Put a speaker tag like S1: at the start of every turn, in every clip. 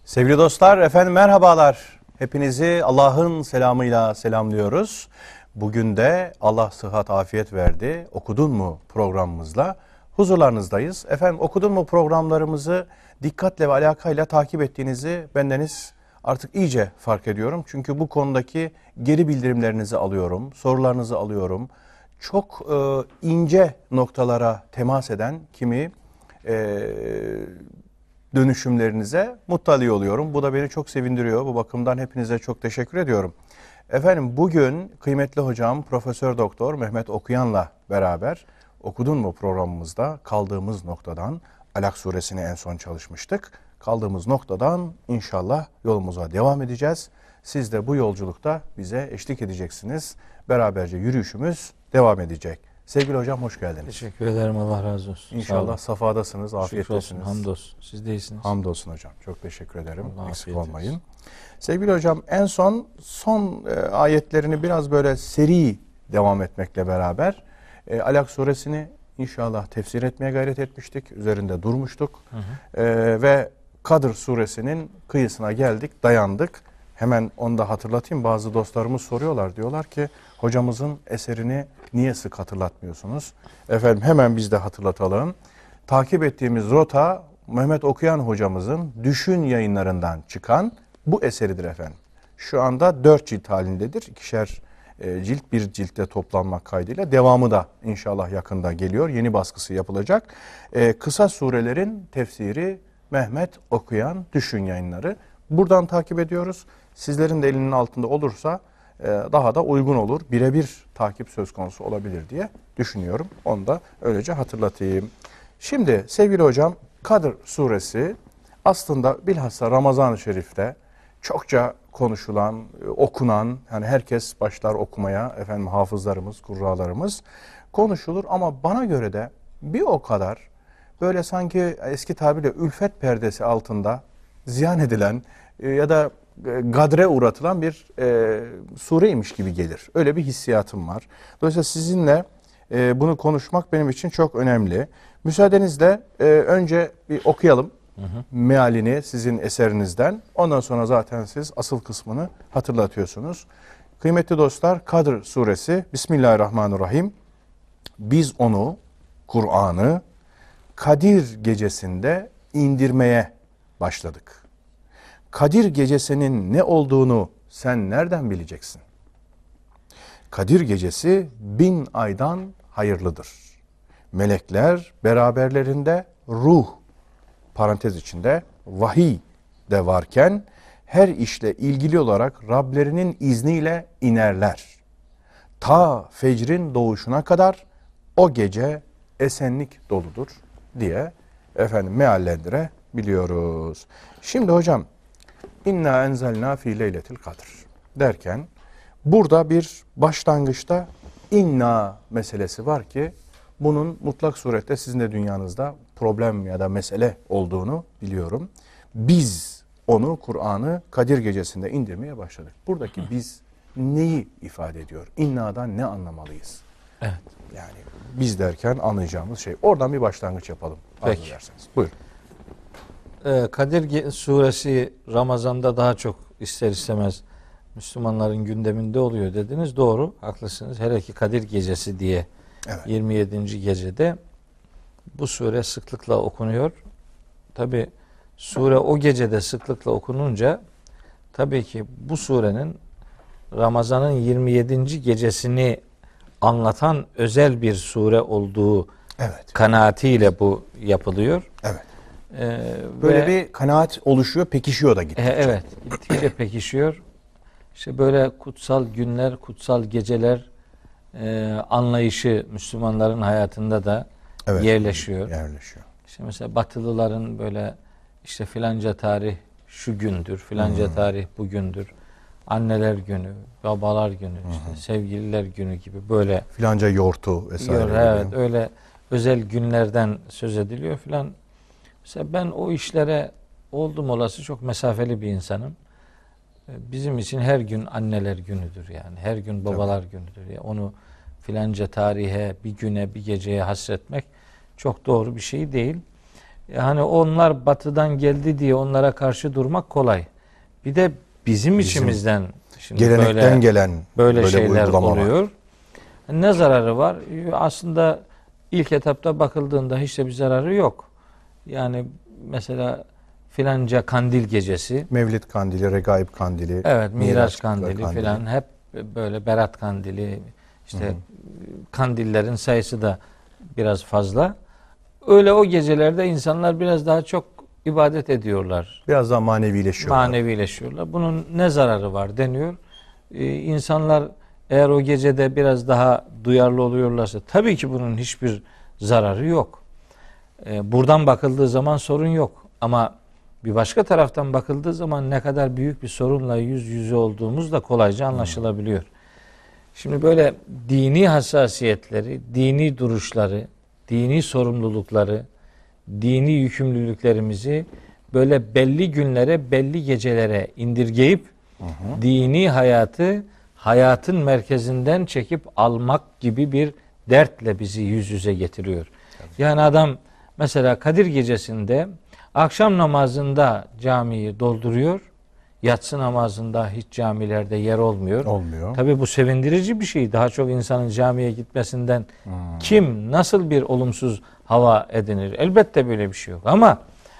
S1: Sevgili dostlar, efendim merhabalar. Hepinizi Allah'ın selamıyla selamlıyoruz. Bugün de Allah sıhhat afiyet verdi. Okudun mu programımızla huzurlarınızdayız. Efendim okudun mu programlarımızı dikkatle ve alakayla takip ettiğinizi bendeniz artık iyice fark ediyorum. Çünkü bu konudaki geri bildirimlerinizi alıyorum, sorularınızı alıyorum. Çok ince noktalara temas eden kimi dönüşümlerinize muttali oluyorum. Bu da beni çok sevindiriyor. Bu bakımdan hepinize çok teşekkür ediyorum. Efendim bugün kıymetli hocam Profesör Doktor Mehmet Okuyan'la beraber okudun mu programımızda kaldığımız noktadan Alak suresini en son çalışmıştık. Kaldığımız noktadan inşallah yolumuza devam edeceğiz. Siz de bu yolculukta bize eşlik edeceksiniz. Beraberce yürüyüşümüz devam edecek. Sevgili hocam hoş geldiniz.
S2: Teşekkür ederim. Allah razı olsun.
S1: İnşallah safadasınız, afiyettesiniz.
S2: Hamdolsun. Siz de iyisiniz.
S1: Hamdolsun hocam. Çok teşekkür ederim.
S2: Allah
S1: Eksik olmayın.
S2: olsun.
S1: Sevgili hocam en son ayetlerini biraz böyle seri devam etmekle beraber Alak suresini inşallah tefsir etmeye gayret etmiştik. Üzerinde durmuştuk. Ve Kadr suresinin kıyısına geldik, dayandık. Hemen onu da hatırlatayım. Bazı dostlarımız soruyorlar. Diyorlar ki hocamızın eserini niye sık hatırlatmıyorsunuz? Efendim hemen biz de hatırlatalım. Takip ettiğimiz rota Mehmet Okuyan hocamızın Düşün yayınlarından çıkan bu eseridir efendim. Şu anda 4 cilt halindedir. 2'şer cilt bir ciltte toplanmak kaydıyla. Devamı da inşallah yakında geliyor. Yeni baskısı yapılacak. Kısa surelerin tefsiri Mehmet Okuyan Düşün yayınları. Buradan takip ediyoruz. Sizlerin de elinin altında olursa daha da uygun olur. Birebir takip söz konusu olabilir diye düşünüyorum. Onu da öylece hatırlatayım. Şimdi sevgili hocam Kadr suresi aslında bilhassa Ramazan-ı Şerif'te çokça konuşulan, okunan, yani herkes başlar okumaya, efendim hafızlarımız, kurralarımız konuşulur ama bana göre de bir o kadar böyle sanki eski tabirle ülfet perdesi altında ziyan edilen ya da gadre uğratılan bir sureymiş gibi gelir. Öyle bir hissiyatım var. Dolayısıyla sizinle bunu konuşmak benim için çok önemli. Müsaadenizle önce bir okuyalım mealini sizin eserinizden. Ondan sonra zaten siz asıl kısmını hatırlatıyorsunuz. Kıymetli dostlar, Kadr suresi Bismillahirrahmanirrahim. Biz onu, Kur'an'ı Kadir gecesinde indirmeye başladık. Kadir gecesinin ne olduğunu sen nereden bileceksin? Kadir gecesi 1000 aydan hayırlıdır. Melekler beraberlerinde ruh, parantez içinde vahiy de varken her işle ilgili olarak Rablerinin izniyle inerler. Ta fecrin doğuşuna kadar o gece esenlik doludur diye efendim meallendirebiliyoruz. Şimdi hocam İnna enzelna fi leyletil kadr derken burada bir başlangıçta inna meselesi var ki bunun mutlak surette sizin de dünyanızda problem ya da mesele olduğunu biliyorum. Biz onu Kur'an'ı Kadir gecesinde indirmeye başladık. Buradaki biz neyi ifade ediyor? İnna'dan ne anlamalıyız?
S2: Evet.
S1: Yani biz derken anlayacağımız şey. Oradan bir başlangıç yapalım.
S2: Peki.
S1: Ederseniz. Buyurun.
S2: Kadir suresi Ramazan'da daha çok ister istemez Müslümanların gündeminde oluyor dediniz. Doğru, haklısınız. Hele ki Kadir gecesi diye evet. 27. gecede bu sure sıklıkla okunuyor. Tabi sure o gecede sıklıkla okununca tabii ki bu surenin Ramazan'ın 27. gecesini anlatan özel bir sure olduğu evet. kanaatiyle bu yapılıyor.
S1: Evet. Böyle bir kanaat oluşuyor, pekişiyor da gittikçe.
S2: Evet, gittikçe pekişiyor. İşte böyle kutsal günler, kutsal geceler anlayışı Müslümanların hayatında da evet, yerleşiyor. İşte mesela Batılıların böyle işte filanca tarih şu gündür, filanca tarih bugündür. Anneler günü, babalar günü, işte sevgililer günü gibi böyle
S1: filanca yortu vesaire.
S2: Evet, öyle özel günlerden söz ediliyor filan. Mesela ben o işlere oldum olası çok mesafeli bir insanım. Bizim için her gün anneler günüdür yani. Her gün babalar günüdür. Yani onu filanca tarihe, bir güne, bir geceye hasretmek çok doğru bir şey değil. hani onlar batıdan geldi diye onlara karşı durmak kolay. Bir de bizim içimizden şimdi
S1: gelenekten gelen
S2: böyle şeyler oluyor. Ne zararı var? Aslında ilk etapta bakıldığında hiç de bir zararı yok. Yani mesela filanca kandil gecesi,
S1: Mevlid kandili, Regaib kandili,
S2: evet, Miraç kandili filan, hep böyle Berat kandili, işte kandillerin sayısı da biraz fazla. Öyle o gecelerde insanlar biraz daha çok ibadet ediyorlar.
S1: Biraz daha manevileşiyorlar.
S2: Manevileşiyorlar. Bunun ne zararı var deniyor. İnsanlar eğer o gecede biraz daha duyarlı oluyorlarsa tabii ki bunun hiçbir zararı yok. Buradan bakıldığı zaman sorun yok. Ama bir başka taraftan bakıldığı zaman ne kadar büyük bir sorunla yüz yüze olduğumuz da kolayca anlaşılabiliyor. Şimdi böyle dini hassasiyetleri, dini duruşları, dini sorumlulukları, dini yükümlülüklerimizi böyle belli günlere, belli gecelere indirgeyip dini hayatı hayatın merkezinden çekip almak gibi bir dertle bizi yüz yüze getiriyor. Yani adam mesela Kadir Gecesi'nde akşam namazında camiyi dolduruyor. Yatsı namazında hiç camilerde yer olmuyor. Tabii bu sevindirici bir şey. Daha çok insanın camiye gitmesinden kim nasıl bir olumsuz hava edinir? Elbette böyle bir şey yok. Ama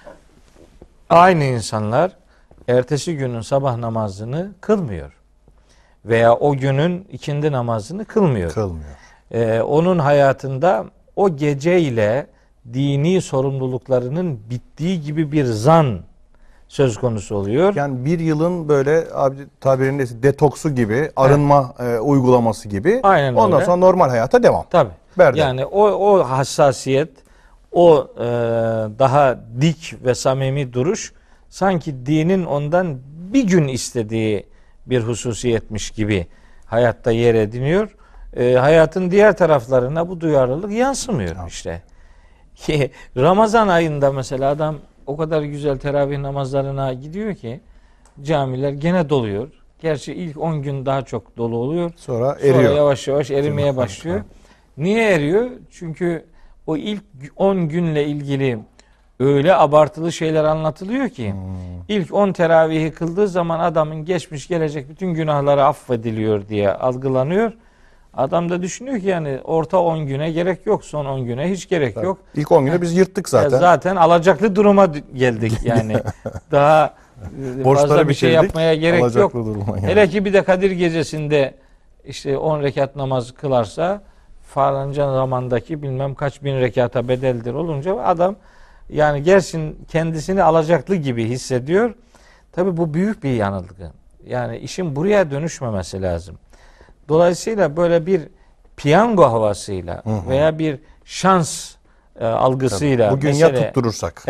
S2: aynı insanlar ertesi günün sabah namazını kılmıyor. Veya o günün ikindi namazını kılmıyor. Onun hayatında o geceyle dini sorumluluklarının bittiği gibi bir zan söz konusu oluyor.
S1: Yani bir yılın böyle tabirinde detoksu gibi, arınma uygulaması gibi.
S2: Aynen
S1: ondan
S2: öyle.
S1: sonra normal hayata devam.
S2: Tabii. Yani o hassasiyet, o daha dik ve samimi duruş sanki dinin ondan bir gün istediği bir hususiyetmiş gibi hayatta yer ediniyor. Hayatın diğer taraflarına bu duyarlılık yansımıyor işte. Ramazan ayında mesela adam o kadar güzel teravih namazlarına gidiyor ki camiler gene doluyor. Gerçi ilk 10 gün daha çok dolu oluyor.
S1: Sonra eriyor.
S2: Yavaş yavaş erimeye başlıyor. Niye eriyor? Çünkü o ilk 10 günle ilgili öyle abartılı şeyler anlatılıyor ki ilk 10 teravihi kıldığı zaman adamın geçmiş gelecek bütün günahları affediliyor diye algılanıyor. Adam da düşünüyor ki yani orta 10 güne gerek yok, son 10 güne hiç gerek yok.
S1: İlk 10 güne biz yırttık zaten.
S2: Zaten alacaklı duruma geldik yani. Daha fazla bir şey yapmaya gerek yok. Hele ki bir de Kadir Gecesi'nde işte 10 rekat namaz kılarsa falanca zamandaki bilmem kaç bin rekata bedeldir olunca adam yani gerçekten kendisini alacaklı gibi hissediyor. Tabii bu büyük bir yanılgı. Yani işin buraya dönüşmemesi lazım. Dolayısıyla böyle bir piyango havasıyla veya bir şans algısıyla
S1: bugün ya tutturursak.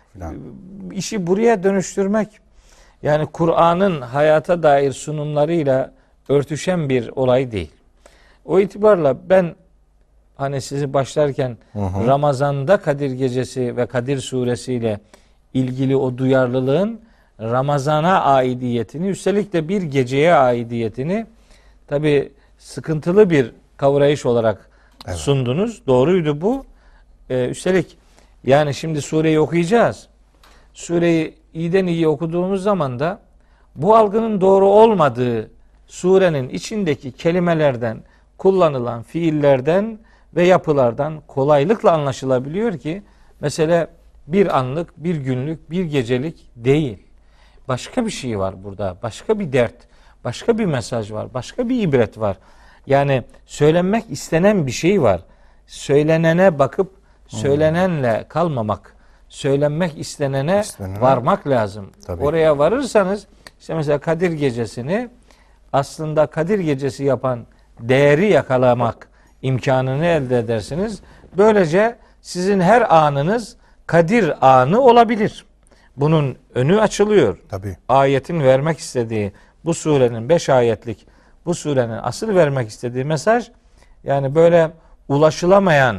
S2: İşi buraya dönüştürmek yani Kur'an'ın hayata dair sunumlarıyla örtüşen bir olay değil. O itibarla ben hani sizi başlarken Ramazan'da Kadir Gecesi ve Kadir Suresi'yle ilgili o duyarlılığın Ramazan'a aidiyetini, üstelik de bir geceye aidiyetini tabii sıkıntılı bir kavrayış olarak sundunuz. Doğruydu bu. Üstelik yani şimdi sureyi okuyacağız. Sureyi iyiden iyi okuduğumuz zaman da bu algının doğru olmadığı surenin içindeki kelimelerden, kullanılan fiillerden ve yapılardan kolaylıkla anlaşılabiliyor ki mesele bir anlık, bir günlük, bir gecelik değil. Başka bir şey var burada. Başka bir dert, başka bir mesaj var, başka bir ibret var. Yani söylenmek istenen bir şey var. Söylenene bakıp söylenenle kalmamak, söylenmek istenene varmak lazım.
S1: Tabii.
S2: Oraya varırsanız işte mesela Kadir Gecesi'ni aslında Kadir Gecesi yapan değeri yakalamak imkanını elde edersiniz. Böylece sizin her anınız Kadir anı olabilir. Bunun önü açılıyor.
S1: Tabii.
S2: Ayetin vermek istediği bu surenin 5 ayetlik bu surenin asıl vermek istediği mesaj yani böyle ulaşılamayan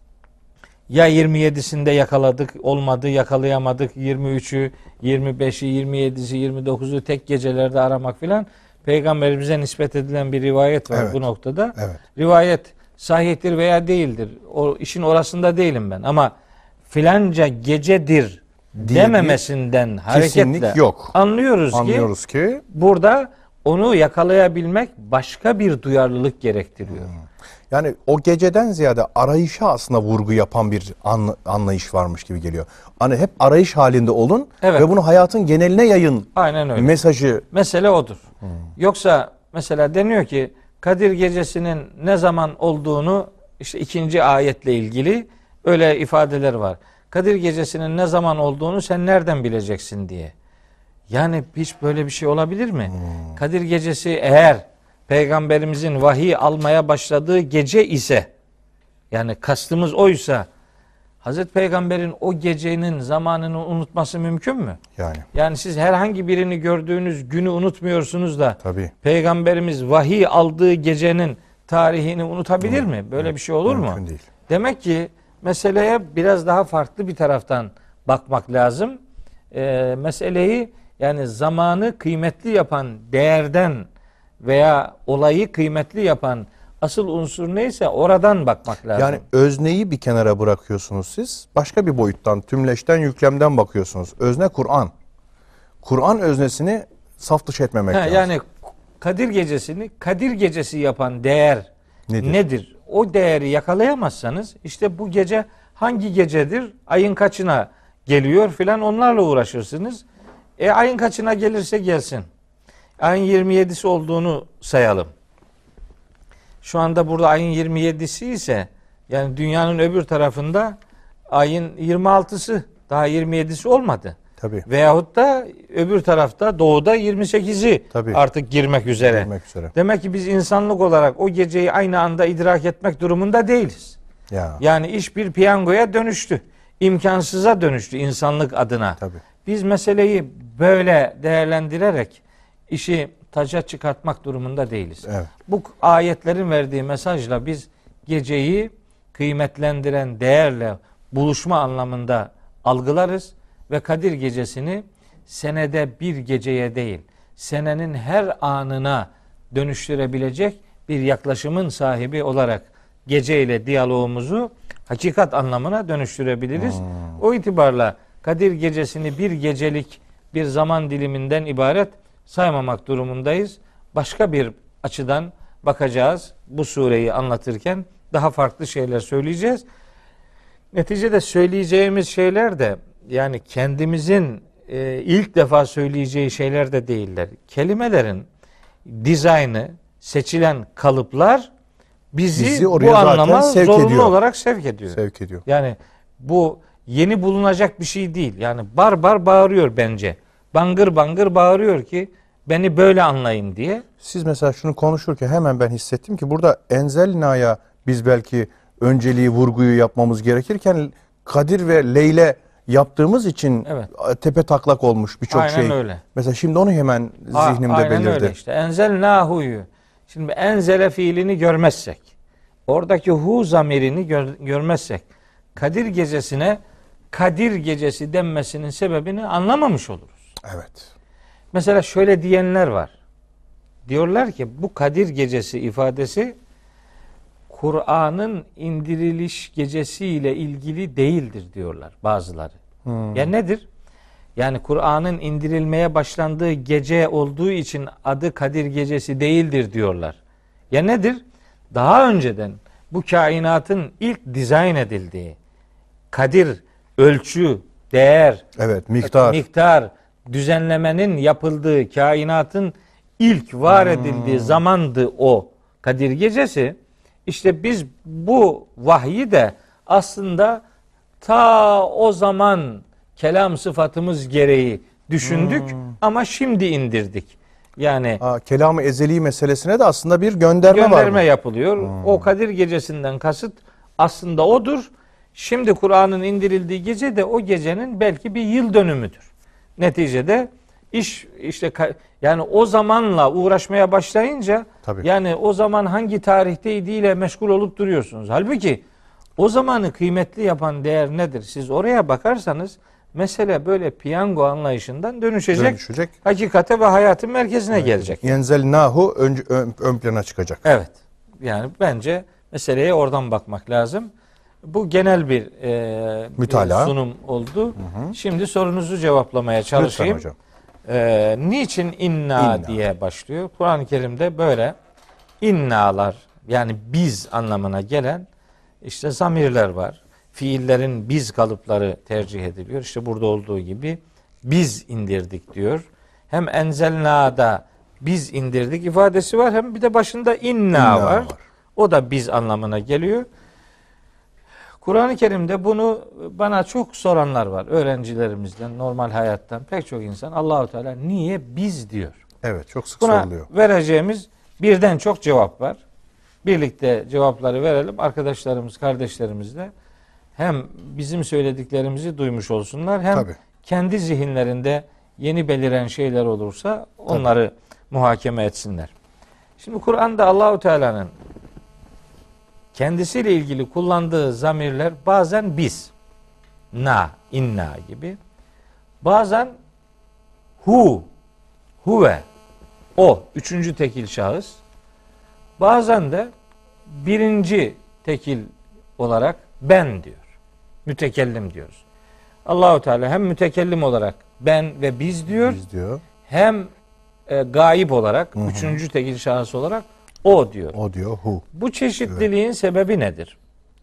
S2: ya 27'sinde yakaladık olmadı yakalayamadık 23'ü 25'i 27'si 29'u tek gecelerde aramak filan Peygamberimize nispet edilen bir rivayet var bu noktada. Rivayet sahihtir veya değildir. O işin orasında değilim ben ama filanca gecedir dememesinden hareketle
S1: yok.
S2: Anlıyoruz ki burada onu yakalayabilmek başka bir duyarlılık gerektiriyor.
S1: Yani o geceden ziyade arayışa aslında vurgu yapan bir anlayış varmış gibi geliyor. Hani hep arayış halinde olun ve bunu hayatın geneline yayın.
S2: Aynen öyle.
S1: Mesajı.
S2: Mesele odur. Yoksa mesela deniyor ki Kadir Gecesi'nin ne zaman olduğunu işte 2. ayetle ilgili öyle ifadeler var. Kadir Gecesi'nin ne zaman olduğunu sen nereden bileceksin diye. Yani hiç böyle bir şey olabilir mi? Kadir Gecesi eğer Peygamberimizin vahiy almaya başladığı gece ise, yani kastımız oysa, Hazreti Peygamber'in o gecenin zamanını unutması mümkün mü? Yani siz herhangi birini gördüğünüz günü unutmuyorsunuz da Peygamberimiz vahiy aldığı gecenin tarihini unutabilir mi? Böyle bir şey olur mu?
S1: Mümkün değil.
S2: Demek ki meseleye biraz daha farklı bir taraftan bakmak lazım. Meseleyi, yani zamanı kıymetli yapan değerden veya olayı kıymetli yapan asıl unsur neyse oradan bakmak lazım.
S1: Yani özneyi bir kenara bırakıyorsunuz siz. Başka bir boyuttan, tümleşten, yüklemden bakıyorsunuz. Özne Kur'an. Kur'an öznesini saf dışı etmemek lazım.
S2: Yani Kadir Gecesi'ni Kadir Gecesi yapan değer nedir? O değeri yakalayamazsanız işte bu gece hangi gecedir? Ayın kaçına geliyor filan, onlarla uğraşırsınız. Ayın kaçına gelirse gelsin. Ayın 27'si olduğunu sayalım. Şu anda burada ayın 27'si ise, yani dünyanın öbür tarafında ayın 26'sı, daha 27'si olmadı.
S1: Tabii.
S2: Veyahut da öbür tarafta doğuda 28'i artık girmek üzere. Demek ki biz insanlık olarak o geceyi aynı anda idrak etmek durumunda değiliz. Yani iş bir piyangoya dönüştü. İmkansıza dönüştü insanlık adına. Biz meseleyi böyle değerlendirerek işi taca çıkartmak durumunda değiliz. Bu ayetlerin verdiği mesajla biz geceyi kıymetlendiren değerle buluşma anlamında algılarız ve Kadir Gecesi'ni senede bir geceye değil, senenin her anına dönüştürebilecek bir yaklaşımın sahibi olarak gece ile diyalogumuzu hakikat anlamına dönüştürebiliriz. O itibarla Kadir Gecesi'ni bir gecelik bir zaman diliminden ibaret saymamak durumundayız. Başka bir açıdan bakacağız. Bu sureyi anlatırken daha farklı şeyler söyleyeceğiz. Neticede söyleyeceğimiz şeyler de yani kendimizin ilk defa söyleyeceği şeyler de değiller. Kelimelerin dizaynı, seçilen kalıplar bizi bu anlama zorunlu olarak sevk ediyor. Yani bu yeni bulunacak bir şey değil. Yani bar bağırıyor bence. Bangır bangır bağırıyor ki beni böyle anlayın diye.
S1: Siz mesela şunu konuşurken hemen ben hissettim ki burada Enzelna'ya biz belki önceliği, vurguyu yapmamız gerekirken Kadir ve Leyle yaptığımız için tepe taklak olmuş birçok şey.
S2: Öyle.
S1: Mesela şimdi onu hemen zihnimde belirdi.
S2: Öyle işte. Enzelnahu'yu. Şimdi enzele fiilini görmezsek, oradaki hu zamirini görmezsek, Kadir Gecesi'ne Kadir Gecesi denmesinin sebebini anlamamış oluruz. Mesela şöyle diyenler var. Diyorlar ki bu Kadir Gecesi ifadesi Kur'an'ın indiriliş gecesi ile ilgili değildir diyorlar bazıları. Ya nedir? Yani Kur'an'ın indirilmeye başlandığı gece olduğu için adı Kadir Gecesi değildir diyorlar. Ya nedir? Daha önceden bu kainatın ilk dizayn edildiği kadir, ölçü, değer, miktar düzenlemenin yapıldığı, kainatın ilk var edildiği zamandı o Kadir Gecesi. İşte biz bu vahyi de aslında ta o zaman kelam sıfatımız gereği düşündük ama şimdi indirdik. Yani
S1: kelam-ı ezeli meselesine de aslında bir gönderme
S2: yapılıyor. O Kadir Gecesi'nden kasıt aslında odur. Şimdi Kur'an'ın indirildiği gece de o gecenin belki bir yıl dönümüdür. Neticede iş işte yani o zamanla uğraşmaya başlayınca yani o zaman hangi tarihteydiyle meşgul olup duruyorsunuz. Halbuki o zamanı kıymetli yapan değer nedir? Siz oraya bakarsanız mesele böyle piyango anlayışından dönüşecek. Hakikate ve hayatın merkezine gelecek.
S1: Yenzelnahu ön plana çıkacak.
S2: Evet. Yani bence meseleye oradan bakmak lazım. Bu genel bir
S1: Mütalaa.
S2: sunum oldu. Şimdi sorunuzu cevaplamaya çalışayım.
S1: Lütfen hocam.
S2: Niçin inna diye başlıyor? Kur'an-ı Kerim'de böyle innalar, yani biz anlamına gelen işte zamirler var. Fiillerin biz kalıpları tercih ediliyor. İşte burada olduğu gibi biz indirdik diyor. Hem enzelna'da biz indirdik ifadesi var, hem bir de başında inna var. O da biz anlamına geliyor. Kur'an-ı Kerim'de bunu bana çok soranlar var. Öğrencilerimizden, normal hayattan pek çok insan Allahu Teala niye biz diyor.
S1: Evet, çok sık
S2: Buna
S1: soruluyor.
S2: vereceğimiz birden çok cevap var. Birlikte cevapları verelim. Arkadaşlarımız, kardeşlerimizle hem bizim söylediklerimizi duymuş olsunlar, hem
S1: Tabii.
S2: kendi zihinlerinde yeni beliren şeyler olursa onları muhakeme etsinler. Şimdi Kur'an'da Allahu Teala'nın kendisiyle ilgili kullandığı zamirler bazen biz, na, inna gibi, bazen hu, huve, o, üçüncü tekil şahıs, bazen de birinci tekil olarak ben diyor. Mütekellim diyoruz. Allahu Teala hem mütekellim olarak ben ve biz diyor, hem gaib olarak, üçüncü tekil şahıs olarak o diyor.
S1: O diyor, hu.
S2: Bu çeşitliliğin sebebi nedir?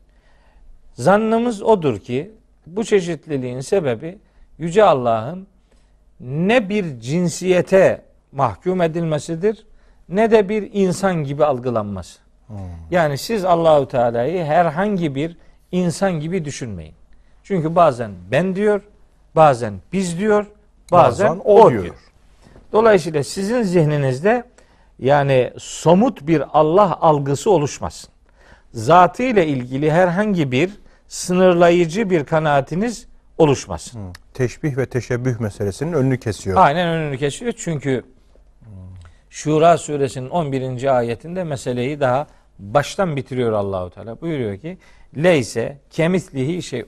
S2: Zannımız odur ki bu çeşitliliğin sebebi Yüce Allah'ın ne bir cinsiyete mahkum edilmesidir, ne de bir insan gibi algılanması. Yani siz Allahu Teala'yı herhangi bir insan gibi düşünmeyin. Çünkü bazen ben diyor, bazen biz diyor, bazen o diyor. Dolayısıyla sizin zihninizde yani somut bir Allah algısı oluşmasın. Zatı ile ilgili herhangi bir sınırlayıcı bir kanaatiniz oluşmasın.
S1: Teşbih ve teşebbüh meselesinin önünü kesiyor.
S2: Aynen önünü kesiyor. Çünkü Şura suresinin 11. ayetinde meseleyi daha baştan bitiriyor Allahu Teala. Buyuruyor ki: "Leyse kemislihi şey'un."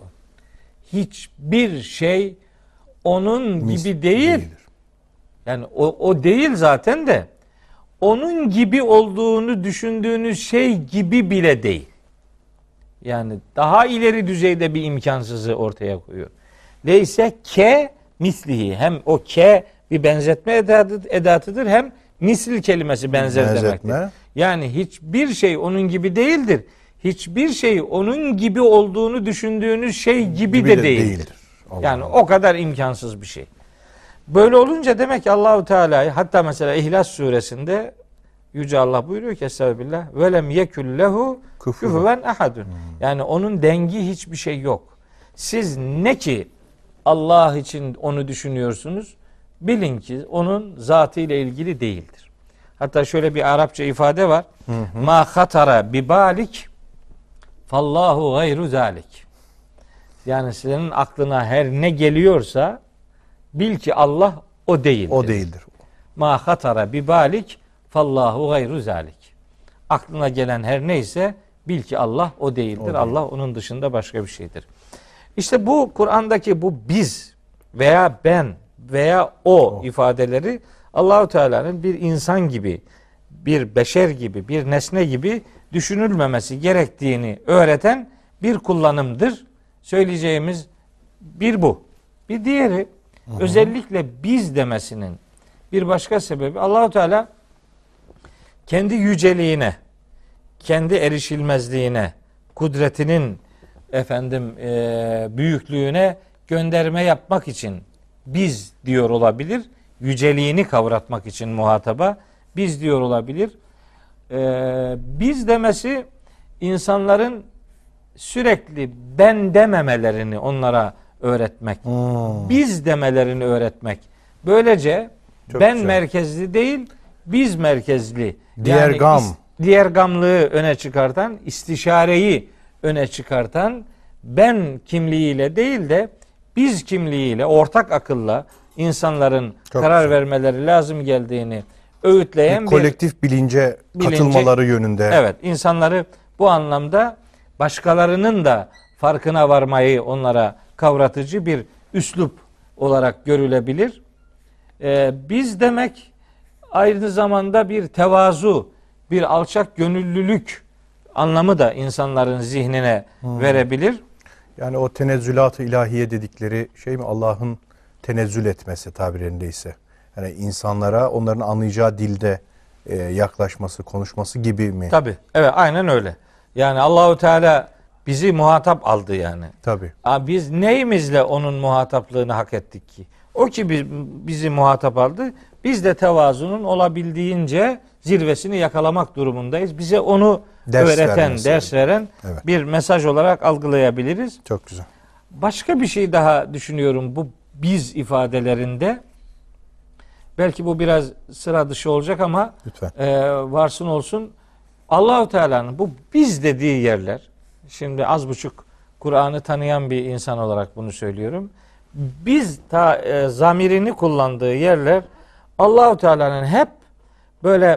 S2: Hiçbir şey onun gibi değil. Yani o değil zaten de onun gibi olduğunu düşündüğünüz şey gibi bile değil. Yani daha ileri düzeyde bir imkansızı ortaya koyuyor. Leyse ke mislihi. Hem o ke bir benzetme edatıdır, hem misil kelimesi benzer demektir. Yani hiçbir şey onun gibi değildir. Hiçbir şey onun gibi olduğunu düşündüğünüz şey gibi de değildir. Yani o kadar imkansız bir şey. Böyle olunca demek ki Allahu Teala'yı, hatta mesela İhlas suresinde Yüce Allah buyuruyor ki estağfirullah, ve lem yekul lehu kufuven ahadun. Yani onun dengi hiçbir şey yok. Siz ne ki Allah için onu düşünüyorsunuz, bilin ki onun zatı ile ilgili değildir. Hatta şöyle bir Arapça ifade var. Ma hatara bibalik fallahu gayru zalik. Yani senin aklına her ne geliyorsa bil ki Allah o değildir.
S1: O değildir.
S2: Ma hatara bibalik fallahu gayru zalik. Aklına gelen her neyse bil ki Allah o değildir. O değil. Allah onun dışında başka bir şeydir. İşte bu Kur'an'daki bu biz veya ben veya o ifadeleri Allahu Teala'nın bir insan gibi, bir beşer gibi, bir nesne gibi düşünülmemesi gerektiğini öğreten bir kullanımdır. Söyleyeceğimiz bir bu. Bir diğeri özellikle biz demesinin bir başka sebebi Allahu Teala kendi yüceliğine, kendi erişilmezliğine, kudretinin büyüklüğüne gönderme yapmak için biz diyor olabilir. Yüceliğini kavratmak için muhataba biz diyor olabilir. Biz demesi insanların sürekli ben dememelerini onlara öğretmek. Biz demelerini öğretmek. Böylece çok ben güzel. Merkezli değil, biz merkezli. Diğer gamlığı öne çıkartan, istişareyi öne çıkartan, ben kimliğiyle değil de biz kimliğiyle, ortak akılla insanların çok karar güzel. Vermeleri lazım geldiğini öğütleyen bir
S1: kolektif bilince katılmaları yönünde.
S2: Evet, insanları bu anlamda başkalarının da farkına varmayı onlara kavratıcı bir üslup olarak görülebilir. Biz demek aynı zamanda bir tevazu, bir alçak gönüllülük anlamı da insanların zihnine verebilir.
S1: Yani o tenezzülat-ı ilahiye dedikleri şey mi? Allah'ın tenezzül etmesi tabirindeyse. Yani insanlara onların anlayacağı dilde yaklaşması, konuşması gibi mi?
S2: Tabii. Evet, aynen öyle. Yani Allahu Teala bizi muhatap aldı yani.
S1: Tabii.
S2: Biz neyimizle onun muhataplığını hak ettik ki? O ki bizi muhatap aldı. Biz de tevazunun olabildiğince zirvesini yakalamak durumundayız. Bize onu ders veren
S1: evet,
S2: bir mesaj olarak algılayabiliriz.
S1: Çok güzel.
S2: Başka bir şey daha düşünüyorum bu biz ifadelerinde. Belki bu biraz sıra dışı olacak ama
S1: lütfen,
S2: varsın olsun. Allahu Teala'nın bu biz dediği yerler, şimdi az buçuk Kur'an'ı tanıyan bir insan olarak bunu söylüyorum. Biz zamirini kullandığı yerler Allahu Teala'nın hep böyle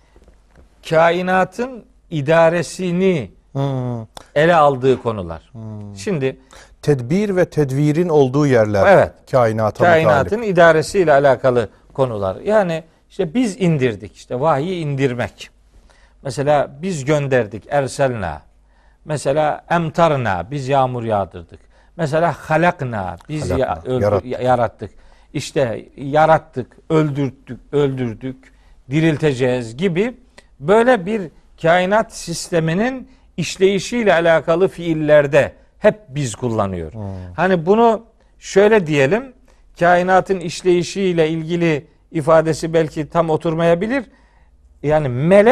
S2: kainatın idaresini ele aldığı konular. Şimdi
S1: tedbir ve tedvirin olduğu yerler,
S2: evet, kainatın
S1: mutalip
S2: idaresiyle alakalı konular. Yani işte biz indirdik, işte vahyi indirmek. Mesela biz gönderdik, erselna. Mesela emtarna, biz yağmur yağdırdık. Mesela halakna, biz yarattık. İşte yarattık, öldürdük, dirilteceğiz gibi böyle bir kainat sisteminin işleyişiyle alakalı fiillerde hep biz kullanıyor. Hani bunu şöyle diyelim, kainatın işleyişiyle ilgili ifadesi belki tam oturmayabilir. Yani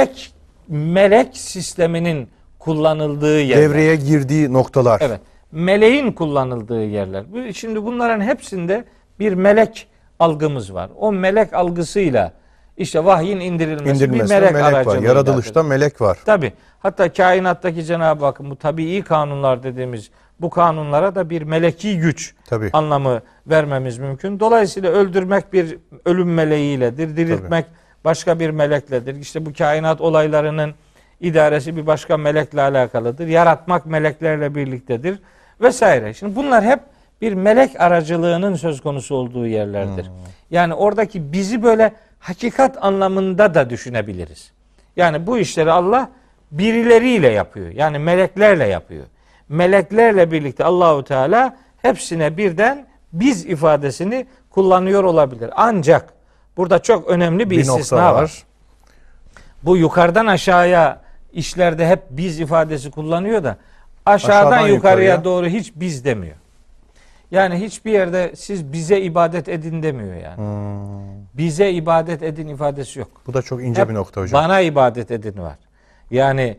S2: melek sisteminin kullanıldığı yerler.
S1: Devreye girdiği noktalar.
S2: Evet. Meleğin kullanıldığı yerler. Şimdi bunların hepsinde bir melek algımız var. O melek algısıyla işte vahyin indirilmesi bir melek aracılığıyla.
S1: Yaratılışta melek var.
S2: Tabii. Hatta kainattaki Cenab-ı Hakk'ın bu tabii kanunlar dediğimiz bu kanunlara da bir meleki güç anlamı vermemiz mümkün. Dolayısıyla öldürmek bir ölüm meleğiyledir. Diriltmek başka bir melekledir. İşte bu kainat olaylarının idaresi bir başka melekle alakalıdır. Yaratmak meleklerle birliktedir vesaire. Şimdi bunlar hep bir melek aracılığının söz konusu olduğu yerlerdir. Yani oradaki bizi böyle hakikat anlamında da düşünebiliriz. Yani bu işleri Allah birileriyle yapıyor. Yani meleklerle yapıyor. Meleklerle birlikte Allahu Teala hepsine birden biz ifadesini kullanıyor olabilir. Ancak burada çok önemli bir istisna var. Bu yukarıdan aşağıya işlerde hep biz ifadesi kullanıyor da aşağıdan yukarıya doğru hiç biz demiyor. Yani hiçbir yerde siz bize ibadet edin demiyor yani. Bize ibadet edin ifadesi yok.
S1: Bu da çok ince bir nokta hocam.
S2: Bana ibadet edin var. Yani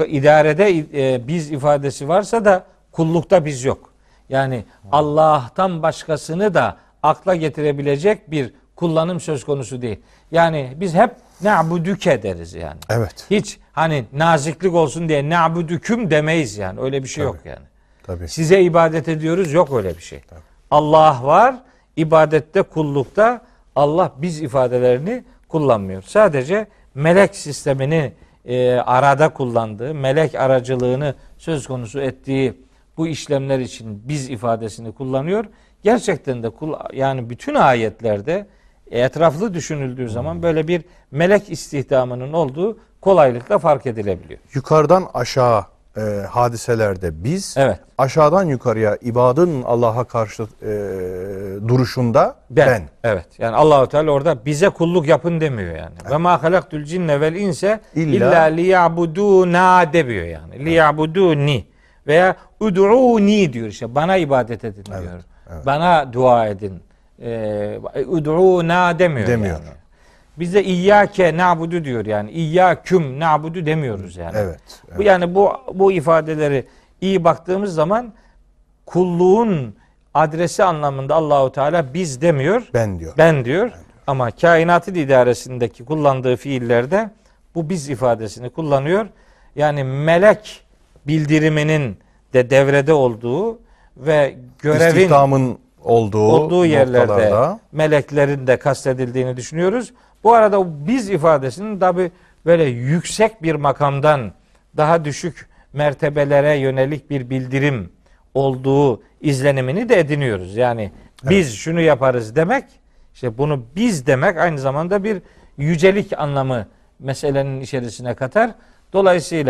S2: idarede biz ifadesi varsa da kullukta biz yok. Yani Allah'tan başkasını da akla getirebilecek bir kullanım söz konusu değil. Yani biz hep na'budüke deriz yani.
S1: Evet.
S2: Hiç hani naziklik olsun diye na'budüküm demeyiz yani. Öyle bir şey yok yani.
S1: Tabii.
S2: Size ibadet ediyoruz, yok öyle bir şey.
S1: Tabii.
S2: Allah var, ibadette, kullukta Allah biz ifadelerini kullanmıyor. Sadece melek sistemini arada kullandığı, melek aracılığını söz konusu ettiği bu işlemler için biz ifadesini kullanıyor. Gerçekten de yani bütün ayetlerde etraflı düşünüldüğü zaman böyle bir melek istihdamının olduğu kolaylıkla fark edilebiliyor.
S1: Yukarıdan aşağı hadiselerde biz,
S2: evet,
S1: aşağıdan yukarıya ibadın Allah'a karşı duruşunda ben.
S2: Evet. Yani Allahu Teala orada bize kulluk yapın demiyor yani. Ve ma halaktul cinne vel inse illa liya'buduna demiyor yani. Liya'buduni veya ud'uni diyor işte. Bana ibadet edin diyor.
S1: Evet.
S2: Bana dua edin. Ud'una demiyor. Yani. Biz de İyyâke na'budu diyor yani. İyyâküm na'budu demiyoruz yani.
S1: Evet.
S2: Bu yani bu ifadeleri iyi baktığımız zaman kulluğun adresi anlamında Allahu Teala biz demiyor.
S1: Ben diyor.
S2: Ben diyor. Ama kainatın idaresindeki kullandığı fiillerde bu biz ifadesini kullanıyor. Yani melek bildiriminin de devrede olduğu ve görevin
S1: İstihdamın olduğu
S2: yerlerde meleklerin de kastedildiğini düşünüyoruz. Bu arada biz ifadesinin tabi böyle yüksek bir makamdan daha düşük mertebelere yönelik bir bildirim olduğu izlenimini de ediniyoruz. Yani biz şunu yaparız demek, işte bunu biz demek aynı zamanda bir yücelik anlamı meselenin içerisine katar. Dolayısıyla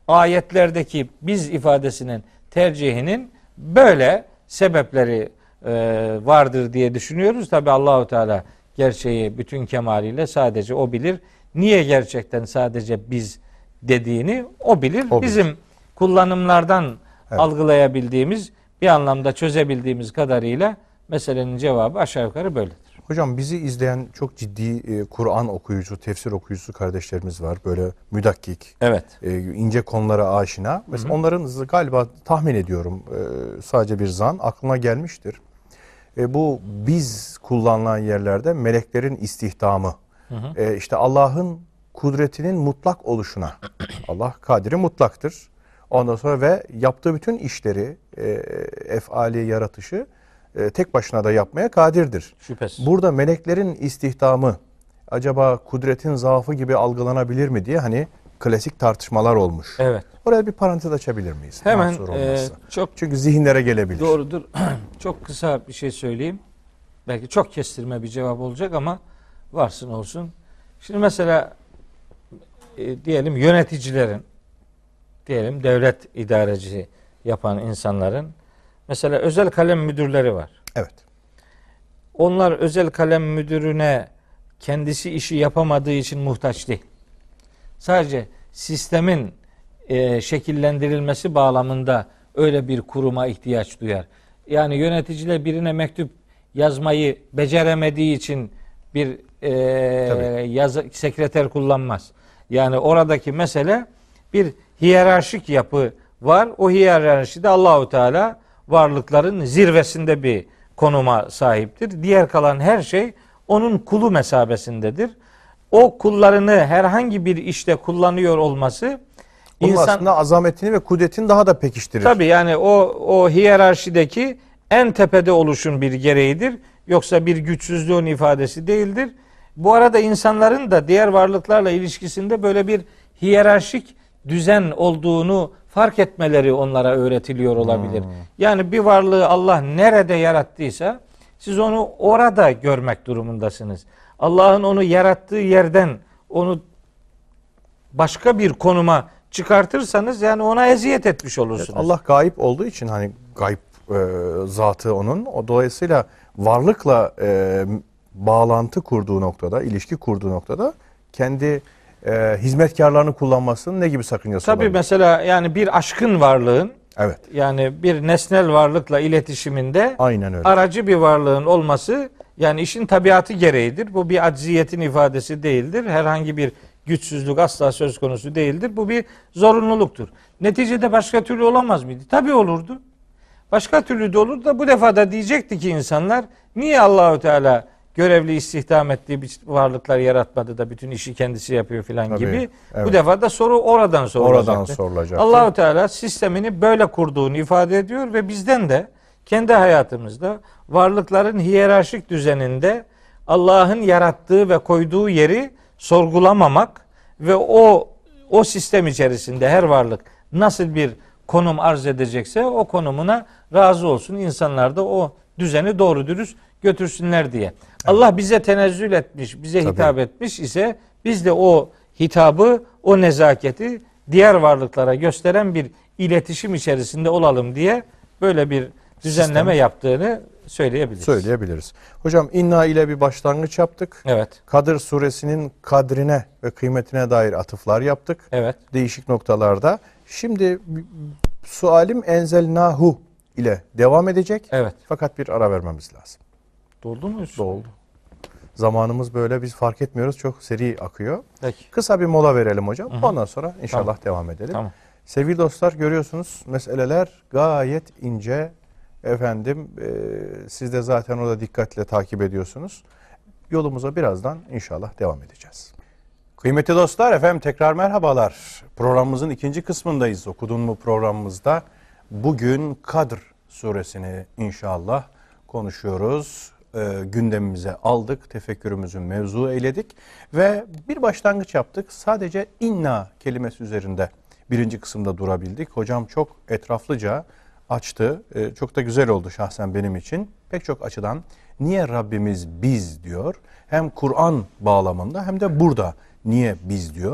S2: ayetlerdeki biz ifadesinin tercihinin böyle sebepleri vardır diye düşünüyoruz. Tabi Allahu Teala gerçeği bütün kemaliyle sadece o bilir. Niye gerçekten sadece biz dediğini o bilir. Bizim kullanımlardan algılayabildiğimiz, bir anlamda çözebildiğimiz kadarıyla meselenin cevabı aşağı yukarı böyledir.
S1: Hocam bizi izleyen çok ciddi Kur'an okuyucu, tefsir okuyucusu kardeşlerimiz var. Böyle müdakkik,
S2: evet,
S1: ince konulara aşina. Mesela onların galiba tahmin ediyorum sadece bir zan aklına gelmiştir. Bu biz kullanılan yerlerde meleklerin istihdamı, işte Allah'ın kudretinin mutlak oluşuna, Allah kadiri mutlaktır. Ondan sonra ve yaptığı bütün işleri, efali yaratışı tek başına da yapmaya kadirdir.
S2: Şüphesiz.
S1: Burada meleklerin istihdamı acaba kudretin zaafı gibi algılanabilir mi diye hani klasik tartışmalar olmuş.
S2: Evet.
S1: Oraya bir parantez açabilir miyiz?
S2: Hemen
S1: çünkü zihinlere gelebilir.
S2: Doğrudur. Çok kısa bir şey söyleyeyim. Belki çok kestirme bir cevap olacak ama varsın olsun. Şimdi mesela diyelim yöneticilerin, diyelim devlet idareci yapan insanların mesela özel kalem müdürleri var.
S1: Evet.
S2: Onlar özel kalem müdürüne kendisi işi yapamadığı için muhtaç değil. Sadece sistemin şekillendirilmesi bağlamında öyle bir kuruma ihtiyaç duyar. Yani yöneticiler birine mektup yazmayı beceremediği için bir sekreter kullanmaz. Yani oradaki mesele bir hiyerarşik yapı var. O hiyerarşide Allahu Teala varlıkların zirvesinde bir konuma sahiptir. Diğer kalan her şey onun kulu mesabesindedir. O kullarını herhangi bir işte kullanıyor olması
S1: aslında azametini ve kudretini daha da pekiştirir.
S2: Tabii yani o hiyerarşideki en tepede oluşun bir gereğidir. Yoksa bir güçsüzlüğün ifadesi değildir. Bu arada insanların da diğer varlıklarla ilişkisinde böyle bir hiyerarşik düzen olduğunu fark etmeleri onlara öğretiliyor olabilir. Yani bir varlığı Allah nerede yarattıysa siz onu orada görmek durumundasınız. Allah'ın onu yarattığı yerden onu başka bir konuma çıkartırsanız yani ona eziyet etmiş olursunuz.
S1: Evet, Allah gayip olduğu için hani gayb zatı onun. O dolayısıyla varlıkla bağlantı kurduğu noktada, ilişki kurduğu noktada kendi hizmetkarlarını kullanmasının ne gibi sakıncası olabilir?
S2: Tabii mesela yani bir aşkın varlığın,
S1: evet,
S2: yani bir nesnel varlıkla iletişiminde
S1: aynen öyle,
S2: aracı bir varlığın olması yani işin tabiatı gereğidir. Bu bir acziyetin ifadesi değildir. Herhangi bir güçsüzlük asla söz konusu değildir. Bu bir zorunluluktur. Neticede başka türlü olamaz mıydı? Tabii olurdu. Başka türlü de olur da bu defa da diyecekti ki insanlar niye Allahu Teala görevli istihdam ettiği varlıklar yaratmadı da bütün işi kendisi yapıyor filan gibi. Evet. Bu defa da soru oradan sorulacaktı. Allahu Teala sistemini böyle kurduğunu ifade ediyor ve bizden de kendi hayatımızda varlıkların hiyerarşik düzeninde Allah'ın yarattığı ve koyduğu yeri sorgulamamak ve o sistem içerisinde her varlık nasıl bir konum arz edecekse o konumuna razı olsun. İnsanlar da o düzeni doğru dürüst götürsünler diye. Evet. Allah bize tenezzül etmiş, bize hitap etmiş ise biz de o hitabı, o nezaketi diğer varlıklara gösteren bir iletişim içerisinde olalım diye böyle bir düzenleme yaptığını söyleyebiliriz.
S1: Hocam inna ile bir başlangıç yaptık.
S2: Evet.
S1: Kadir suresinin kadrine ve kıymetine dair atıflar yaptık.
S2: Evet.
S1: Değişik noktalarda. Şimdi sualim enzelnahu ile devam edecek.
S2: Evet.
S1: Fakat bir ara vermemiz lazım.
S2: Doldu mu?
S1: Doldu. Zamanımız böyle biz fark etmiyoruz. Çok seri akıyor.
S2: Peki.
S1: Kısa bir mola verelim hocam. Hı-hı. Ondan sonra inşallah devam edelim.
S2: Tamam.
S1: Sevgili dostlar görüyorsunuz meseleler gayet ince. Efendim siz de zaten orada dikkatle takip ediyorsunuz. Yolumuza birazdan inşallah devam edeceğiz. Kıymetli dostlar efendim tekrar merhabalar. Programımızın ikinci kısmındayız. Okudun mu programımızda bugün Kadr suresini inşallah konuşuyoruz. Gündemimize aldık, tefekkürümüzü mevzu eyledik ve bir başlangıç yaptık. Sadece inna kelimesi üzerinde birinci kısımda durabildik. Hocam çok etraflıca açtı. Çok da güzel oldu şahsen benim için. Pek çok açıdan niye Rabbimiz biz diyor. Hem Kur'an bağlamında hem de burada niye biz diyor.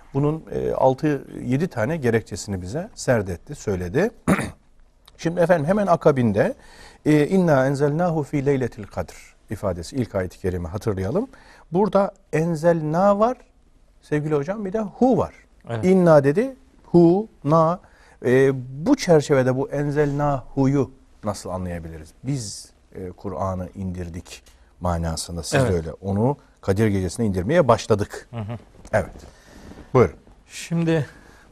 S1: Bunun 6-7 tane gerekçesini bize serdetti, söyledi. Şimdi efendim hemen akabinde inna enzelnahu fi leyletil kadr ifadesi, ilk ayet-i kerime hatırlayalım. Burada enzelna var sevgili hocam, bir de hu var. Evet. İnna dedi, hu, na. Bu çerçevede bu enzelna hu'yu nasıl anlayabiliriz? Biz Kur'an'ı indirdik manasında, siz
S2: evet.
S1: öyle. Onu Kadir Gecesi'ne indirmeye başladık. Evet. Buyurun.
S2: Şimdi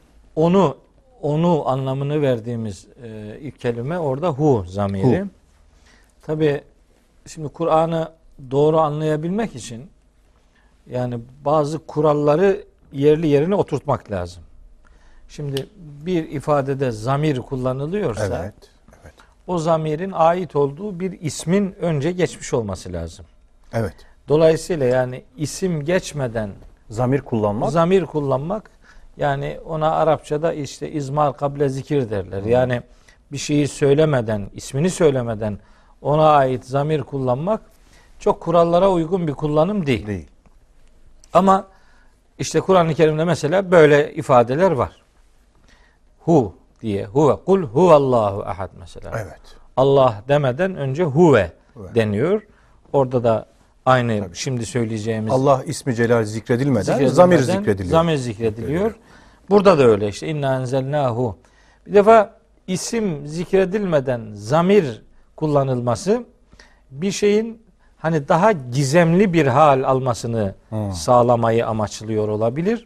S2: onu anlamını verdiğimiz ilk kelime orada hu zamiri. Hu. Tabii şimdi Kur'an'ı doğru anlayabilmek için yani bazı kuralları yerli yerine oturtmak lazım. Şimdi bir ifadede zamir kullanılıyorsa
S1: evet.
S2: O zamirin ait olduğu bir ismin önce geçmiş olması lazım.
S1: Evet.
S2: Dolayısıyla yani isim geçmeden
S1: zamir
S2: kullanmak yani ona Arapçada işte izmar kable zikir derler. Yani bir şeyi söylemeden, ismini söylemeden ona ait zamir kullanmak çok kurallara uygun bir kullanım değil. Ama işte Kur'an-ı Kerim'de mesela böyle ifadeler var. Hu diye, huve, kul huvallahu ahad mesela.
S1: Evet.
S2: Allah demeden önce huve deniyor. Orada da aynı şimdi söyleyeceğimiz
S1: Allah ismi celal zikredilmeden zamir zikrediliyor.
S2: Zamir zikrediliyor. Burada da öyle işte inna enzelnahu. Bir defa isim zikredilmeden zamir kullanılması bir şeyin hani daha gizemli bir hal almasını sağlamayı amaçlıyor olabilir.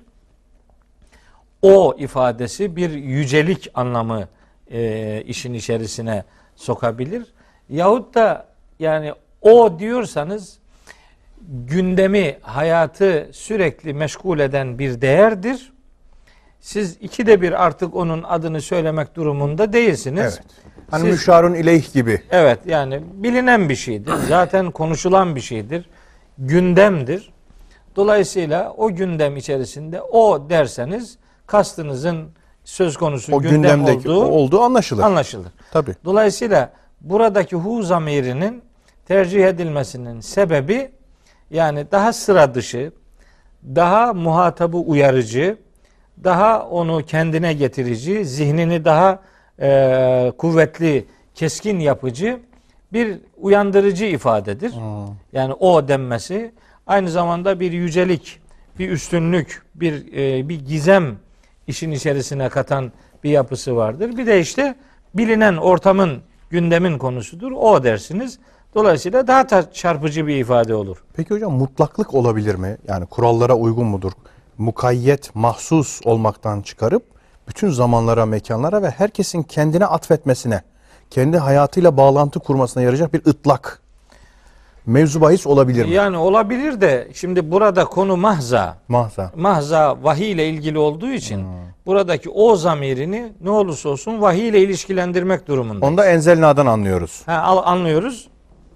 S2: O ifadesi bir yücelik anlamı işin içerisine sokabilir. Yahut da yani o diyorsanız gündemi, hayatı sürekli meşgul eden bir değerdir. Siz ikide bir artık onun adını söylemek durumunda değilsiniz.
S1: Evet. Hani müşarun ileyh gibi.
S2: Evet, yani bilinen bir şeydir. Zaten konuşulan bir şeydir. Gündemdir. Dolayısıyla o gündem içerisinde o derseniz kastınızın söz konusu
S1: o
S2: gündem
S1: olduğu anlaşılır. Tabii.
S2: Dolayısıyla buradaki hu zamirinin tercih edilmesinin sebebi yani daha sıra dışı, daha muhatabı uyarıcı, daha onu kendine getirici, zihnini daha kuvvetli, keskin yapıcı bir uyandırıcı ifadedir. Yani o denmesi aynı zamanda bir yücelik, bir üstünlük, bir gizem işin içerisine katan bir yapısı vardır. Bir de işte bilinen ortamın, gündemin konusudur. O dersiniz. Dolayısıyla daha çarpıcı bir ifade olur.
S1: Peki hocam mutlaklık olabilir mi? Yani kurallara uygun mudur? Mukayyet, mahsus olmaktan çıkarıp bütün zamanlara, mekanlara ve herkesin kendine atfetmesine, kendi hayatıyla bağlantı kurmasına yarayacak bir ıtlak, mevzu bahis olabilir mi?
S2: Yani olabilir de şimdi burada konu mahza. Mahza vahiy ile ilgili olduğu için buradaki o zamirini ne olursa olsun vahiy ile ilişkilendirmek durumundayız.
S1: Onu da enzelnadan anlıyoruz.
S2: Anlıyoruz.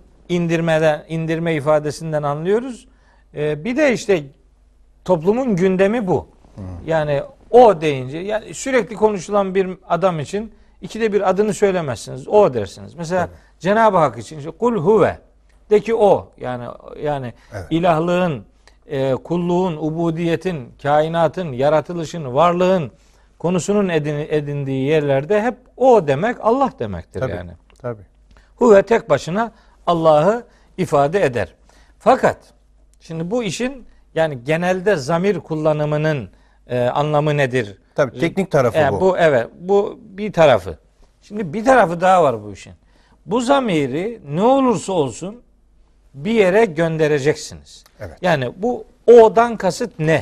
S2: İndirme ifadesinden anlıyoruz. Bir de işte toplumun gündemi bu. Yani o deyince yani sürekli konuşulan bir adam için ikide bir adını söylemezsiniz. O dersiniz. Mesela Cenab-ı Hak için işte kul huve de ki o yani ilahlığın, kulluğun, ubudiyetin, kainatın, yaratılışın, varlığın konusunun edindiği yerlerde hep o demek Allah demektir yani.
S1: Tabii.
S2: Huve tek başına Allah'ı ifade eder. Fakat şimdi bu işin yani genelde zamir kullanımının anlamı nedir?
S1: Tabii teknik tarafı bu.
S2: Bu bir tarafı. Şimdi bir tarafı daha var bu işin. Bu zamiri ne olursa olsun bir yere göndereceksiniz.
S1: Evet.
S2: Yani bu o'dan kasıt ne?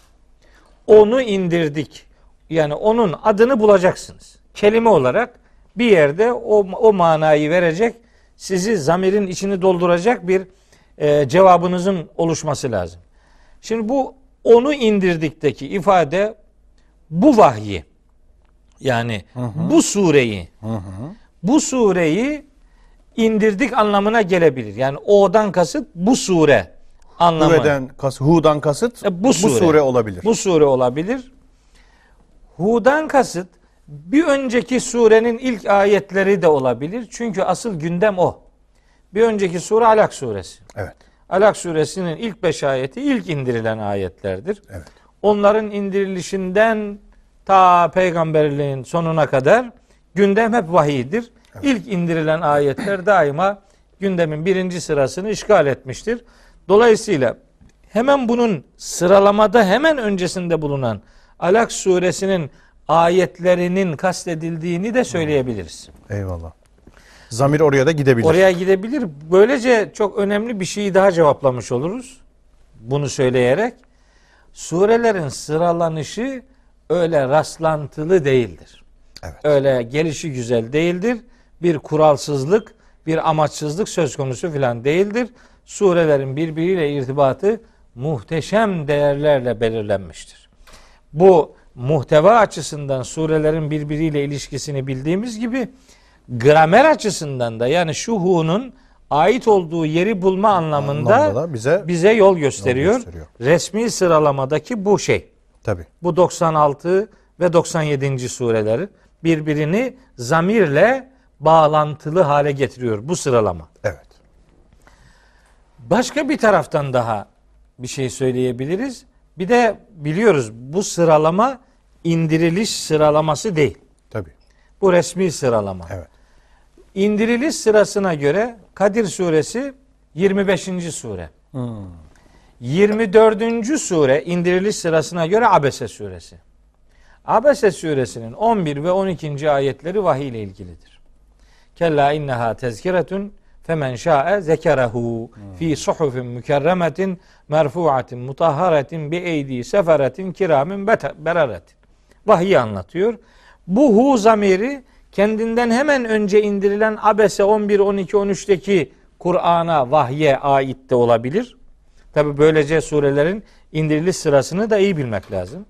S2: Onu indirdik. Yani onun adını bulacaksınız. Kelime olarak bir yerde o manayı verecek, sizi zamirin içini dolduracak bir cevabınızın oluşması lazım. Şimdi bu onu indirdikteki ifade bu vahyi yani bu sureyi indirdik anlamına gelebilir. Yani o'dan kasıt bu sure anlamı.
S1: Hu'dan kasıt bu sure olabilir.
S2: Bu sure olabilir. Hu'dan kasıt bir önceki surenin ilk ayetleri de olabilir. Çünkü asıl gündem o. Bir önceki sure Alak suresi.
S1: Evet.
S2: Alak suresinin ilk 5 ayeti ilk indirilen ayetlerdir.
S1: Evet.
S2: onların indirilişinden ta peygamberliğin sonuna kadar gündem hep vahiydir. Evet. İlk indirilen ayetler daima gündemin birinci sırasını işgal etmiştir. Dolayısıyla hemen bunun sıralamada hemen öncesinde bulunan Alak suresinin ayetlerinin kastedildiğini de söyleyebiliriz.
S1: Eyvallah. Zamir oraya da gidebilir.
S2: Oraya gidebilir. Böylece çok önemli bir şeyi daha cevaplamış oluruz. Bunu söyleyerek. Surelerin sıralanışı öyle rastlantılı değildir.
S1: Evet.
S2: Öyle gelişi güzel değildir. Bir kuralsızlık, bir amaçsızlık söz konusu filan değildir. Surelerin birbiriyle irtibatı muhteşem değerlerle belirlenmiştir. Bu muhteva açısından surelerin birbiriyle ilişkisini bildiğimiz gibi gramer açısından da yani şu hu'nun ait olduğu yeri bulma anlamında bize yol gösteriyor. Resmi sıralamadaki bu şey.
S1: Tabii.
S2: Bu 96 ve 97. sureleri birbirini zamirle bağlantılı hale getiriyor bu sıralama.
S1: Evet.
S2: Başka bir taraftan daha bir şey söyleyebiliriz. Bir de biliyoruz bu sıralama indiriliş sıralaması değil.
S1: Tabii.
S2: Bu resmi sıralama.
S1: Evet.
S2: İndiriliş sırasına göre Kadir suresi 25. sure. 24. sure indiriliş sırasına göre Abese suresi. Abese suresinin 11 ve 12. ayetleri vahiy ile ilgilidir. Kella inneha tezkiretun femen şa'e zekerehu fi suhufin mükerremetin merfuatin mutahharetin bi eydi seferetin kiramin beraretin. Vahiy anlatıyor. Bu hu zamiri kendinden hemen önce indirilen Abese 11, 12, 13'teki Kur'an'a, vahye ait de olabilir. Tabi böylece surelerin indiriliş sırasını da iyi bilmek lazım.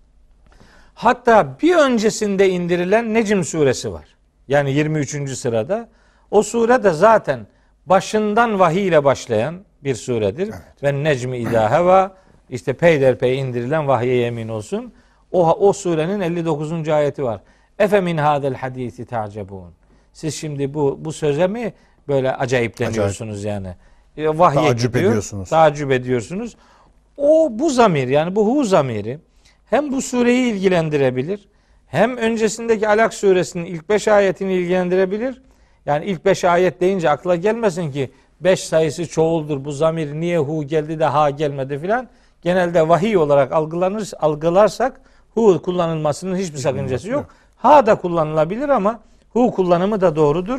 S2: Hatta bir öncesinde indirilen Necm suresi var. Yani 23. sırada. O sure de zaten başından vahiy ile başlayan bir suredir. Evet. Ve necmi idâ heva, işte peyderpey indirilen vahye yemin olsun. O surenin 59. ayeti var. Efe min hadel hadisi ta'cebun. Siz şimdi bu söze mi böyle acayipleniyorsunuz yani? Vahye gidiyor. Tacip ediyorsunuz. Bu zamir yani bu hu zamiri hem bu sureyi ilgilendirebilir, hem öncesindeki Alak suresinin ilk 5 ayetini ilgilendirebilir. Yani ilk 5 ayet deyince akla gelmesin ki 5 sayısı çoğuldur. Bu zamir niye hu geldi de ha gelmedi filan. Genelde vahiy olarak algılarsak hu kullanılmasının hiçbir sakıncası yok. Ha da kullanılabilir ama hu kullanımı da doğrudur.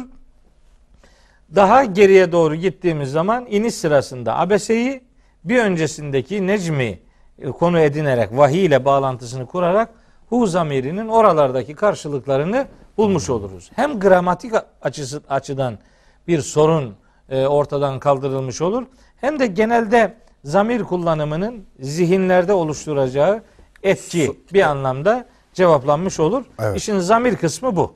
S2: Daha geriye doğru gittiğimiz zaman iniş sırasında Abese'yi bir öncesindeki Necmi konu edinerek vahiy ile bağlantısını kurarak hu zamirinin oralardaki karşılıklarını bulmuş oluruz. Hem gramatik açıdan bir sorun ortadan kaldırılmış olur. Hem de genelde zamir kullanımının zihinlerde oluşturacağı etki bir anlamda cevaplanmış olur. Evet. İşin zamir kısmı bu.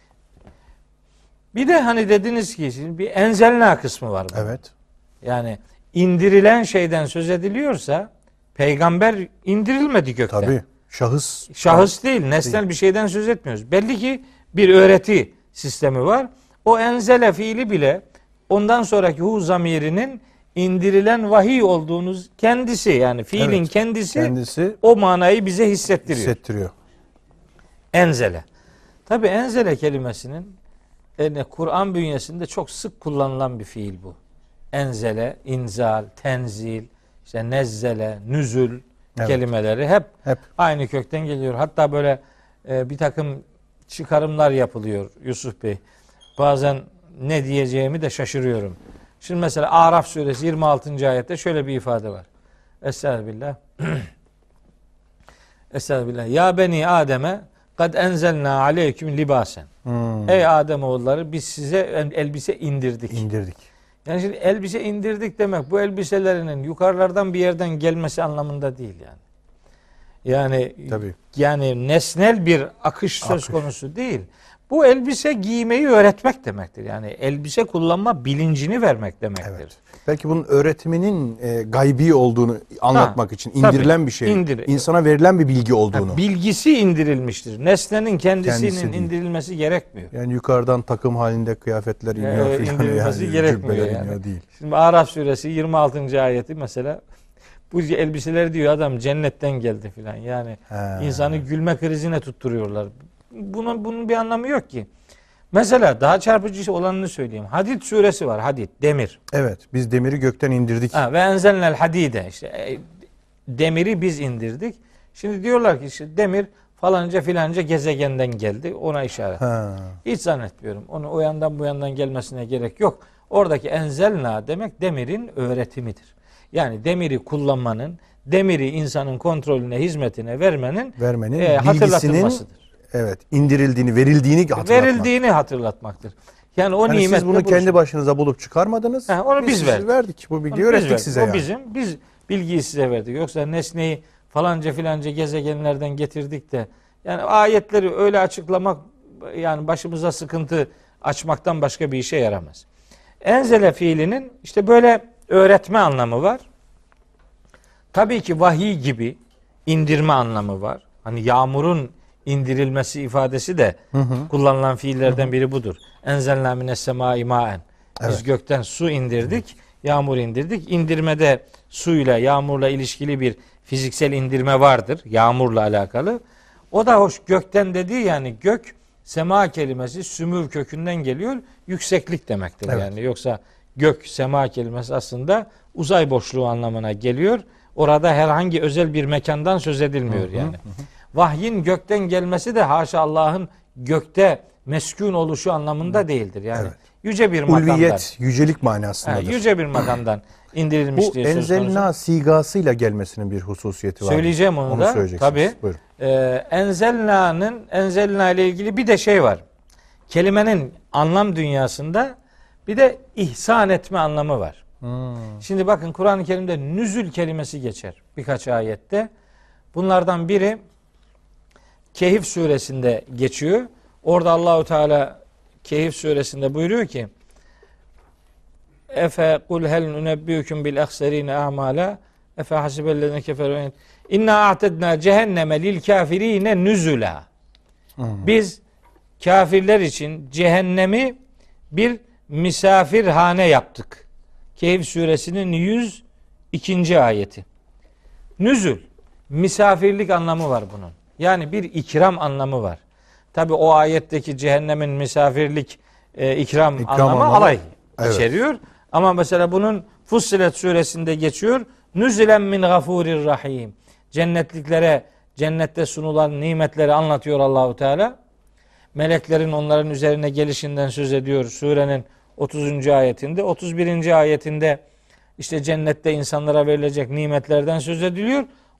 S2: Bir de hani dediniz ki şimdi bir enzelna kısmı var bunun.
S1: Evet.
S2: Yani indirilen şeyden söz ediliyorsa peygamber indirilmedi gökten.
S1: Tabii.
S2: Şahıs değil, nesnel bir şeyden söz etmiyoruz. Belli ki bir öğreti sistemi var. O enzele fiili bile ondan sonraki hu zamirinin indirilen vahiy olduğunuz kendisi yani fiilin kendisi o manayı bize hissettiriyor. Enzele. Tabi enzele kelimesinin Kur'an bünyesinde çok sık kullanılan bir fiil bu. Enzele, inzal, tenzil, işte nezzele, nüzül kelimeleri hep aynı kökten geliyor. Hatta böyle bir takım çıkarımlar yapılıyor Yusuf Bey. Bazen ne diyeceğimi de şaşırıyorum. Şimdi mesela Araf suresi 26. ayette şöyle bir ifade var. Estağfirullah. Estağfirullah. Ya beni Adem'e kad enzelna aleyküm libasen. Ey Adem oğulları biz size elbise indirdik. Yani şimdi elbise indirdik demek bu elbiselerinin yukarılardan bir yerden gelmesi anlamında değil yani. Yani nesnel bir akış söz konusu değil. Bu elbise giymeyi öğretmek demektir. Yani elbise kullanma bilincini vermek demektir. Evet.
S1: Belki bunun öğretiminin gaybi olduğunu anlatmak için indirilen bir şey. İnsana verilen bir bilgi olduğunu.
S2: Bilgisi indirilmiştir. Nesnenin kendisinin indirilmesi gerekmiyor.
S1: Yani yukarıdan takım halinde kıyafetler iniyor.
S2: İndirilmesi gerekmiyor yani.
S1: Değil.
S2: Şimdi Araf suresi 26. ayeti mesela Bu elbiseler diyor adam cennetten geldi filan. Yani insanı gülme krizine tutturuyorlar. Bunun bir anlamı yok ki. Mesela daha çarpıcı olanını söyleyeyim. Hadid suresi var. Hadid, demir.
S1: Evet, biz demiri gökten indirdik.
S2: Ve enzelnel hadide, işte demiri biz indirdik. Şimdi diyorlar ki işte demir falanca filanca gezegenden geldi. Ona işaret. Hiç zannetmiyorum. Onu o yandan bu yandan gelmesine gerek yok. Oradaki enzelna demek demirin öğretimidir. Yani demiri kullanmanın, demiri insanın kontrolüne, hizmetine vermenin hatırlatılmasıdır.
S1: Evet, indirildiğini, verildiğini
S2: hatırlatmaktır. Yani o
S1: hani
S2: nimetle
S1: siz bunu kendi başınıza bulup çıkarmadınız.
S2: Onu biz
S1: verdik. Bu bilgiyi öğrettik size.
S2: O bizim. Biz bilgiyi size verdik. Yoksa nesneyi falanca filanca gezegenlerden getirdik de yani ayetleri öyle açıklamak yani başımıza sıkıntı açmaktan başka bir işe yaramaz. Enzele fiilinin işte böyle öğretme anlamı var. Tabii ki vahiy gibi indirme anlamı var. Hani yağmurun indirilmesi ifadesi de kullanılan fiillerden biri budur. Enzelnâ mines semâi mâen. Biz gökten su indirdik, yağmur indirdik. İndirmede suyla, yağmurla ilişkili bir fiziksel indirme vardır. Yağmurla alakalı. O da hoş. Gökten dediği yani gök, sema kelimesi sümür kökünden geliyor. Yükseklik demektir yani. Yoksa gök, sema kelimesi aslında uzay boşluğu anlamına geliyor. Orada herhangi özel bir mekandan söz edilmiyor yani. Vahyin gökten gelmesi de haşa Allah'ın gökte meskun oluşu anlamında değildir. Yani yüce bir makamdan.
S1: Ulviyet, yücelik manasındadır.
S2: Yüce bir makamdan indirilmiş diye söz konusu.
S1: Bu enzelna sigasıyla gelmesinin bir hususiyeti var.
S2: Söyleyeceğim onu da. Tabii. Enzelna ile ilgili bir de şey var. Kelimenin anlam dünyasında bir de ihsan etme anlamı var. Şimdi bakın Kur'an-ı Kerim'de nüzül kelimesi geçer birkaç ayette. Bunlardan biri Kehf suresinde geçiyor. Orada Allahu Teala Kehf suresinde buyuruyor ki: Efe kul hel nunebbiukum bil ahserine a'mala efe hasibellezine keferu inna a'tedna cehenneme lil kafirine nüzula. Biz kafirler için cehennemi bir misafirhane yaptık. Kehf suresinin 102. ayeti. Nüzül, misafirlik anlamı var bunun. Yani bir ikram anlamı var. Tabi o ayetteki cehennemin misafirlik ikram anlamı alay içeriyor. Ama mesela bunun Fussilet suresinde geçiyor. Nüzilen min gafurir rahim. Cennetliklere cennette sunulan nimetleri anlatıyor Allahu Teala. Meleklerin onların üzerine gelişinden söz ediyor surenin 30. ayetinde. 31. ayetinde işte cennette insanlara verilecek nimetlerden söz ediliyor.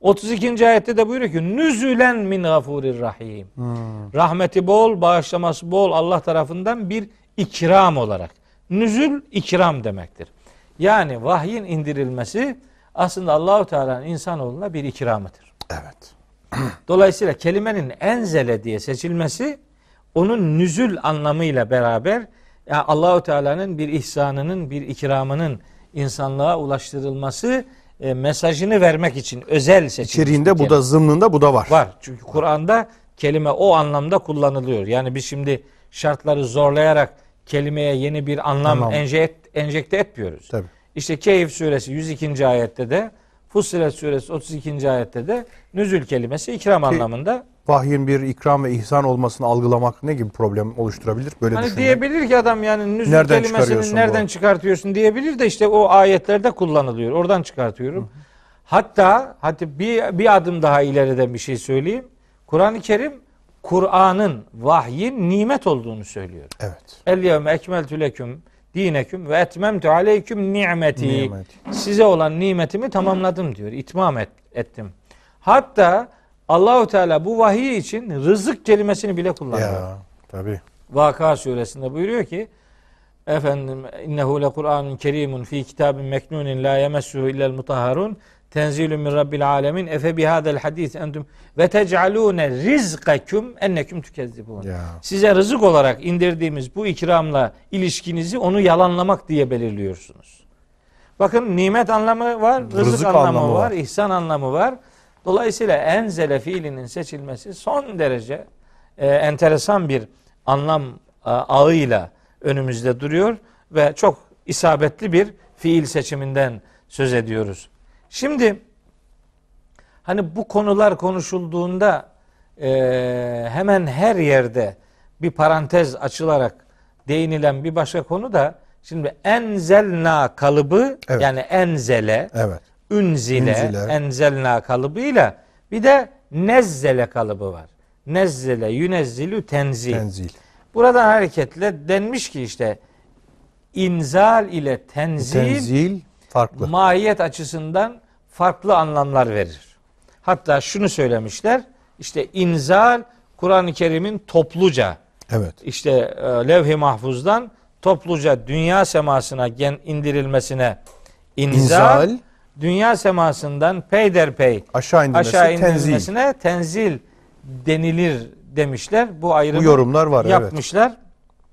S2: 32. ayette de buyuruyor ki nüzülen min gafurir rahim. Rahmeti bol, bağışlaması bol Allah tarafından bir ikram olarak. Nüzül ikram demektir. Yani vahyin indirilmesi aslında Allahu Teala'nın insanoğluna bir ikramıdır.
S1: Evet.
S2: Dolayısıyla kelimenin enzele diye seçilmesi onun nüzül anlamıyla beraber yani Allahu Teala'nın bir ihsanının, bir ikramının insanlığa ulaştırılması mesajını vermek için özel seçilmiş.
S1: İçeriğinde bu da zımnında bu da var.
S2: Var. Çünkü Kur'an'da kelime o anlamda kullanılıyor. Yani biz şimdi şartları zorlayarak kelimeye yeni bir anlam enjekte etmiyoruz.
S1: Tabii.
S2: İşte Kehf suresi 102. ayette de Fussilet suresi 32. ayette de nüzül kelimesi ikram anlamında.
S1: Vahyin bir ikram ve ihsan olmasını algılamak ne gibi problem oluşturabilir? Böyle
S2: hani diyebilir ki adam yani nüzül kelimesini nereden çıkartıyorsun diyebilir de işte o ayetlerde kullanılıyor. Oradan çıkartıyorum. Hatta bir adım daha ileriden bir şey söyleyeyim. Kur'an-ı Kerim Kur'an'ın, vahyin nimet olduğunu söylüyor.
S1: Evet.
S2: El yevme ekmeltü leküm dineküm ve etmemtü aleyküm nimeti. Size olan nimetimi tamamladım diyor. İtmam ettim. Hatta Allahu Teala bu vahiy için rızık kelimesini bile kullanıyor.
S1: Ya, tabii.
S2: Vaka suresinde buyuruyor ki efendim innehu le Kur'anun kerimun fi kitabin meknunin la yemessuhu illel mutahharun tenzilun min rabbil alemin efe bihadel hadis entum ve tec'alune rizqakum ennekum tükezzibun. Size rızık olarak indirdiğimiz bu ikramla ilişkinizi onu yalanlamak diye belirliyorsunuz. Bakın nimet anlamı var, rızık anlamı var, ihsan anlamı var. Dolayısıyla enzele fiilinin seçilmesi son derece enteresan bir anlam ağıyla önümüzde duruyor ve çok isabetli bir fiil seçiminden söz ediyoruz. Şimdi Hani bu konular konuşulduğunda hemen her yerde bir parantez açılarak değinilen bir başka konu da şimdi enzelna kalıbı,
S1: evet,
S2: yani enzele,
S1: evet,
S2: ünzile, enzelna kalıbıyla bir de nezzele kalıbı var. Nezzele, yünezzilü, tenzil. Buradan hareketle denmiş ki işte inzal ile tenzil
S1: farklı.
S2: Mahiyet açısından farklı anlamlar verir. Hatta şunu söylemişler. İşte inzal Kur'an-ı Kerim'in topluca,
S1: evet,
S2: işte levh-i mahfuzdan topluca dünya semasına indirilmesine inzal, dünya semasından peyderpey aşağı indirilmesine tenzil denilir demişler. Bu ayrımı
S1: yorumlar var,
S2: yapmışlar. Evet.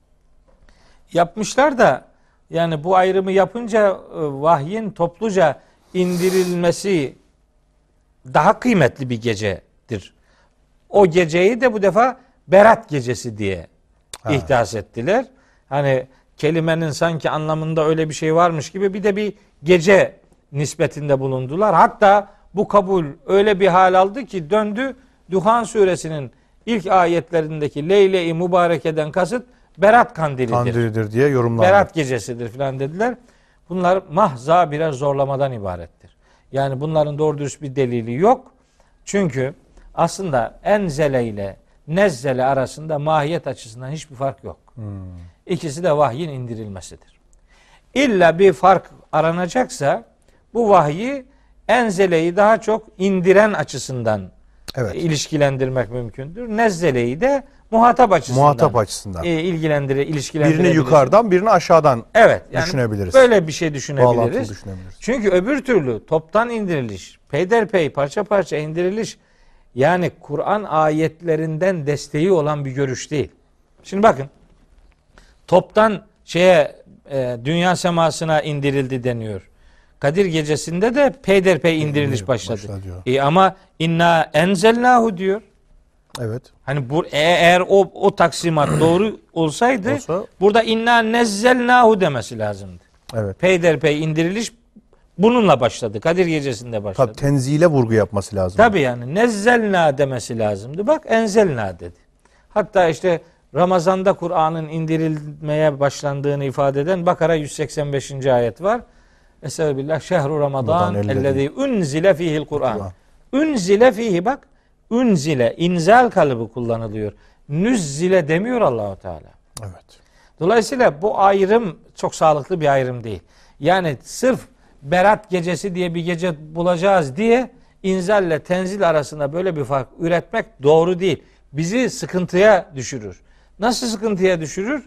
S2: Yapmışlar da yani bu ayrımı yapınca vahyin topluca indirilmesi daha kıymetli bir gecedir. O geceyi de bu defa Berat gecesi diye ihdas ettiler. Hani kelimenin sanki anlamında öyle bir şey varmış gibi bir de bir gece nispetinde bulundular. Hatta bu kabul öyle bir hal aldı ki döndü Duhan suresinin ilk ayetlerindeki Leyle-i Mübareke'den kasıt Berat kandilidir
S1: diye yorumlandı.
S2: Berat gecesidir filan dediler. Bunlar mahza birer zorlamadan ibarettir. Yani bunların doğru dürüst bir delili yok. Çünkü aslında enzele ile nezzele arasında mahiyet açısından hiçbir fark yok. İkisi de vahyin indirilmesidir. İlla bir fark aranacaksa bu vahyi enzeleyi daha çok indiren açısından ilişkilendirmek mümkündür. Nezzeleyi de muhatap açısından ilişkilendirebiliriz.
S1: Birini yukarıdan, birini aşağıdan yani düşünebiliriz.
S2: Böyle bir şey düşünebiliriz. Çünkü öbür türlü toptan indiriliş, peyderpey, parça parça indiriliş yani Kur'an ayetlerinden desteği olan bir görüş değil. Şimdi bakın toptan dünya semasına indirildi deniyor. Kadir gecesinde de peyderpey indiriliş başladı. Ama inna enzelnahu diyor.
S1: Evet.
S2: Hani eğer o taksimat doğru olsaydı burada inna nezzelnahu demesi lazımdı.
S1: Evet.
S2: Peyderpey indiriliş bununla başladı. Kadir gecesinde başladı.
S1: Tabii tenzile vurgu yapması lazım.
S2: Tabii yani nezzelna demesi lazımdı. Bak enzelna dedi. Hatta işte Ramazan'da Kur'an'ın indirilmeye başlandığını ifade eden Bakara 185. ayet var. Estağfirullah şehru Ramazan ellezî unzile fihil Kur'an. Unzile fihi bak. Unzile inzal kalıbı kullanılıyor. Nüzzile demiyor Allah-u Teala.
S1: Evet.
S2: Dolayısıyla bu ayrım çok sağlıklı bir ayrım değil. Yani sırf Berat gecesi diye bir gece bulacağız diye inzal ile tenzil arasında böyle bir fark üretmek doğru değil. Bizi sıkıntıya düşürür. Nasıl sıkıntıya düşürür?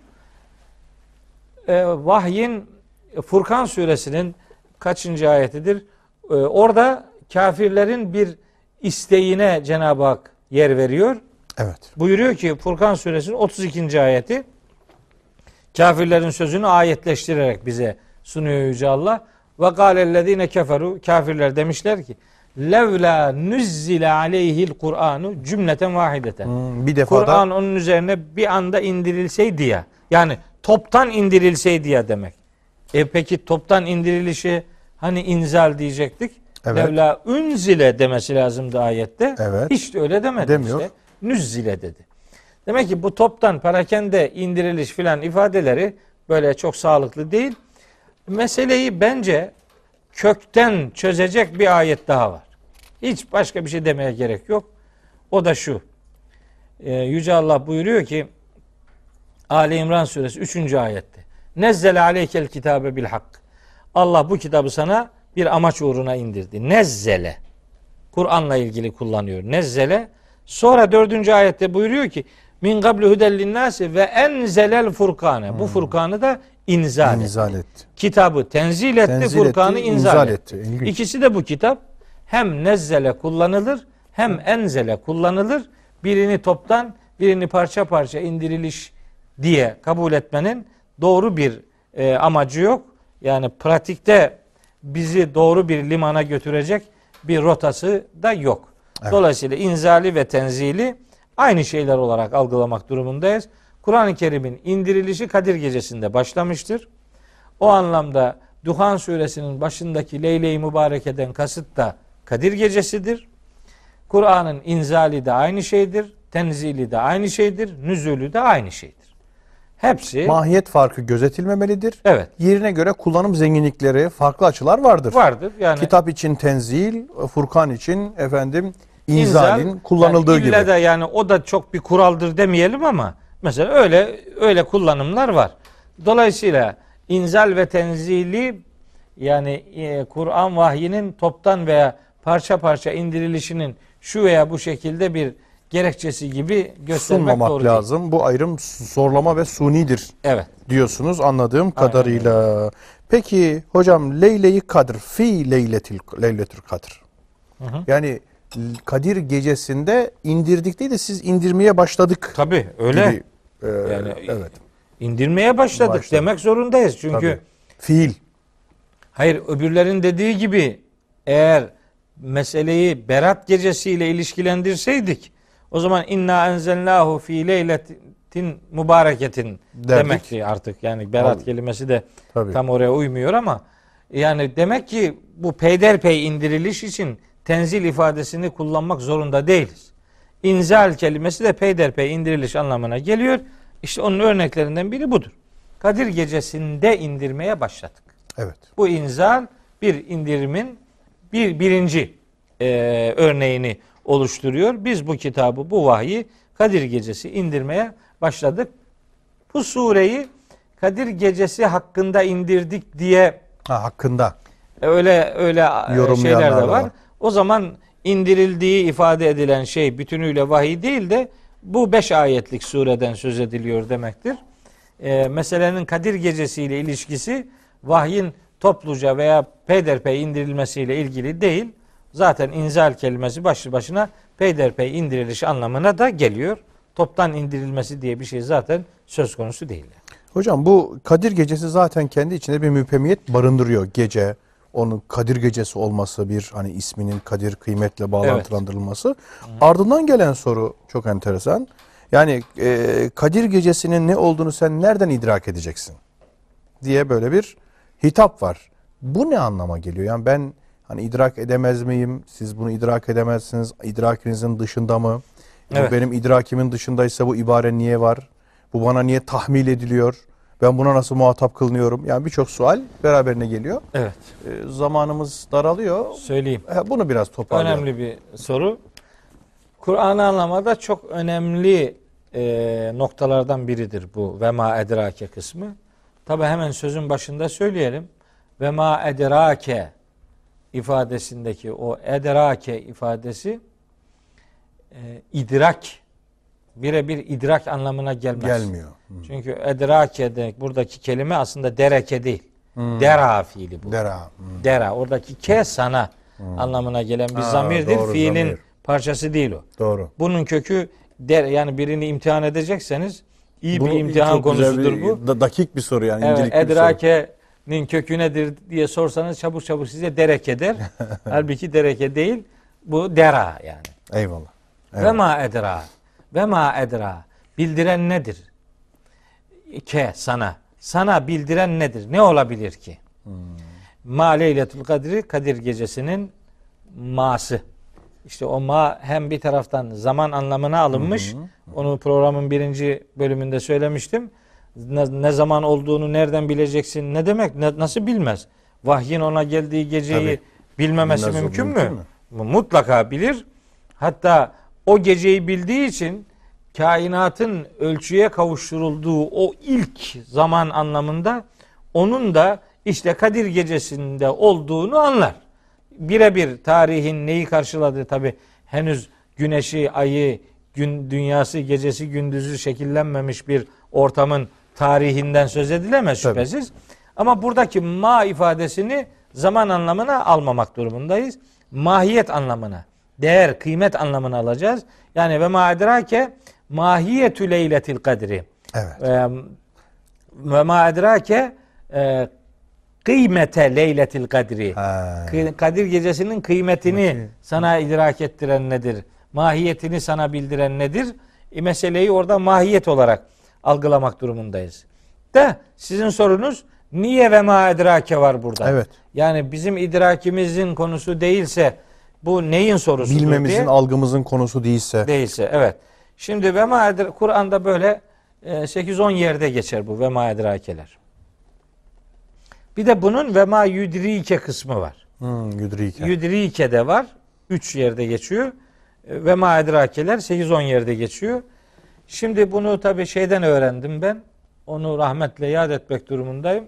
S2: Vahyin Furkan suresinin kaçıncı ayetidir? Orada kafirlerin bir isteğine Cenab-ı Hak yer veriyor.
S1: Evet.
S2: Buyuruyor ki Furkan suresinin 32. ayeti kafirlerin sözünü ayetleştirerek bize sunuyor Yüce Allah. Ve kâlellezîne keferu kafirler demişler ki levlâ nüzzile aleyhil Kur'anu cümleten vahideten.
S1: Bir defa
S2: Kur'an onun üzerine bir anda indirilseydi ya. Yani toptan indirilseydi ya demek. Peki toptan indirilişi hani inzal diyecektik.
S1: Evet.
S2: Levlâ unzile demesi lazımdı ayette.
S1: Evet.
S2: Hiç de öyle demedi.
S1: Demiyor.
S2: İşte. Nüzzile dedi. Demek ki bu toptan perakende indiriliş filan ifadeleri böyle çok sağlıklı değil. Meseleyi bence kökten çözecek bir ayet daha var. Hiç başka bir şey demeye gerek yok. O da şu. Yüce Allah buyuruyor ki Ali İmran suresi 3. ayette. Nezzele aleykel kitabe bil hak. Allah bu kitabı sana bir amaç uğruna indirdi. Nezzele. Kur'an'la ilgili kullanıyor. Nezzele. Sonra 4. ayette buyuruyor ki min qablu hudellin nasi ve enzelel furkane. Bu Furkan'ı da inzal etti. Kitabı tenzil etti, Furkan'ı inzal etti. İkisi de bu kitap hem nezzele kullanılır hem enzele kullanılır. Birini toptan, birini parça parça indiriliş diye kabul etmenin doğru bir amacı yok. Yani pratikte bizi doğru bir limana götürecek bir rotası da yok. Evet. Dolayısıyla inzali ve tenzili aynı şeyler olarak algılamak durumundayız. Kur'an-ı Kerim'in indirilişi Kadir Gecesi'nde başlamıştır. O anlamda Duhan suresinin başındaki Leyle-i Mübareke'den kasıt da Kadir Gecesi'dir. Kur'an'ın inzali de aynı şeydir, tenzili de aynı şeydir, nüzulü de aynı şeydir. Hepsi
S1: Mahiyet farkı gözetilmemelidir.
S2: evet.
S1: Yerine göre kullanım zenginlikleri, farklı açılar vardır.
S2: Vardır. Yani
S1: Kitap için tenzil, Furkan için inzalin kullanıldığı
S2: yani ille
S1: gibi.
S2: de yani o da çok bir kuraldır demeyelim ama mesela öyle kullanımlar var. Dolayısıyla inzal ve tenzili yani Kur'an vahyinin toptan veya parça parça indirilişinin şu veya bu şekilde bir gerekçesi gibi göstermek
S1: Sunmamak
S2: doğru
S1: lazım.
S2: değil.
S1: Bu ayrım zorlama ve sunidir
S2: Evet.
S1: diyorsunuz anladığım kadarıyla. Peki hocam Leyle-i Kadr fi Leyletül Kadr. Yani Kadir gecesinde indirdik değil de siz indirmeye başladık.
S2: Tabii öyle.
S1: Gibi,
S2: yani
S1: evet.
S2: İndirmeye başladık demek zorundayız. Çünkü
S1: Tabii. Fiil.
S2: hayır öbürlerin dediği gibi eğer meseleyi Berat gecesiyle ilişkilendirseydik o zaman inna enzelnahu fi leyletin mübareketin demekti artık. Yani Berat kelimesi de tam oraya uymuyor ama yani demek ki bu peyderpey indiriliş için tenzil ifadesini kullanmak zorunda değiliz. İnzal kelimesi de peyderpey indiriliş anlamına geliyor. İşte onun örneklerinden biri budur. Kadir gecesinde indirmeye başladık.
S1: Evet.
S2: Bu inzal bir indirimin birinci örneğini oluşturuyor. Biz bu kitabı, bu vahyi Kadir gecesi indirmeye başladık. Bu sureyi Kadir gecesi hakkında indirdik diye
S1: hakkında.
S2: Öyle şeyler de var.
S1: var.
S2: O zaman indirildiği ifade edilen şey bütünüyle vahiy değil de bu 5 ayetlik sureden söz ediliyor demektir. Meselenin Kadir gecesiyle ilişkisi vahyin topluca veya peyderpey indirilmesiyle ilgili değil. Zaten inzal kelimesi başlı başına peyderpey indiriliş anlamına da geliyor. Toptan indirilmesi diye bir şey zaten söz konusu değil.
S1: Hocam bu Kadir gecesi zaten kendi içinde bir müphemiyet barındırıyor. Gece, onun Kadir gecesi olması, bir hani isminin Kadir kıymetle bağlantılandırılması. Evet. Ardından gelen soru çok enteresan. Yani Kadir gecesinin ne olduğunu sen nereden idrak edeceksin diye böyle bir hitap var. Bu ne anlama geliyor? Yani ben hani idrak edemez miyim? Siz bunu idrak edemezsiniz. İdrakinizin dışında mı? Evet. Bu benim idrakimin dışındaysa bu ibare niye var? Bu bana niye tahmil ediliyor? Ben buna nasıl muhatap kılınıyorum? Yani birçok sual beraberine geliyor.
S2: Evet.
S1: Zamanımız daralıyor.
S2: Söyleyeyim.
S1: Bunu biraz toparlayalım.
S2: Önemli bir soru. Kur'an'ı anlamada çok önemli noktalardan biridir bu ve ma edrake kısmı. Tabi hemen sözün başında söyleyelim. Ve ma edrake ifadesindeki o edrake ifadesi idrak, birebir idrak anlamına gelmez.
S1: Gelmiyor.
S2: Çünkü edrake demek buradaki kelime aslında dereke değil. Dera fiili bu. Dera. Oradaki ke sana anlamına gelen bir zamirdir.
S1: Doğru,
S2: Fiilin
S1: zamir.
S2: parçası değil o.
S1: Doğru.
S2: Bunun kökü yani birini imtihan edecekseniz iyi bir imtihan konusudur bu.
S1: Dakik bir soru yani.
S2: Evet, edrake'nin kökü nedir diye sorsanız çabuk size dereke der. Halbuki dereke değil. Bu dera yani.
S1: Eyvallah.
S2: Ve ma edra. Ve ma edra. Bildiren nedir? Sana. Sana bildiren nedir? Ne olabilir ki? Ma leyletul kadri, Kadir gecesinin ma'sı. İşte o ma hem bir taraftan zaman anlamına alınmış. Onu programın 1. bölümünde söylemiştim. Ne zaman olduğunu nereden bileceksin? Ne demek? Nasıl bilmez? Vahyin ona geldiği geceyi bilmemesi mümkün mü? Mutlaka bilir. Hatta o geceyi bildiği için kainatın ölçüye kavuşturulduğu o ilk zaman anlamında onun da işte Kadir gecesinde olduğunu anlar. Birebir tarihin neyi karşıladığı tabi henüz güneşi, ayı, dünyası, gecesi, gündüzü şekillenmemiş bir ortamın tarihinden söz edilemez şüphesiz. Ama buradaki ma ifadesini zaman anlamına almamak durumundayız. Mahiyet anlamına, değer, kıymet anlamına alacağız. Yani ve ma edrake mahiyetü leyletil kadri.
S1: Evet.
S2: Ve ma edrake kıymete leyletil kadri. Kadir gecesinin kıymetini sana idrak ettiren nedir? Mahiyetini sana bildiren nedir? Meseleyi orada mahiyet olarak algılamak durumundayız. Sizin sorunuz niye ve ma edrake var burada?
S1: Evet.
S2: Yani bizim idrakimizin konusu değilse bu neyin sorusudur
S1: bilmemizin,
S2: diye.
S1: algımızın konusu değilse.
S2: Değilse, evet. Şimdi Kur'an'da böyle 8-10 yerde geçer bu ve ma edrakeler. Bir de bunun ve ma yudrike kısmı var.
S1: Yudrike.
S2: Yudrike de var. 3 yerde geçiyor. Ve ma edrakeler 8-10 yerde geçiyor. Şimdi bunu tabii şeyden öğrendim ben. Onu rahmetle yad etmek durumundayım.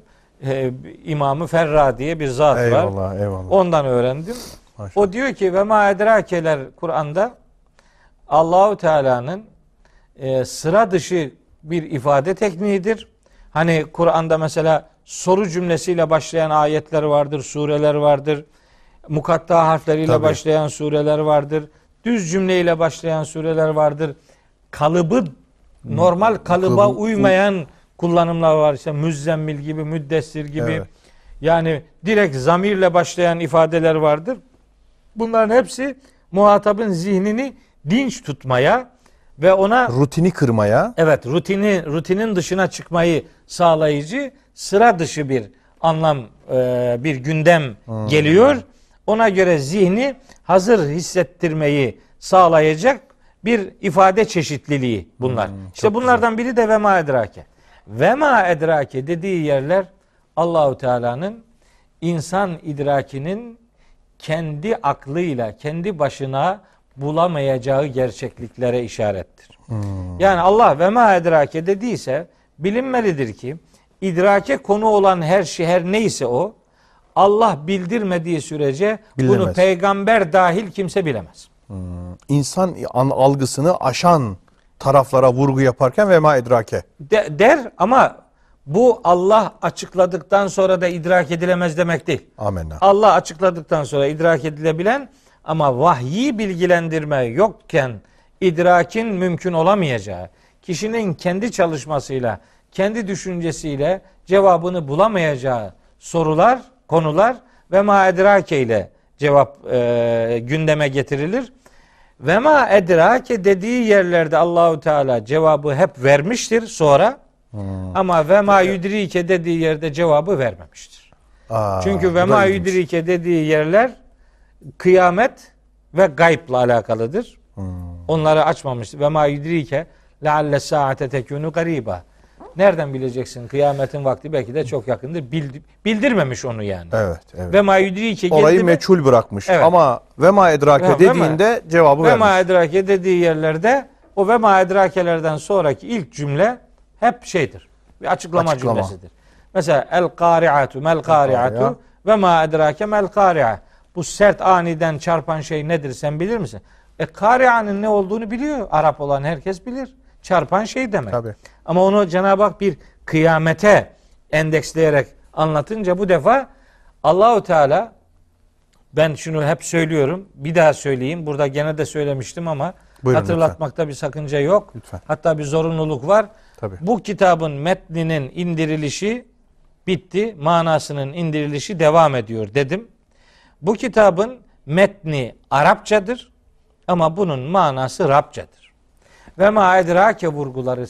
S2: İmam-ı Ferra diye bir zat var.
S1: Eyvallah, eyvallah.
S2: Ondan öğrendim.
S1: Maşallah.
S2: O diyor ki ve ma edrakeler Kur'an'da Allahu Teala'nın sıra dışı bir ifade tekniğidir. Hani Kur'an'da mesela soru cümlesiyle başlayan ayetler vardır, sureler vardır. Mukatta harfleriyle
S1: Tabii.
S2: başlayan sureler vardır. Düz cümleyle başlayan sureler vardır. Kalıbı normal kalıba uymayan kullanımlar var. İşte müzzemmil gibi, müddessir gibi.
S1: Evet.
S2: Yani direkt zamirle başlayan ifadeler vardır. Bunların hepsi muhatabın zihnini dinç tutmaya ve ona
S1: Rutini kırmaya.
S2: evet rutinin dışına çıkmayı sağlayıcı sıra dışı bir anlam bir gündem geliyor. Ona göre zihni hazır hissettirmeyi sağlayacak bir ifade çeşitliliği bunlar. İşte bunlardan biri de ve ma edrake. Ve ma edrake dediği yerler Allahu Teala'nın insan idrakinin kendi aklıyla, kendi başına bulamayacağı gerçekliklere işarettir. Yani Allah ve ma edrake dediyse bilinmelidir ki idrake konu olan her şey, her neyse o, Allah bildirmediği sürece
S1: Bilemez.
S2: bunu peygamber dahil kimse bilemez.
S1: İnsan algısını aşan taraflara vurgu yaparken ve ma edrake.
S2: Der ama bu Allah açıkladıktan sonra da idrak edilemez demek değil.
S1: Amenna.
S2: Allah açıkladıktan sonra idrak edilebilen ama vahyi bilgilendirme yokken idrakin mümkün olamayacağı, kişinin kendi çalışmasıyla, kendi düşüncesiyle cevabını bulamayacağı sorular, konular ve ma edrake ile cevap gündeme getirilir. Ve ma edrake dediği yerlerde Allahu Teala cevabı hep vermiştir sonra. Ama ve ma yudrike dediği yerde cevabı vermemiştir. Çünkü ve ma yudrike dediği yerler kıyamet ve gaybla alakalıdır. Onları açmamıştır. Ve ma yudrike lealle saate tekunu gariba. Nereden bileceksin? Kıyametin vakti belki de çok yakındır. Bildirmemiş onu yani.
S1: Evet, evet.
S2: Ve ma yudrike
S1: orayı meçhul bırakmış.
S2: Evet.
S1: Ama ve ma edrake dediğinde cevabı
S2: ve
S1: vermiş.
S2: ma edrake dediği yerlerde o ve ma edrakelerden sonraki ilk cümle hep şeydir. Bir açıklama cümlesidir. Mesela el kari'atu mel kari'atu ve ma edrake mel kari'a. Bu sert aniden çarpan şey nedir sen bilir misin? Kari'anın ne olduğunu biliyor. Arap olan herkes bilir. Çarpan şey demek.
S1: Tabii.
S2: Ama onu Cenab-ı Hak bir kıyamete endeksleyerek anlatınca bu defa Allahu Teala, ben şunu hep söylüyorum, bir daha söyleyeyim. Burada gene de söylemiştim ama
S1: Buyurun,
S2: hatırlatmakta
S1: lütfen.
S2: bir sakınca yok.
S1: Lütfen.
S2: Hatta bir zorunluluk var.
S1: Tabii.
S2: Bu kitabın metninin indirilişi bitti, manasının indirilişi devam ediyor dedim. Bu kitabın metni Arapçadır ama bunun manası Rabçadır. Ve ma edrake vurguları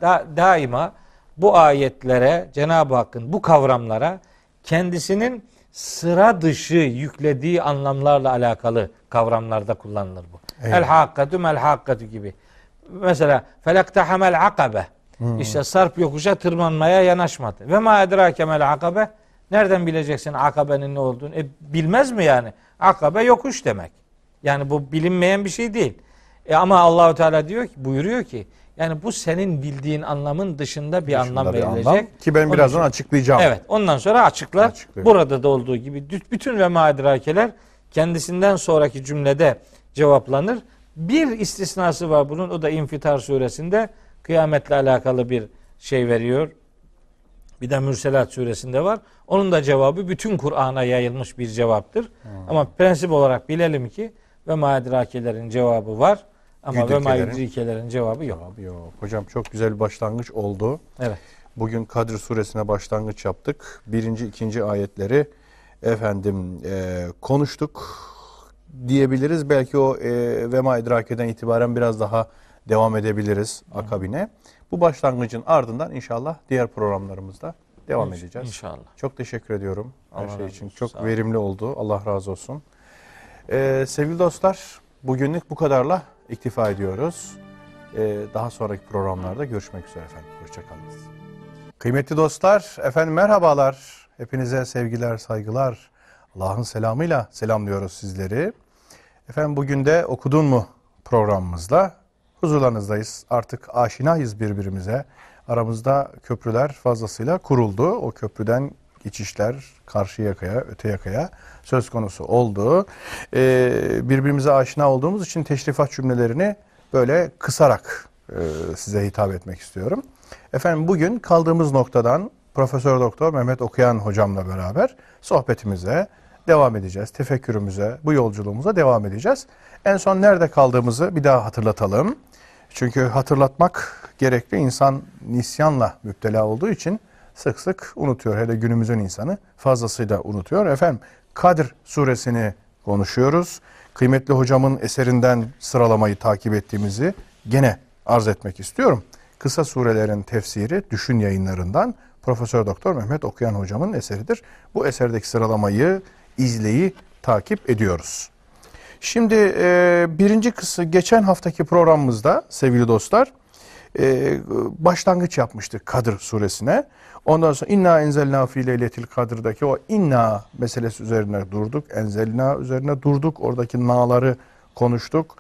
S2: daima bu ayetlere, Cenab-ı Hakk'ın bu kavramlara kendisinin sıra dışı yüklediği anlamlarla alakalı kavramlarda kullanılır bu. El hakkatu mel hakkatu gibi. Mesela felaktahamel akabe. İşte sarp yokuşa tırmanmaya yanaşmadı. Ve ma edrake mel akabe. Nereden bileceksin akabenin ne olduğunu? Bilmez mi yani? Akabe yokuş demek. Yani bu bilinmeyen bir şey değil. Ama Allahu Teala buyuruyor ki yani bu senin bildiğin anlamın dışında bir anlam verilecek.
S1: Ki ben birazdan açıklayacağım.
S2: Evet. Ondan sonra açıklar. Burada da olduğu gibi bütün ve ma edrakeler kendisinden sonraki cümlede cevaplanır. Bir istisnası var bunun. O da İnfitar suresinde kıyametle alakalı bir şey veriyor. Bir de Mürselat suresinde var. Onun da cevabı bütün Kur'an'a yayılmış bir cevaptır. Ama prensip olarak bilelim ki ve ma edrakelerin cevabı var. Ama ve ma yudrikelerin cevabı yok.
S1: Hocam çok güzel bir başlangıç oldu.
S2: Evet.
S1: Bugün Kadir suresine başlangıç yaptık. 1. 2. ayetleri konuştuk diyebiliriz. Belki o ve ma idrakeden itibaren biraz daha devam edebiliriz akabine. Bu başlangıcın ardından inşallah diğer programlarımızda devam edeceğiz.
S2: İnşallah.
S1: Çok teşekkür ediyorum her şey için.
S2: Olsun,
S1: çok verimli oldu. Allah razı olsun. Sevgili dostlar, bugünlük bu kadarla iktifa ediyoruz. Daha sonraki programlarda görüşmek üzere efendim. Hoşçakalınız. Kıymetli dostlar, efendim merhabalar. Hepinize sevgiler, saygılar. Allah'ın selamıyla selamlıyoruz sizleri. Efendim bugün de Okudun mu programımızla huzurlarınızdayız. Artık aşinayız birbirimize. Aramızda köprüler fazlasıyla kuruldu. O köprüden geçişler karşı yakaya, öte yakaya söz konusu oldu. Birbirimize aşina olduğumuz için teşrifat cümlelerini böyle kısarak size hitap etmek istiyorum. Efendim bugün kaldığımız noktadan Profesör Doktor Mehmet Okuyan hocamla beraber sohbetimize devam edeceğiz. Tefekkürümüze, bu yolculuğumuza devam edeceğiz. En son nerede kaldığımızı bir daha hatırlatalım. Çünkü hatırlatmak gerekli. İnsan nisyanla müptela olduğu için sık sık unutuyor. Hele günümüzün insanı fazlasıyla unutuyor. Efendim Kadr suresini konuşuyoruz. Kıymetli hocamın eserinden sıralamayı takip ettiğimizi gene arz etmek istiyorum. Kısa surelerin tefsiri Düşün Yayınlarından Profesör Doktor Mehmet Okuyan hocamın eseridir. Bu eserdeki sıralamayı izleyi takip ediyoruz. Şimdi birinci kısım geçen haftaki programımızda sevgili dostlar başlangıç yapmıştık Kadr suresine. Ondan sonra inna enzelna fi leyletil kadrdaki o inna meselesi üzerine durduk. Enzelna üzerine durduk. Oradaki na'ları konuştuk.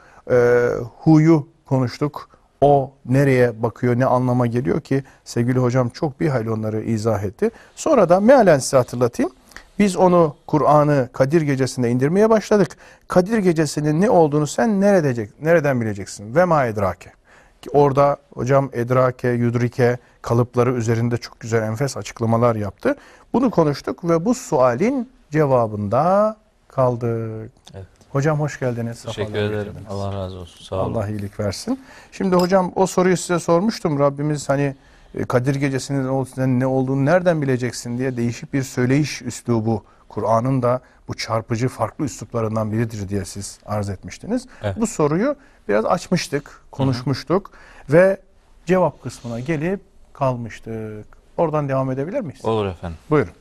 S1: Hu'yu konuştuk. O nereye bakıyor, ne anlama geliyor ki sevgili hocam çok bir hayli onları izah etti. Sonra da mealen size hatırlatayım. Biz onu Kur'an'ı Kadir Gecesi'nde indirmeye başladık. Kadir Gecesi'nin ne olduğunu sen nereden bileceksin? Ve ma edrake. Orada hocam edrake, yudrike kalıpları üzerinde çok güzel enfes açıklamalar yaptı. Bunu konuştuk ve bu sualin cevabında kaldık. Evet. Hocam hoş geldiniz.
S2: Teşekkür ederim. Allah razı olsun. Sağ olun.
S1: Allah iyilik versin. Şimdi hocam o soruyu size sormuştum. Rabbimiz hani Kadir Gecesi'nin ne olduğunu nereden bileceksin diye değişik bir söyleyiş üslubu Kur'an'ın da bu çarpıcı farklı üsluplarından biridir diye siz arz etmiştiniz. Evet. Bu soruyu biraz açmıştık, konuşmuştuk ve cevap kısmına gelip kalmıştık. Oradan devam edebilir miyiz?
S2: Olur efendim.
S1: Buyurun.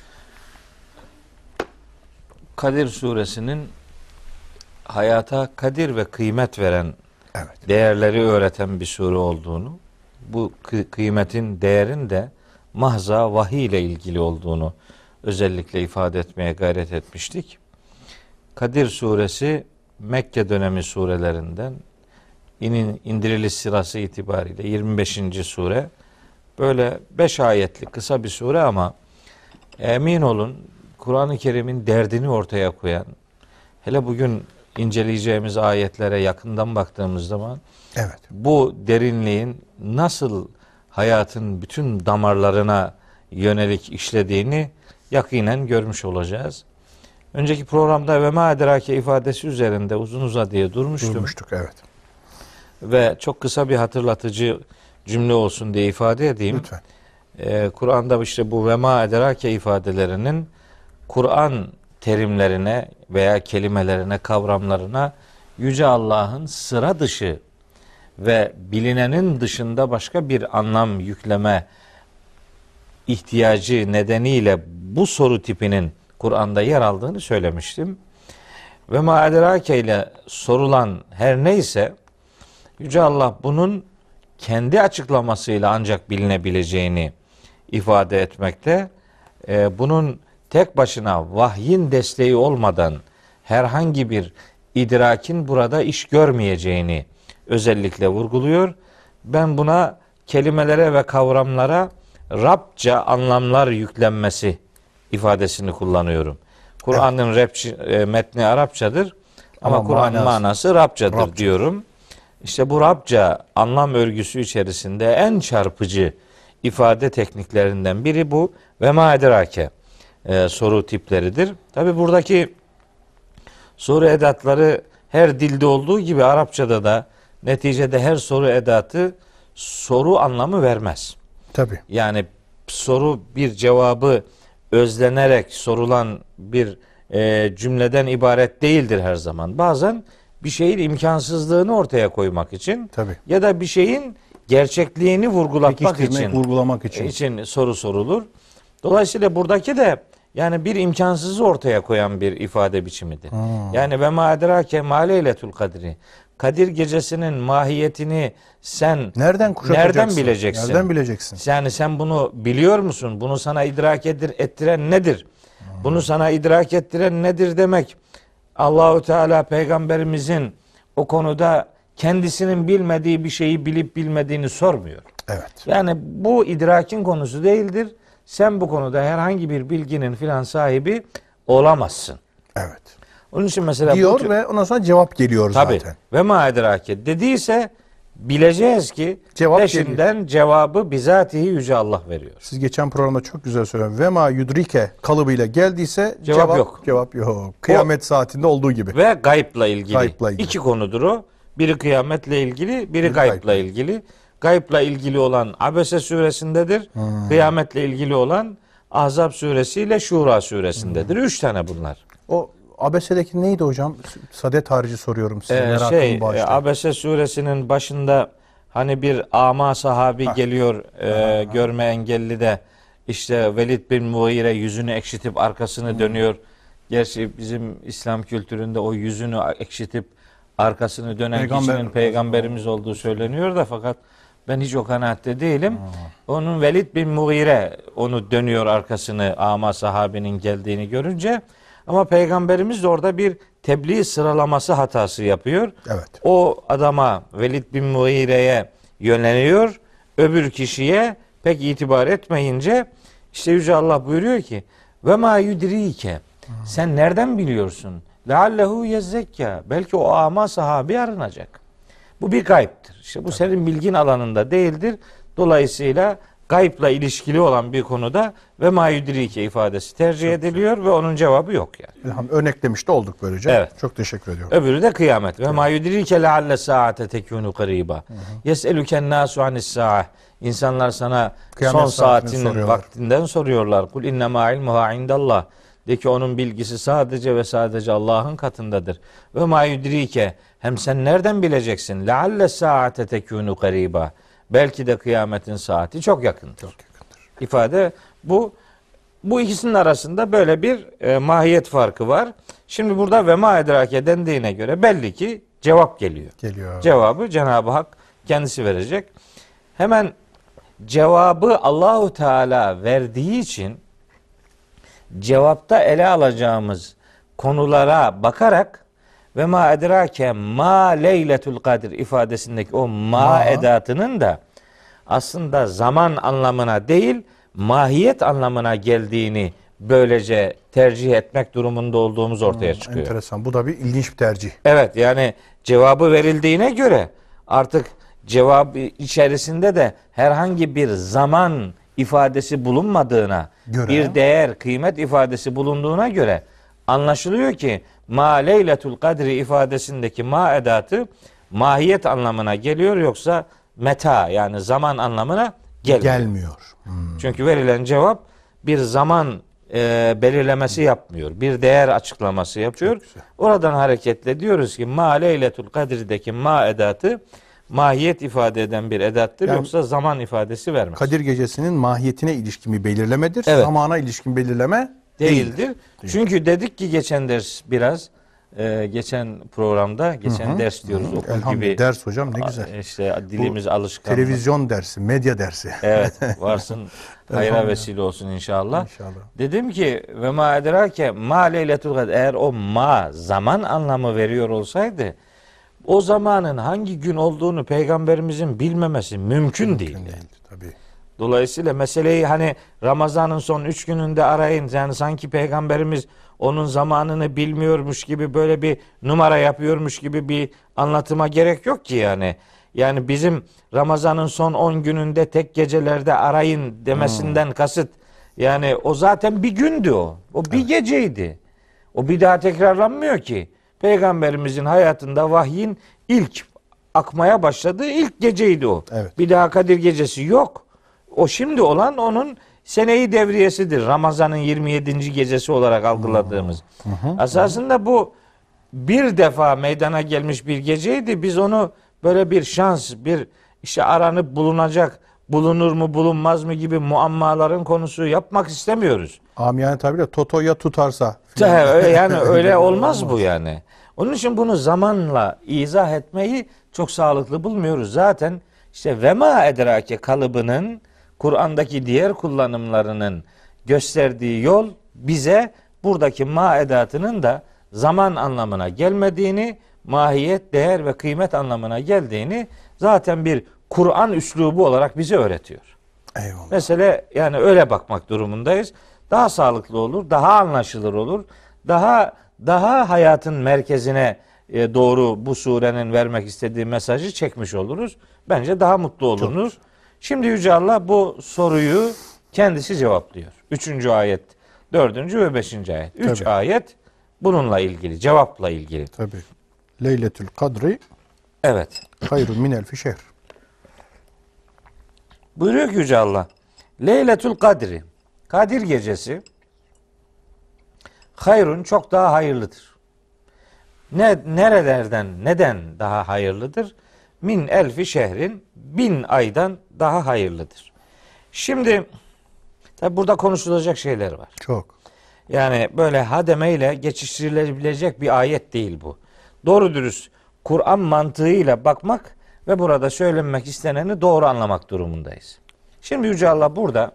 S2: Kadir suresinin hayata kadir ve kıymet veren, değerleri öğreten bir sure olduğunu, bu kıymetin, değerin de mahza vahiy ile ilgili olduğunu özellikle ifade etmeye gayret etmiştik. Kadir suresi Mekke dönemi surelerinden indiriliş sırası itibariyle 25. sure. Böyle 5 ayetlik kısa bir sure ama emin olun Kur'an-ı Kerim'in derdini ortaya koyan, hele bugün inceleyeceğimiz ayetlere yakından baktığımız zaman bu derinliğin nasıl hayatın bütün damarlarına yönelik işlediğini yakinen görmüş olacağız. Önceki programda ve ma edrake ifadesi üzerinde uzun uzadıya durmuştuk.
S1: Evet.
S2: Ve çok kısa bir hatırlatıcı cümle olsun diye ifade edeyim.
S1: Lütfen.
S2: Kur'an'da işte bu ve ma edrake ifadelerinin Kur'an terimlerine veya kelimelerine, kavramlarına Yüce Allah'ın sıra dışı ve bilinenin dışında başka bir anlam yükleme ihtiyacı nedeniyle bu soru tipinin Kur'an'da yer aldığını söylemiştim. Ve ma edrake ile sorulan her neyse Yüce Allah bunun kendi açıklamasıyla ancak bilinebileceğini ifade etmekte. Bunun tek başına vahyin desteği olmadan herhangi bir idrakin burada iş görmeyeceğini özellikle vurguluyor. Ben buna kelimelere ve kavramlara Rabça anlamlar yüklenmesi ifadesini kullanıyorum. Kur'an'ın metni Arapçadır ama Kur'an'ın manası Rabçadır diyorum. İşte bu Rabça anlam örgüsü içerisinde en çarpıcı ifade tekniklerinden biri bu ve ma edrake soru tipleridir. Tabi buradaki soru edatları her dilde olduğu gibi Arapçada da neticede her soru edatı soru anlamı vermez.
S1: Tabii.
S2: Yani soru bir cevabı özlenerek sorulan bir cümleden ibaret değildir her zaman. Bazen bir şeyin imkansızlığını ortaya koymak için ya da bir şeyin gerçekliğini vurgulamak için
S1: vurgulamak için
S2: soru sorulur. Dolayısıyla buradaki de Yani bir imkansızı ortaya koyan bir ifade biçimidir. Yani ve ma edrake ma leyletul kadri. Kadir gecesinin mahiyetini sen nereden bileceksin?
S1: Nereden bileceksin?
S2: Yani sen bunu biliyor musun? Bunu sana idrak ettiren nedir? Bunu sana idrak ettiren nedir demek? Allahu Teala peygamberimizin o konuda kendisinin bilmediği bir şeyi bilip bilmediğini sormuyor.
S1: Evet.
S2: Yani bu idrakin konusu değildir. Sen bu konuda herhangi bir bilginin filan sahibi olamazsın.
S1: Evet.
S2: Onun için mesela
S1: diyor ve ondan sonra cevap geliyor
S2: tabii,
S1: zaten.
S2: Ve ma edrake dediyse bileceğiz ki
S1: Cevap
S2: peşinden
S1: geliyor.
S2: Cevabı bizatihi Yüce Allah veriyor.
S1: Siz geçen programda çok güzel söylediniz. Ve ma yudrike kalıbıyla geldiyse
S2: Cevap yok.
S1: Cevap yok. Kıyamet saatinde olduğu gibi.
S2: Ve gaybla ilgili.
S1: Gaybla ilgili.
S2: İki konudur o. Biri kıyametle ilgili, biri gaybla ilgili. Gaybla ilgili olan Abese suresindedir. Kıyametle ilgili olan Ahzab suresiyle Şura suresindedir. 3 tane bunlar.
S1: O Abese'deki neydi hocam? Saadet harici soruyorum size. Merakımı bağışlayın.
S2: Abese suresinin başında hani bir ama sahabi geliyor görme engelli de işte Velid bin Mughire yüzünü ekşitip arkasını dönüyor. Gerçi bizim İslam kültüründe o yüzünü ekşitip arkasını dönen kişinin peygamberimiz olduğu söyleniyor da fakat ben hiç o kanaatte değilim. Onun Velid bin Mughire onu dönüyor arkasını ama sahabinin geldiğini görünce. Ama peygamberimiz de orada bir tebliğ sıralaması hatası yapıyor.
S1: Evet.
S2: O adama Velid bin Mughire'ye yöneliyor. Öbür kişiye pek itibar etmeyince işte Yüce Allah buyuruyor ki ve ma yudrike sen nereden biliyorsun? Leallehu yezzekka. Belki o ama sahabi arınacak. Bu bir gayiptir. İşte bu senin bilgin alanında değildir. Dolayısıyla gaybla ilişkili olan bir konuda ve ma yudrike ifadesi tercih ediliyor ve onun cevabı yok yani.
S1: Örneklemiş de olduk böylece.
S2: Evet.
S1: Çok teşekkür ediyorum.
S2: Öbürü de kıyamet. Ve ma yudrike lealle saate tekunu kariba. Yes'eluken nasu anis sa'a. İnsanlar sana
S1: Kıyamet
S2: son
S1: saatini
S2: saatinin
S1: soruyorlar.
S2: vaktinden soruyorlar. Kul innema ilmuha indallah. De ki onun bilgisi sadece ve sadece Allah'ın katındadır. Ve ma yudrike hem sen nereden bileceksin? Lealle saate tekunu kariba. Belki de kıyametin saati çok yakındır.
S1: Çok yakındır.
S2: İfade bu. Bu ikisinin arasında böyle bir mahiyet farkı var. Şimdi burada ve ma edrake dendiğine göre belli ki cevap geliyor. Cevabı Cenab-ı Hak kendisi verecek. Hemen cevabı Allahu Teala verdiği için cevapta ele alacağımız konulara bakarak ve ma edrake ma leyletul kadir ifadesindeki o ma edatının da aslında zaman anlamına değil mahiyet anlamına geldiğini böylece tercih etmek durumunda olduğumuz ortaya çıkıyor.
S1: Enteresan. Bu da bir ilginç bir tercih.
S2: Evet, yani cevabı verildiğine göre artık cevap içerisinde de herhangi bir zaman ifadesi bulunmadığına, bir değer, kıymet ifadesi bulunduğuna göre anlaşılıyor ki ma leyletul kadri ifadesindeki ma edatı mahiyet anlamına geliyor yoksa meta yani zaman anlamına gelmiyor. Çünkü verilen cevap bir zaman belirlemesi yapmıyor. Bir değer açıklaması yapıyor. Oradan hareketle diyoruz ki ma leyletul kadrideki ma edatı mahiyet ifade eden bir edattır yani, yoksa zaman ifadesi vermez.
S1: Kadir gecesinin mahiyetine ilişkin bir belirlemedir. Evet. Zamana ilişkin belirleme değildir.
S2: Çünkü dedik ki geçen ders biraz geçen programda ders diyoruz okul gibi.
S1: Ders hocam ne güzel.
S2: İşte dilimiz alışkanlık.
S1: Televizyon dersi, medya dersi.
S2: Evet, varsın. Hayra vesile olsun inşallah. Dedim ki ve ma edrake ma leyletul kadr eğer o ma zaman anlamı veriyor olsaydı o zamanın hangi gün olduğunu peygamberimizin bilmemesi mümkün değildi.
S1: Tabii.
S2: Dolayısıyla meseleyi hani Ramazan'ın son 3 gününde arayın yani sanki peygamberimiz onun zamanını bilmiyormuş gibi böyle bir numara yapıyormuş gibi bir anlatıma gerek yok ki yani. Yani bizim Ramazan'ın son 10 gününde tek gecelerde arayın demesinden kasıt yani o zaten bir gündü o. O bir geceydi. O bir daha tekrarlanmıyor ki. Peygamberimizin hayatında vahyin ilk akmaya başladığı ilk geceydi o. Evet. Bir daha Kadir gecesi yok. O şimdi olan onun seneyi devriyesidir. Ramazan'ın 27. gecesi olarak algıladığımız. Esasında bu bir defa meydana gelmiş bir geceydi. Biz onu böyle bir şans, bir işte aranıp bulunacak, bulunur mu bulunmaz mı gibi muammaların konusu yapmak istemiyoruz.
S1: Amiyane tabirle toto ya tutarsa.
S2: Yani öyle olmaz bu yani. Onun için bunu zamanla izah etmeyi çok sağlıklı bulmuyoruz. Zaten işte ve ma edrake kalıbının Kur'an'daki diğer kullanımlarının gösterdiği yol bize buradaki ma edatının da zaman anlamına gelmediğini, mahiyet, değer ve kıymet anlamına geldiğini zaten bir Kur'an üslubu olarak bize öğretiyor.
S1: Eyvallah.
S2: Mesele yani öyle bakmak durumundayız. Daha sağlıklı olur, daha anlaşılır olur. Daha hayatın merkezine doğru bu surenin vermek istediği mesajı çekmiş oluruz. Bence daha mutlu oluruz. Şimdi Yüce Allah bu soruyu kendisi cevaplıyor. 3. ayet, 4. ve 5. ayet. 3 ayet bununla ilgili, cevapla ilgili.
S1: Tabii. Leyletül kadri
S2: evet.
S1: hayrun min elfi şehr.
S2: Buyuruyor ki Yüce Allah. Leyletül kadri, Kadir gecesi hayrun çok daha hayırlıdır. Neden daha hayırlıdır? Min elfi şehrin 1000 aydan daha hayırlıdır. Şimdi tabi burada konuşulacak şeyler var.
S1: Çok.
S2: Yani böyle hademeyle geçiştirilebilecek bir ayet değil bu. Doğru dürüst Kur'an mantığıyla bakmak ve burada söylenmek isteneni doğru anlamak durumundayız. Şimdi Yüce Allah burada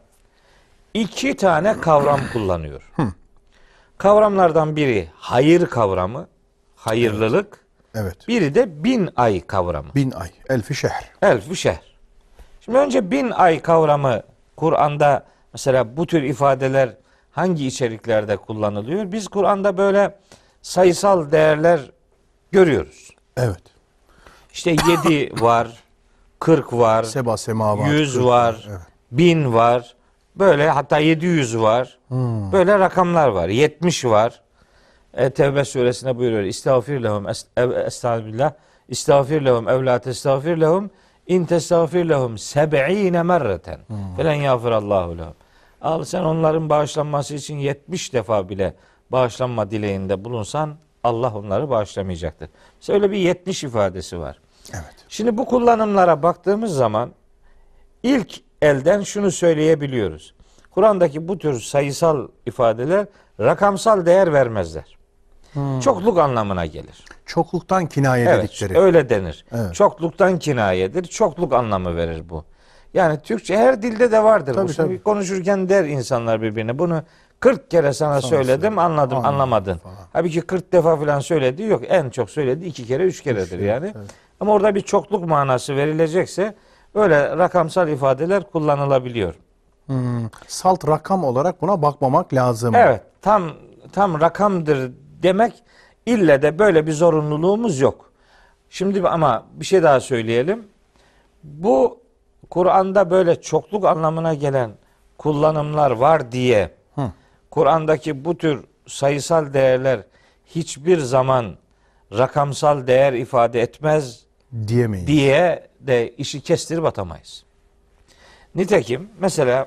S2: 2 tane kavram kullanıyor. Kavramlardan biri hayır kavramı, hayırlılık.
S1: Evet.
S2: Biri de 1000 ay kavramı.
S1: 1000 ay, elfi şehr.
S2: Elf-i şehr. Şimdi önce 1000 ay kavramı Kur'an'da mesela bu tür ifadeler hangi içeriklerde kullanılıyor? Biz Kur'an'da böyle sayısal değerler görüyoruz.
S1: Evet.
S2: İşte 7 var, 40 var,
S1: Seba semavat,
S2: 100 var,
S1: evet.
S2: 1000 var. Böyle hatta 700 var. Böyle rakamlar var. 70 var. Tevbe suresinde buyuruyor. İstağfir lehum estağfirullah. İstağfir lehum evla testağfir lehum in testağfir lehum 70 merreten. Felen yağfirallahu lehum. Al sen onların bağışlanması için 70 defa bile bağışlanma dileğinde bulunsan Allah onları bağışlamayacaktır. Mesela öyle bir 70 ifadesi var.
S1: Evet.
S2: Şimdi bu kullanımlara baktığımız zaman ilk elden şunu söyleyebiliyoruz. Kur'an'daki bu tür sayısal ifadeler rakamsal değer vermezler. Çokluk anlamına gelir.
S1: Çokluktan kinaye dedikleri.
S2: Evet, öyle denir.
S1: Evet.
S2: Çokluktan kinayedir. Çokluk anlamı verir bu. Yani Türkçe her dilde de vardır
S1: Tabii,
S2: bu. Şimdi konuşurken der insanlar birbirine bunu 40 kere sana söyledim, anlamadın.
S1: Falan.
S2: Halbuki 40 defa falan söyledi yok. En çok söyledi 2 kere 3 keredir yani.
S1: Evet.
S2: Ama orada bir çokluk manası verilecekse öyle rakamsal ifadeler kullanılabiliyor.
S1: Salt rakam olarak buna bakmamak lazım.
S2: Evet, tam rakamdır demek ille de böyle bir zorunluluğumuz yok. Şimdi ama bir şey daha söyleyelim. Bu Kur'an'da böyle çokluk anlamına gelen kullanımlar var diye Kur'an'daki bu tür sayısal değerler hiçbir zaman rakamsal değer ifade etmez
S1: diyemeyiz.
S2: diye de işi kestirip atamayız. Nitekim mesela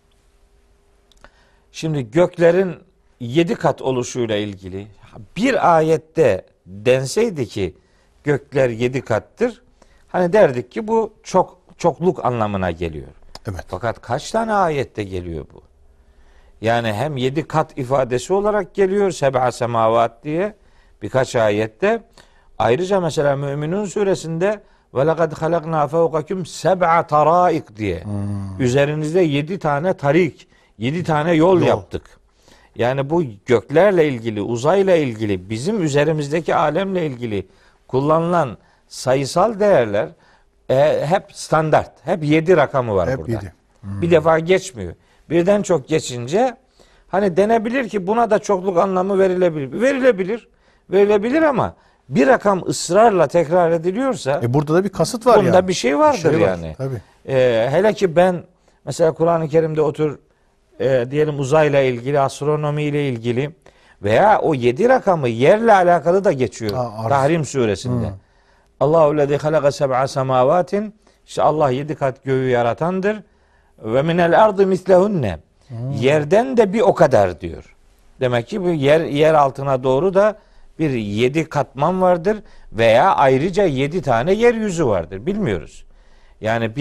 S2: şimdi göklerin 7 kat oluşuyla ilgili bir ayette denseydi ki gökler 7 kattır, hani derdik ki bu çokluk anlamına geliyor.
S1: Evet.
S2: Fakat kaç tane ayette geliyor bu? Yani hem 7 kat ifadesi olarak geliyor seb'a semavat diye birkaç ayette. Ayrıca mesela Müminun suresinde ve lekad halakna fevkakum seb'a taraik diye üzerinizde 7 tane tarik, 7 tane yol yaptık. Yani bu göklerle ilgili, uzayla ilgili, bizim üzerimizdeki alemle ilgili kullanılan sayısal değerler hep standart. Hep 7 rakamı var
S1: hep
S2: burada.
S1: 7.
S2: Bir defa geçmiyor. Birden çok geçince hani denebilir ki buna da çokluk anlamı verilebilir. Verilebilir ama bir rakam ısrarla tekrar ediliyorsa
S1: Burada da bir kasıt var
S2: bunda
S1: yani.
S2: bir şey vardır yani.
S1: Tabii.
S2: Hele ki ben mesela Kur'an-ı Kerim'de otur diyelim uzayla ilgili, astronomiyle ilgili veya o 7 rakamı yerle alakalı da geçiyor. Tahrim suresinde. Allahu lezî halaka seb'a semâvâtin, işte Allah 7 kat göğü yaratandır. Ve minel ardı mislehunne. Yerden de bir o kadar diyor. Demek ki bu yer altına doğru da bir 7 katman vardır veya ayrıca 7 tane yeryüzü vardır. Bilmiyoruz. Yani biz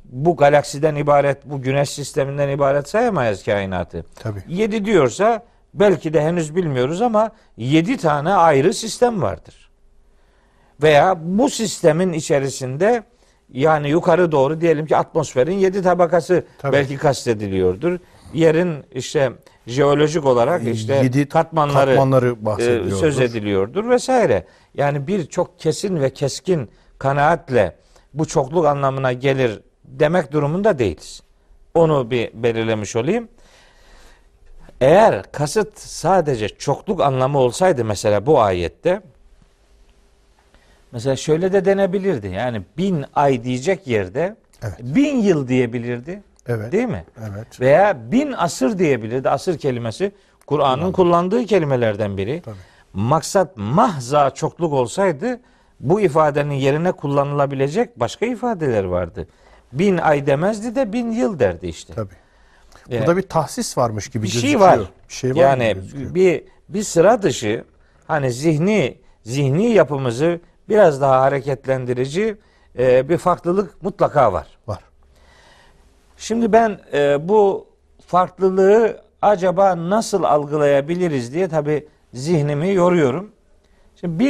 S2: bu galaksiden ibaret, bu güneş sisteminden ibaret sayamayız kainatı.
S1: Tabii.
S2: 7 diyorsa belki de henüz bilmiyoruz ama 7 tane ayrı sistem vardır. Veya bu sistemin içerisinde yani yukarı doğru diyelim ki atmosferin 7 tabakası
S1: Tabii.
S2: belki kastediliyordur. Yerin işte jeolojik olarak işte
S1: 7 katmanları bahsediliyordur.
S2: söz ediliyordur vesaire. Yani bir çok kesin ve keskin kanaatle bu çokluk anlamına gelir demek durumunda değiliz. Onu bir belirlemiş olayım. Eğer kasıt sadece çokluk anlamı olsaydı mesela bu ayette, mesela şöyle de denebilirdi. Yani 1000 ay diyecek yerde
S1: Evet.
S2: 1000 yıl diyebilirdi.
S1: Evet.
S2: Değil mi?
S1: Evet.
S2: Veya 1000 asır diyebilirdi. Asır kelimesi Kur'an'ın kullandığı kelimelerden biri.
S1: Tabii.
S2: Maksat mahza çokluk olsaydı bu ifadenin yerine kullanılabilecek başka ifadeler vardı. 1000 ay demezdi de 1000 yıl derdi işte.
S1: Tabii. Burada bir tahsis varmış gibi
S2: bir
S1: gözüküyor.
S2: şey var.
S1: Bir şey var
S2: yani
S1: gibi gözüküyor.
S2: bir sıra dışı hani zihni yapımızı biraz daha hareketlendirici bir farklılık mutlaka var.
S1: Var.
S2: Şimdi ben bu farklılığı acaba nasıl algılayabiliriz diye tabii zihnimi yoruyorum. Şimdi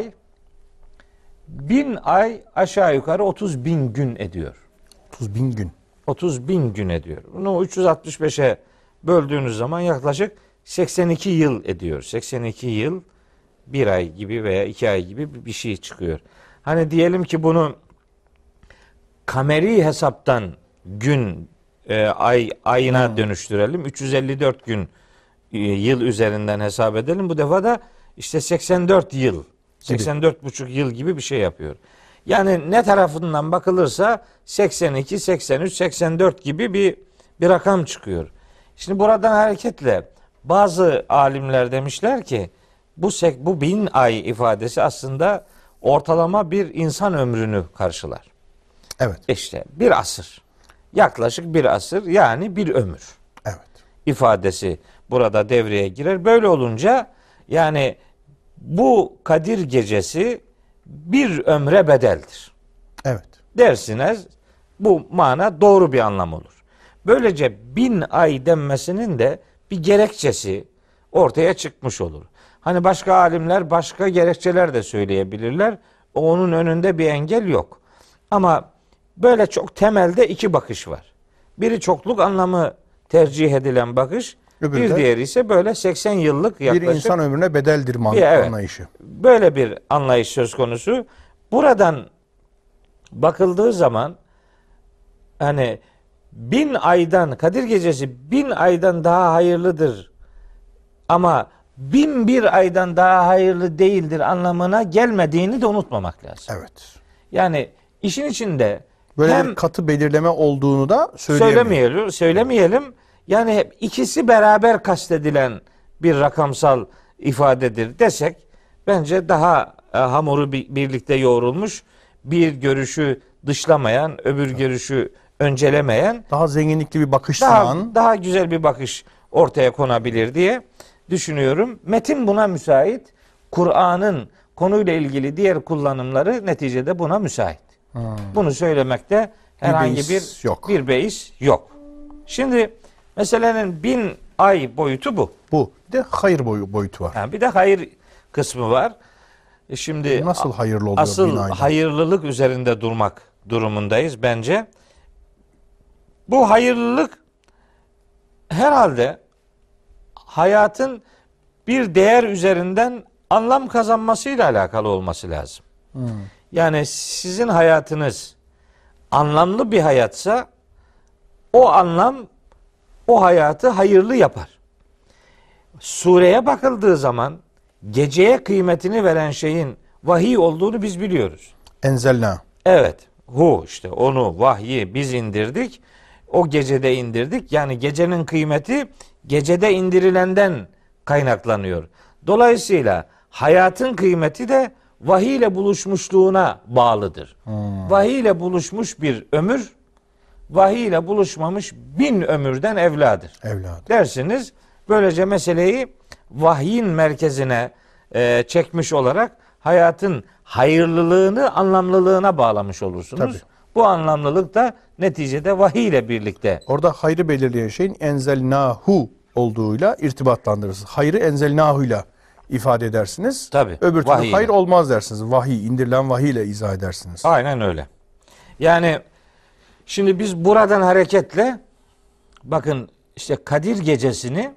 S2: 1000 ay aşağı yukarı 30 bin gün ediyor.
S1: 30 bin gün.
S2: 30 bin gün ediyor. Bunu 365'e böldüğünüz zaman yaklaşık 82 yıl ediyor. 82 yıl bir ay gibi veya 2 ay gibi bir şey çıkıyor. Hani diyelim ki bunu kameri hesaptan gün ayına dönüştürelim. 354 gün yıl üzerinden hesap edelim. Bu defa da işte 84 yıl. 84,5 yıl gibi bir şey yapıyor. Yani ne tarafından bakılırsa 82, 83, 84 gibi bir rakam çıkıyor. Şimdi buradan hareketle bazı alimler demişler ki bu 1000 ay ifadesi aslında ortalama bir insan ömrünü karşılar.
S1: Evet.
S2: İşte bir asır. Yaklaşık bir asır yani bir ömür.
S1: Evet.
S2: İfadesi burada devreye girer. Böyle olunca yani bu Kadir gecesi bir ömre bedeldir.
S1: Evet.
S2: Dersiniz bu mana doğru bir anlam olur. Böylece 1000 ay denmesinin de bir gerekçesi ortaya çıkmış olur. Hani başka alimler başka gerekçeler de söyleyebilirler. Onun önünde bir engel yok. Ama böyle çok temelde iki bakış var. Biri çokluk anlamı tercih edilen bakış,
S1: Öbürü
S2: bir
S1: de
S2: diğeri ise böyle 80 yıllık yaklaşık
S1: bir insan ömrüne bedeldir
S2: evet,
S1: anlayışı.
S2: böyle bir anlayış söz konusu. Buradan bakıldığı zaman hani 1000 aydan Kadir Gecesi 1000 aydan daha hayırlıdır ama 1001 aydan daha hayırlı değildir anlamına gelmediğini de unutmamak lazım.
S1: Evet.
S2: Yani işin içinde
S1: Böyle
S2: hem
S1: bir katı belirleme olduğunu da
S2: söylemeyelim. Yani ikisi beraber kastedilen bir rakamsal ifadedir desek bence daha hamuru birlikte yoğrulmuş, bir görüşü dışlamayan, öbür görüşü öncelemeyen
S1: daha zenginlikli bir bakış sunan,
S2: daha güzel bir bakış ortaya konabilir diye düşünüyorum. Metin buna müsait. Kur'an'ın konuyla ilgili diğer kullanımları neticede buna müsait. Bunu söylemekte herhangi bir beis yok. Şimdi meselenin 1000 ay boyutu bu.
S1: Bu. Bir de hayır boyutu var.
S2: Yani bir de hayır kısmı var. Şimdi
S1: nasıl hayırlı oluyor 1000
S2: asıl
S1: ayda?
S2: hayırlılık üzerinde durmak durumundayız bence. Bu hayırlılık herhalde hayatın bir değer üzerinden anlam kazanmasıyla alakalı olması lazım. Yani sizin hayatınız anlamlı bir hayatsa o anlam o hayatı hayırlı yapar. Sureye bakıldığı zaman geceye kıymetini veren şeyin vahiy olduğunu biz biliyoruz.
S1: Enzelna.
S2: Evet. İşte onu vahyi biz indirdik. O gecede indirdik. Yani gecenin kıymeti gecede indirilenden kaynaklanıyor. Dolayısıyla hayatın kıymeti de vahiy ile buluşmuşluğuna bağlıdır. Vahiy ile buluşmuş bir ömür, vahiy ile buluşmamış 1000 ömürden evladır. Dersiniz. Böylece meseleyi vahyin merkezine çekmiş olarak hayatın hayırlılığını anlamlılığına bağlamış olursunuz.
S1: Tabii.
S2: Bu anlamlılık da neticede vahiy ile birlikte.
S1: Orada hayrı belirleyen şeyin enzelnahu olduğuyla irtibatlandırırsınız. Hayrı enzelnahu'yla ifade edersiniz.
S2: Tabii.
S1: Öbür türlü
S2: Vahiy
S1: hayır
S2: ile.
S1: olmaz dersiniz. Vahiy, indirilen vahiy ile izah edersiniz.
S2: Aynen öyle. Yani şimdi biz buradan hareketle bakın işte Kadir Gecesi'ni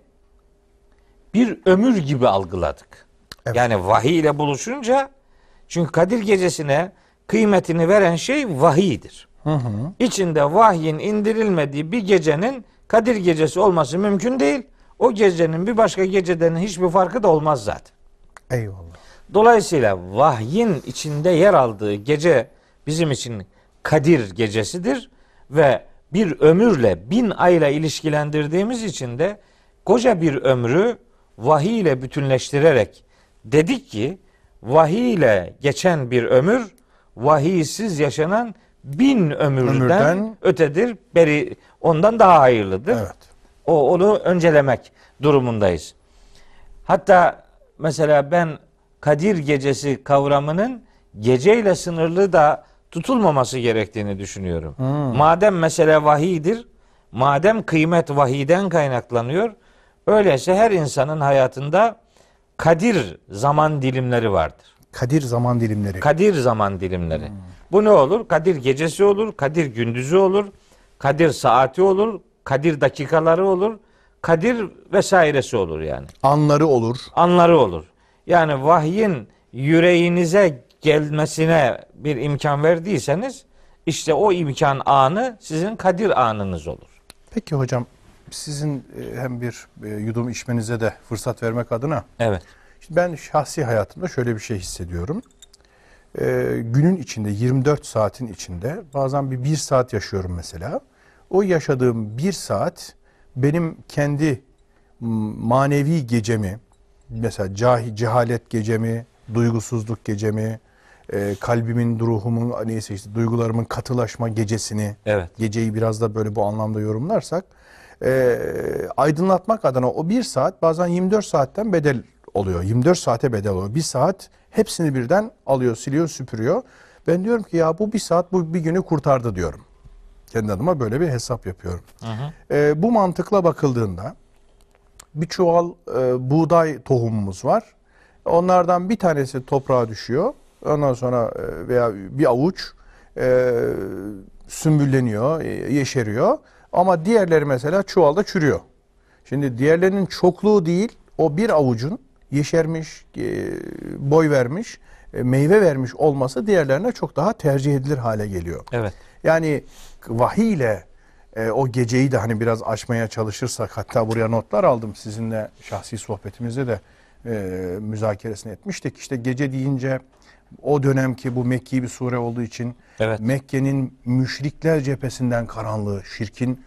S2: bir ömür gibi algıladık.
S1: Evet.
S2: Yani vahiy ile buluşunca, çünkü Kadir Gecesi'ne kıymetini veren şey vahiydir. İçinde vahyin indirilmediği bir gecenin Kadir Gecesi olması mümkün değil. O gecenin bir başka geceden hiçbir farkı da olmaz zaten.
S1: Eyvallah.
S2: Dolayısıyla vahyin içinde yer aldığı gece bizim için Kadir Gecesidir ve bir ömürle, 1000 ayla ilişkilendirdiğimiz için de koca bir ömrü vahiy ile bütünleştirerek dedik ki vahiy ile geçen bir ömür vahiysiz yaşanan 1000 ömürden ötedir, beri ondan daha hayırlıdır.
S1: Evet.
S2: Onu öncelemek durumundayız. Hatta mesela ben Kadir Gecesi kavramının geceyle sınırlı da tutulmaması gerektiğini düşünüyorum. Madem mesele vahiydir, madem kıymet vahiyden kaynaklanıyor, öyleyse her insanın hayatında kadir zaman dilimleri vardır.
S1: Kadir zaman dilimleri.
S2: Kadir zaman dilimleri. Bu ne olur? Kadir gecesi olur, Kadir gündüzü olur, Kadir saati olur, Kadir dakikaları olur, Kadir vesairesi olur yani.
S1: Anları olur.
S2: Anları olur. Yani vahyin yüreğinize gelmesine bir imkan verdiyseniz işte o imkan anı sizin Kadir anınız olur.
S1: Peki hocam, sizin hem bir yudum içmenize de fırsat vermek adına,
S2: Evet.
S1: şimdi ben şahsi hayatımda şöyle bir şey hissediyorum. Günün içinde 24 saatin içinde bazen bir saat yaşıyorum mesela. O yaşadığım 1 saat benim kendi manevi gecemi, mesela cehalet gecemi, duygusuzluk gecemi, kalbimin, ruhumun, neyse işte duygularımın katılaşma gecesini,
S2: Evet.
S1: geceyi biraz da böyle bu anlamda yorumlarsak, aydınlatmak adına o 1 saat bazen 24 saatten bedel oluyor. 24 saate bedel oluyor. 1 saat hepsini birden alıyor, siliyor, süpürüyor. Ben diyorum ki ya bu 1 saat bu bir günü kurtardı diyorum. Kendi adıma böyle bir hesap yapıyorum. Bu mantıkla bakıldığında bir çuval buğday tohumumuz var. Onlardan bir tanesi toprağa düşüyor. Ondan sonra veya bir avuç sümbülleniyor, yeşeriyor. Ama diğerleri mesela çuvalda çürüyor. Şimdi diğerlerinin çokluğu değil, o bir avucun yeşermiş, boy vermiş, meyve vermiş olması diğerlerine çok daha tercih edilir hale geliyor.
S2: Evet.
S1: Yani vahiy ile o geceyi de hani biraz açmaya çalışırsak, hatta buraya notlar aldım, sizinle şahsi sohbetimizde de müzakeresini etmiştik. İşte gece deyince o dönemki bu Mekki bir sure olduğu için
S2: Evet.
S1: Mekke'nin müşrikler cephesinden karanlığı, şirkin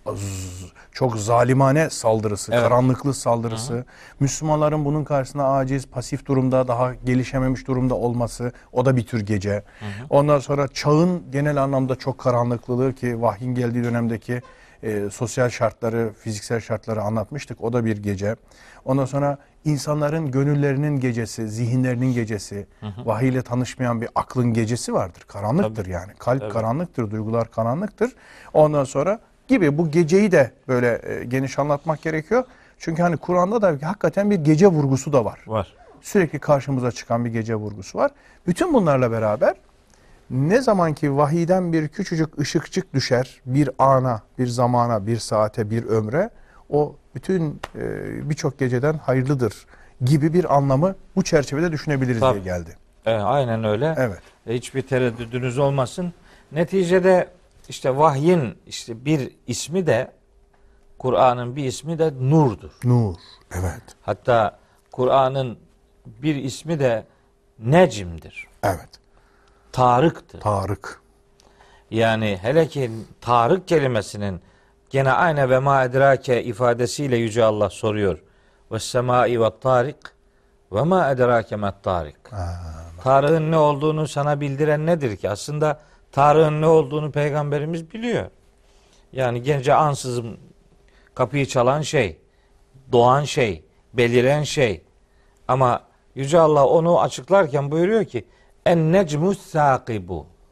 S1: çok zalimane saldırısı,
S2: Evet.
S1: karanlıklı saldırısı, Müslümanların bunun karşısında aciz, pasif durumda, daha gelişememiş durumda olması, o da bir tür gece. Ondan sonra çağın genel anlamda çok karanlıklılığı, ki vahyin geldiği dönemdeki sosyal şartları, fiziksel şartları anlatmıştık, o da bir gece. Ondan sonra insanların gönüllerinin gecesi, zihinlerinin gecesi, vahiy ile tanışmayan bir aklın gecesi vardır. Karanlıktır. Tabii. Yani. Kalp karanlıktır, duygular karanlıktır. Ondan sonra gibi bu geceyi de böyle geniş anlatmak gerekiyor. Çünkü hani Kur'an'da da hakikaten bir gece vurgusu da var.
S2: Var.
S1: Sürekli karşımıza çıkan bir gece vurgusu var. Bütün bunlarla beraber ne zaman ki vahiyden bir küçücük ışıkçık düşer, bir ana, bir zamana, bir saate, bir ömre, o bütün birçok geceden hayırlıdır gibi bir anlamı bu çerçevede düşünebiliriz
S2: Tabii.
S1: diye geldi.
S2: Aynen öyle.
S1: Evet.
S2: Hiçbir tereddüdünüz olmasın. Neticede işte vahyin işte bir ismi de, Kur'an'ın bir ismi de nurdur.
S1: Nur. Evet.
S2: Hatta Kur'an'ın bir ismi de necimdir.
S1: Evet.
S2: Tarık'tır.
S1: Tarık.
S2: Yani hele ki Tarık kelimesinin gene aynı ve ma edrake ifadesiyle Yüce Allah soruyor. Ve semai ve tarik ve ma edrake met tarik. Tarık'ın ne olduğunu sana bildiren nedir ki? Aslında Tarık'ın ne olduğunu Peygamberimiz biliyor. Yani gece ansızın kapıyı çalan şey, doğan şey, beliren şey. Ama Yüce Allah onu açıklarken buyuruyor ki en necmus sakibu.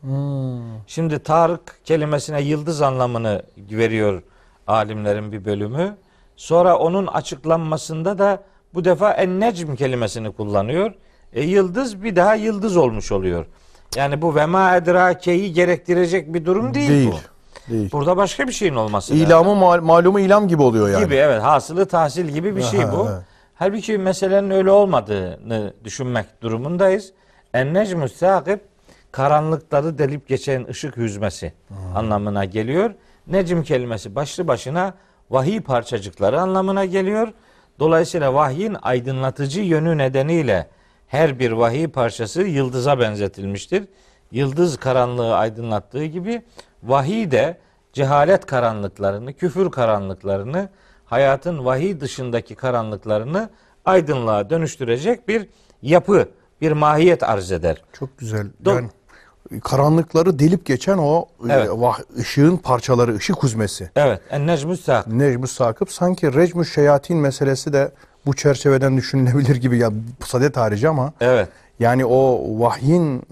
S2: Şimdi Tarık kelimesine yıldız anlamını veriyor alimlerin bir bölümü. Sonra onun açıklanmasında da bu defa en-necm kelimesini kullanıyor. Yıldız bir daha yıldız olmuş oluyor. Yani bu ve ma edrakeyi gerektirecek bir durum değil bu.
S1: Değil.
S2: Burada başka bir şeyin olması lazım.
S1: İlamı malumu ilam gibi oluyor yani.
S2: Gibi, evet, hasılı tahsil gibi bir şey bu.
S1: Evet.
S2: Halbuki meselenin öyle olmadığını düşünmek durumundayız. En-necmü sâkib, karanlıkları delip geçen ışık hüzmesi anlamına geliyor. Necm kelimesi başlı başına vahiy parçacıkları anlamına geliyor. Dolayısıyla vahyin aydınlatıcı yönü nedeniyle her bir vahiy parçası yıldıza benzetilmiştir. Yıldız karanlığı aydınlattığı gibi vahiy de cehalet karanlıklarını, küfür karanlıklarını, hayatın vahiy dışındaki karanlıklarını aydınlığa dönüştürecek bir yapı, bir mahiyet arz eder.
S1: Çok güzel. Yani karanlıkları delip geçen o
S2: Evet.
S1: ışığın parçaları, ışık huzmesi.
S2: Evet. En-necmü sâkib.
S1: Necm-i Sakıp, sanki recm-i şeyatin meselesi de bu çerçeveden düşünülebilir gibi. Ya sadet harici ama
S2: Evet.
S1: yani o vahyin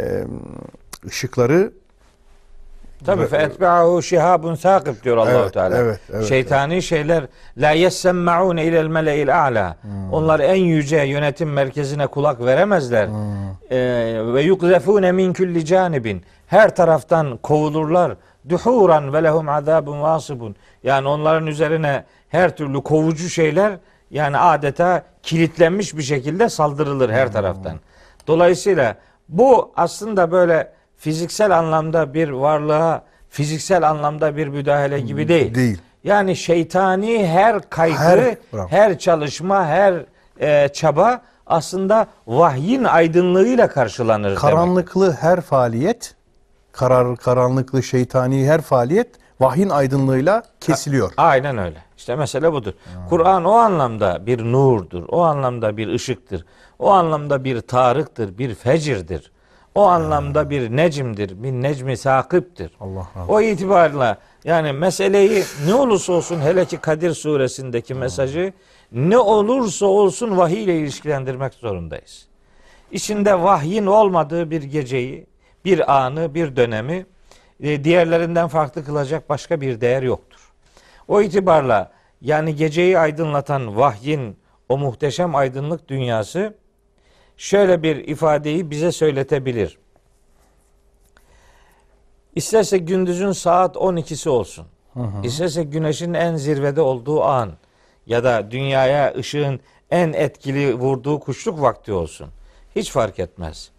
S1: ışıkları
S2: Tabii fetba'u şihabun sâkib diyor Allahu
S1: Evet,
S2: Teala.
S1: evet,
S2: Şeytani şeyler la yessemmaun ilel mele'il a'la. Onlar en yüce yönetim merkezine kulak veremezler. Ve yukzefune min kulli canibin. Her taraftan kovulurlar. Duhuran ve lehum azabun vasibun. Yani onların üzerine her türlü kovucu şeyler, yani adeta kilitlenmiş bir şekilde saldırılır her taraftan. Dolayısıyla bu aslında böyle fiziksel anlamda bir varlığa fiziksel anlamda bir müdahale gibi değil.
S1: Değil.
S2: Yani şeytani her kaygı,
S1: Bravo.
S2: her çalışma, her çaba aslında vahyin aydınlığıyla karşılanır demek.
S1: karanlıklı her faaliyet, karanlıklı şeytani her faaliyet vahyin aydınlığıyla kesiliyor.
S2: Aynen öyle. İşte mesele budur. Kur'an o anlamda bir nurdur. O anlamda bir ışıktır. O anlamda bir tarıktır, bir fecirdir. O anlamda bir necimdir, bir necmi sakiptir.
S1: Allah razı olsun.
S2: O itibarla yani meseleyi ne olursa olsun, hele ki Kadir suresindeki mesajı ne olursa olsun vahiy ile ilişkilendirmek zorundayız. İçinde vahyin olmadığı bir geceyi, bir anı, bir dönemi diğerlerinden farklı kılacak başka bir değer yoktur. O itibarla yani geceyi aydınlatan vahyin o muhteşem aydınlık dünyası şöyle bir ifadeyi bize söyletebilir. İsterse gündüzün saat 12'si olsun. İsterse güneşin en zirvede olduğu an ya da dünyaya ışığın en etkili vurduğu kuşluk vakti olsun. Hiç fark etmez.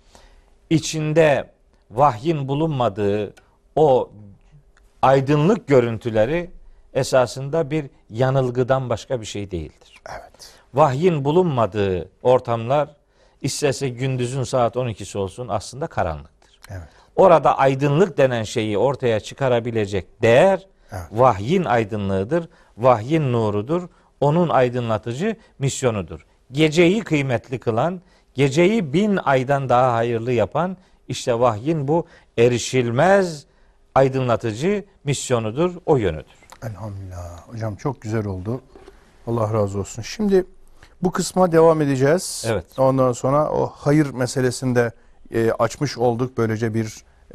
S2: İçinde vahyin bulunmadığı o aydınlık görüntüleri esasında bir yanılgıdan başka bir şey değildir.
S1: Evet.
S2: Vahyin bulunmadığı ortamlar isterse gündüzün saat 12'si olsun aslında karanlıktır.
S1: Evet.
S2: Orada aydınlık denen şeyi ortaya çıkarabilecek değer
S1: Evet.
S2: vahyin aydınlığıdır. Vahyin nurudur. Onun aydınlatıcı misyonudur. Geceyi kıymetli kılan, geceyi 1000 aydan daha hayırlı yapan işte vahyin bu erişilmez aydınlatıcı misyonudur, o yönüdür.
S1: Elhamdülillah. Hocam çok güzel oldu. Allah razı olsun. Şimdi bu kısma devam edeceğiz.
S2: Evet.
S1: Ondan sonra o hayır meselesinde açmış olduk. Böylece bir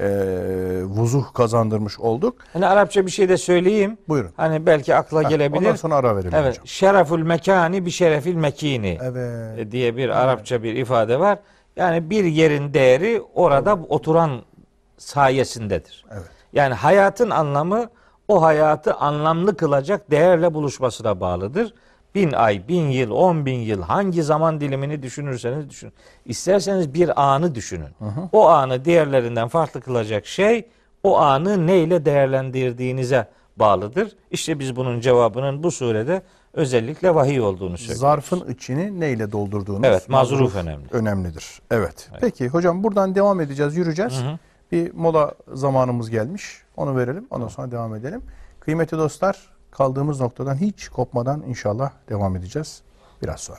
S1: vuzuh kazandırmış olduk.
S2: Hani Arapça bir şey de söyleyeyim.
S1: Buyurun.
S2: Hani belki akla gelebilir.
S1: Ondan sonra ara verelim
S2: Evet.
S1: hocam.
S2: Şereful mekani bir şerefil mekini
S1: Evet.
S2: diye bir Arapça bir ifade var. Yani bir yerin değeri orada oturan sayesindedir.
S1: Evet.
S2: Yani hayatın anlamı o hayatı anlamlı kılacak değerle buluşmasına bağlıdır. 1000 ay, 1000 yıl, 10.000 yıl hangi zaman dilimini düşünürseniz düşünün. İsterseniz bir anı düşünün. O anı diğerlerinden farklı kılacak şey o anı neyle değerlendirdiğinize bağlıdır. İşte biz bunun cevabının bu surede özellikle vahiy olduğunu söylüyoruz.
S1: Zarfın içini neyle doldurduğunuz
S2: Evet, mazruf önemli.
S1: önemlidir. Evet. Peki hocam buradan devam edeceğiz, yürüyeceğiz. Bir mola zamanımız gelmiş. Onu verelim. Ondan sonra devam edelim. Kıymetli dostlar, kaldığımız noktadan hiç kopmadan inşallah devam edeceğiz biraz sonra.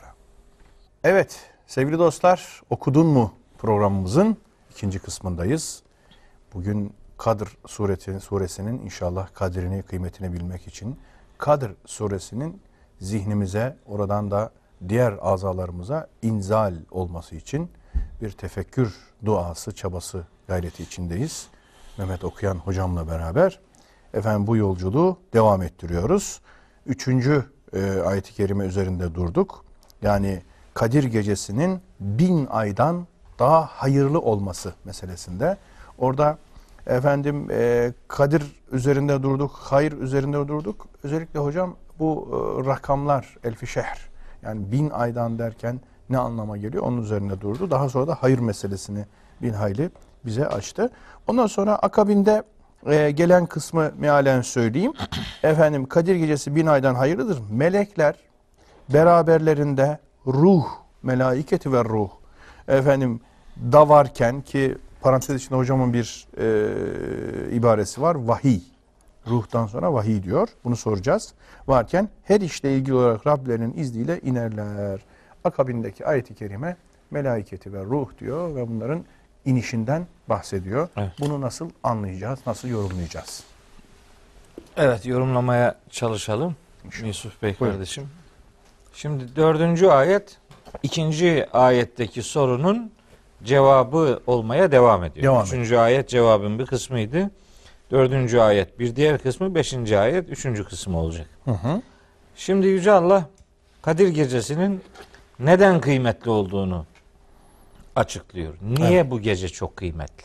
S1: Evet sevgili dostlar, okudun mu programımızın ikinci kısmındayız. Bugün Kadr suresinin inşallah kadrini, kıymetini bilmek için Kadr suresinin zihnimize, oradan da diğer azalarımıza inzal olması için bir tefekkür duası, çabası gayreti içindeyiz. Mehmet Okuyan hocamla beraber. Efendim bu yolculuğu devam ettiriyoruz. 3. ayet-i kerime üzerinde durduk. Yani Kadir Gecesi'nin 1000 aydan daha hayırlı olması meselesinde. Orada efendim Kadir üzerinde durduk, hayır üzerinde durduk. Özellikle hocam bu rakamlar elfi şehr, yani 1000 aydan derken ne anlama geliyor? Onun üzerinde durdu. Daha sonra da hayır meselesini bir hayli bize açtı. Ondan sonra akabinde gelen kısmı mealen söyleyeyim. Efendim Kadir Gecesi 1000 aydan hayırlıdır. Melekler beraberlerinde ruh, melaiketi ve ruh efendim da varken, ki parantez içinde hocamın bir ibaresi var. Vahiy. Ruhtan sonra vahiy diyor. Bunu soracağız. Varken her işle ilgili olarak Rablerinin izniyle inerler. Akabindeki ayet-i kerime melaiketi ve ruh diyor ve bunların inişinden bahsediyor. Evet. Bunu nasıl anlayacağız? Nasıl yorumlayacağız?
S2: Evet, yorumlamaya çalışalım. İnşallah. Yusuf Bey
S1: Buyurun
S2: kardeşim. Şimdi 4. ayet 2. ayetteki sorunun cevabı olmaya devam ediyor. 3. ayet cevabın bir kısmıydı. 4. ayet bir diğer kısmı, 5. ayet 3. kısmı olacak. Şimdi Yüce Allah Kadir Gecesi'nin neden kıymetli olduğunu açıklıyor. Niye bu gece çok kıymetli?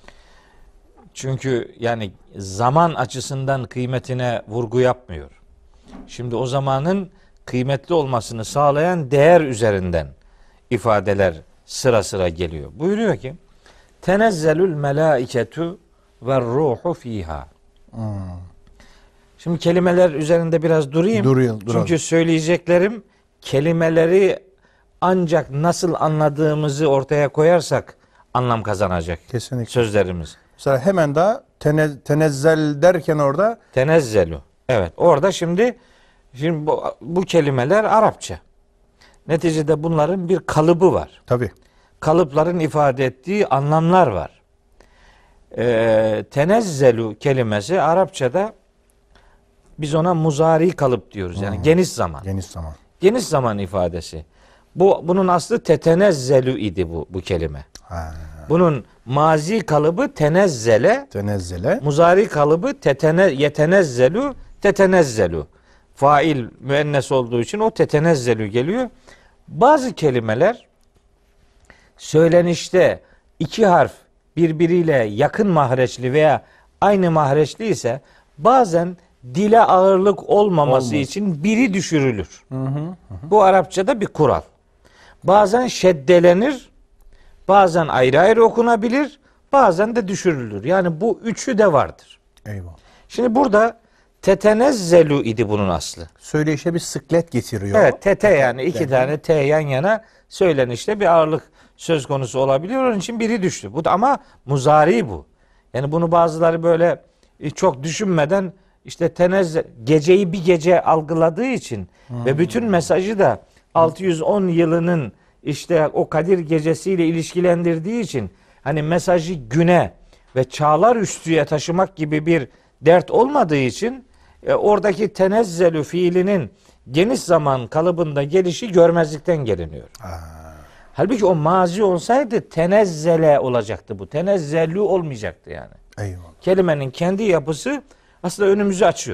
S2: Çünkü yani zaman açısından kıymetine vurgu yapmıyor. Şimdi o zamanın kıymetli olmasını sağlayan değer üzerinden ifadeler sıra sıra geliyor. Buyuruyor ki tenezzelül melâiketu ve ruhu fiha. Şimdi kelimeler üzerinde biraz durayım.
S1: Duralım.
S2: Çünkü söyleyeceklerim kelimeleri ancak nasıl anladığımızı ortaya koyarsak anlam kazanacak.
S1: Kesinlikle.
S2: Sözlerimiz.
S1: Mesela hemen daha tenezzel derken orada
S2: tenezzelu. Evet. Orada şimdi bu kelimeler Arapça. Neticede bunların bir kalıbı var.
S1: Tabii.
S2: Kalıpların ifade ettiği anlamlar var. Tenezzelu kelimesi Arapçada biz ona muzari kalıp diyoruz. Yani geniş zaman.
S1: Geniş zaman.
S2: Geniş zaman ifadesi. Bunun aslı tetenezzelu idi bu kelime. Bunun mazi kalıbı tenezzele. Muzari kalıbı yetenezzelu, tetenezzelu. Fail müennes olduğu için o tetenezzelu geliyor. Bazı kelimeler söylenişte iki harf birbiriyle yakın mahreçli veya aynı mahreçli ise bazen dile ağırlık olmaması için biri düşürülür. Bu Arapçada bir kural. Bazen şeddelenir, bazen ayrı ayrı okunabilir, bazen de düşürülür. Yani bu üçü de vardır.
S1: Eyvallah.
S2: Şimdi burada tetenezzelu idi bunun aslı.
S1: Söyleyişe bir sıklet getiriyor.
S2: Evet, yani iki tane T yan yana söylenişte bir ağırlık söz konusu olabiliyor. Onun için biri düştü. Bu da ama muzari bu. Yani bunu bazıları böyle çok düşünmeden işte geceyi bir gece algıladığı için ve bütün mesajı da 610 yılının işte o Kadir Gecesi'yle ilişkilendirdiği için hani mesajı güne ve çağlar üstüye taşımak gibi bir dert olmadığı için oradaki tenezzelü fiilinin geniş zaman kalıbında gelişi görmezlikten geliniyor. Halbuki o mazi olsaydı tenezzele olacaktı bu. Tenezzelü olmayacaktı yani.
S1: Eyvallah.
S2: Kelimenin kendi yapısı aslında önümüzü açıyor.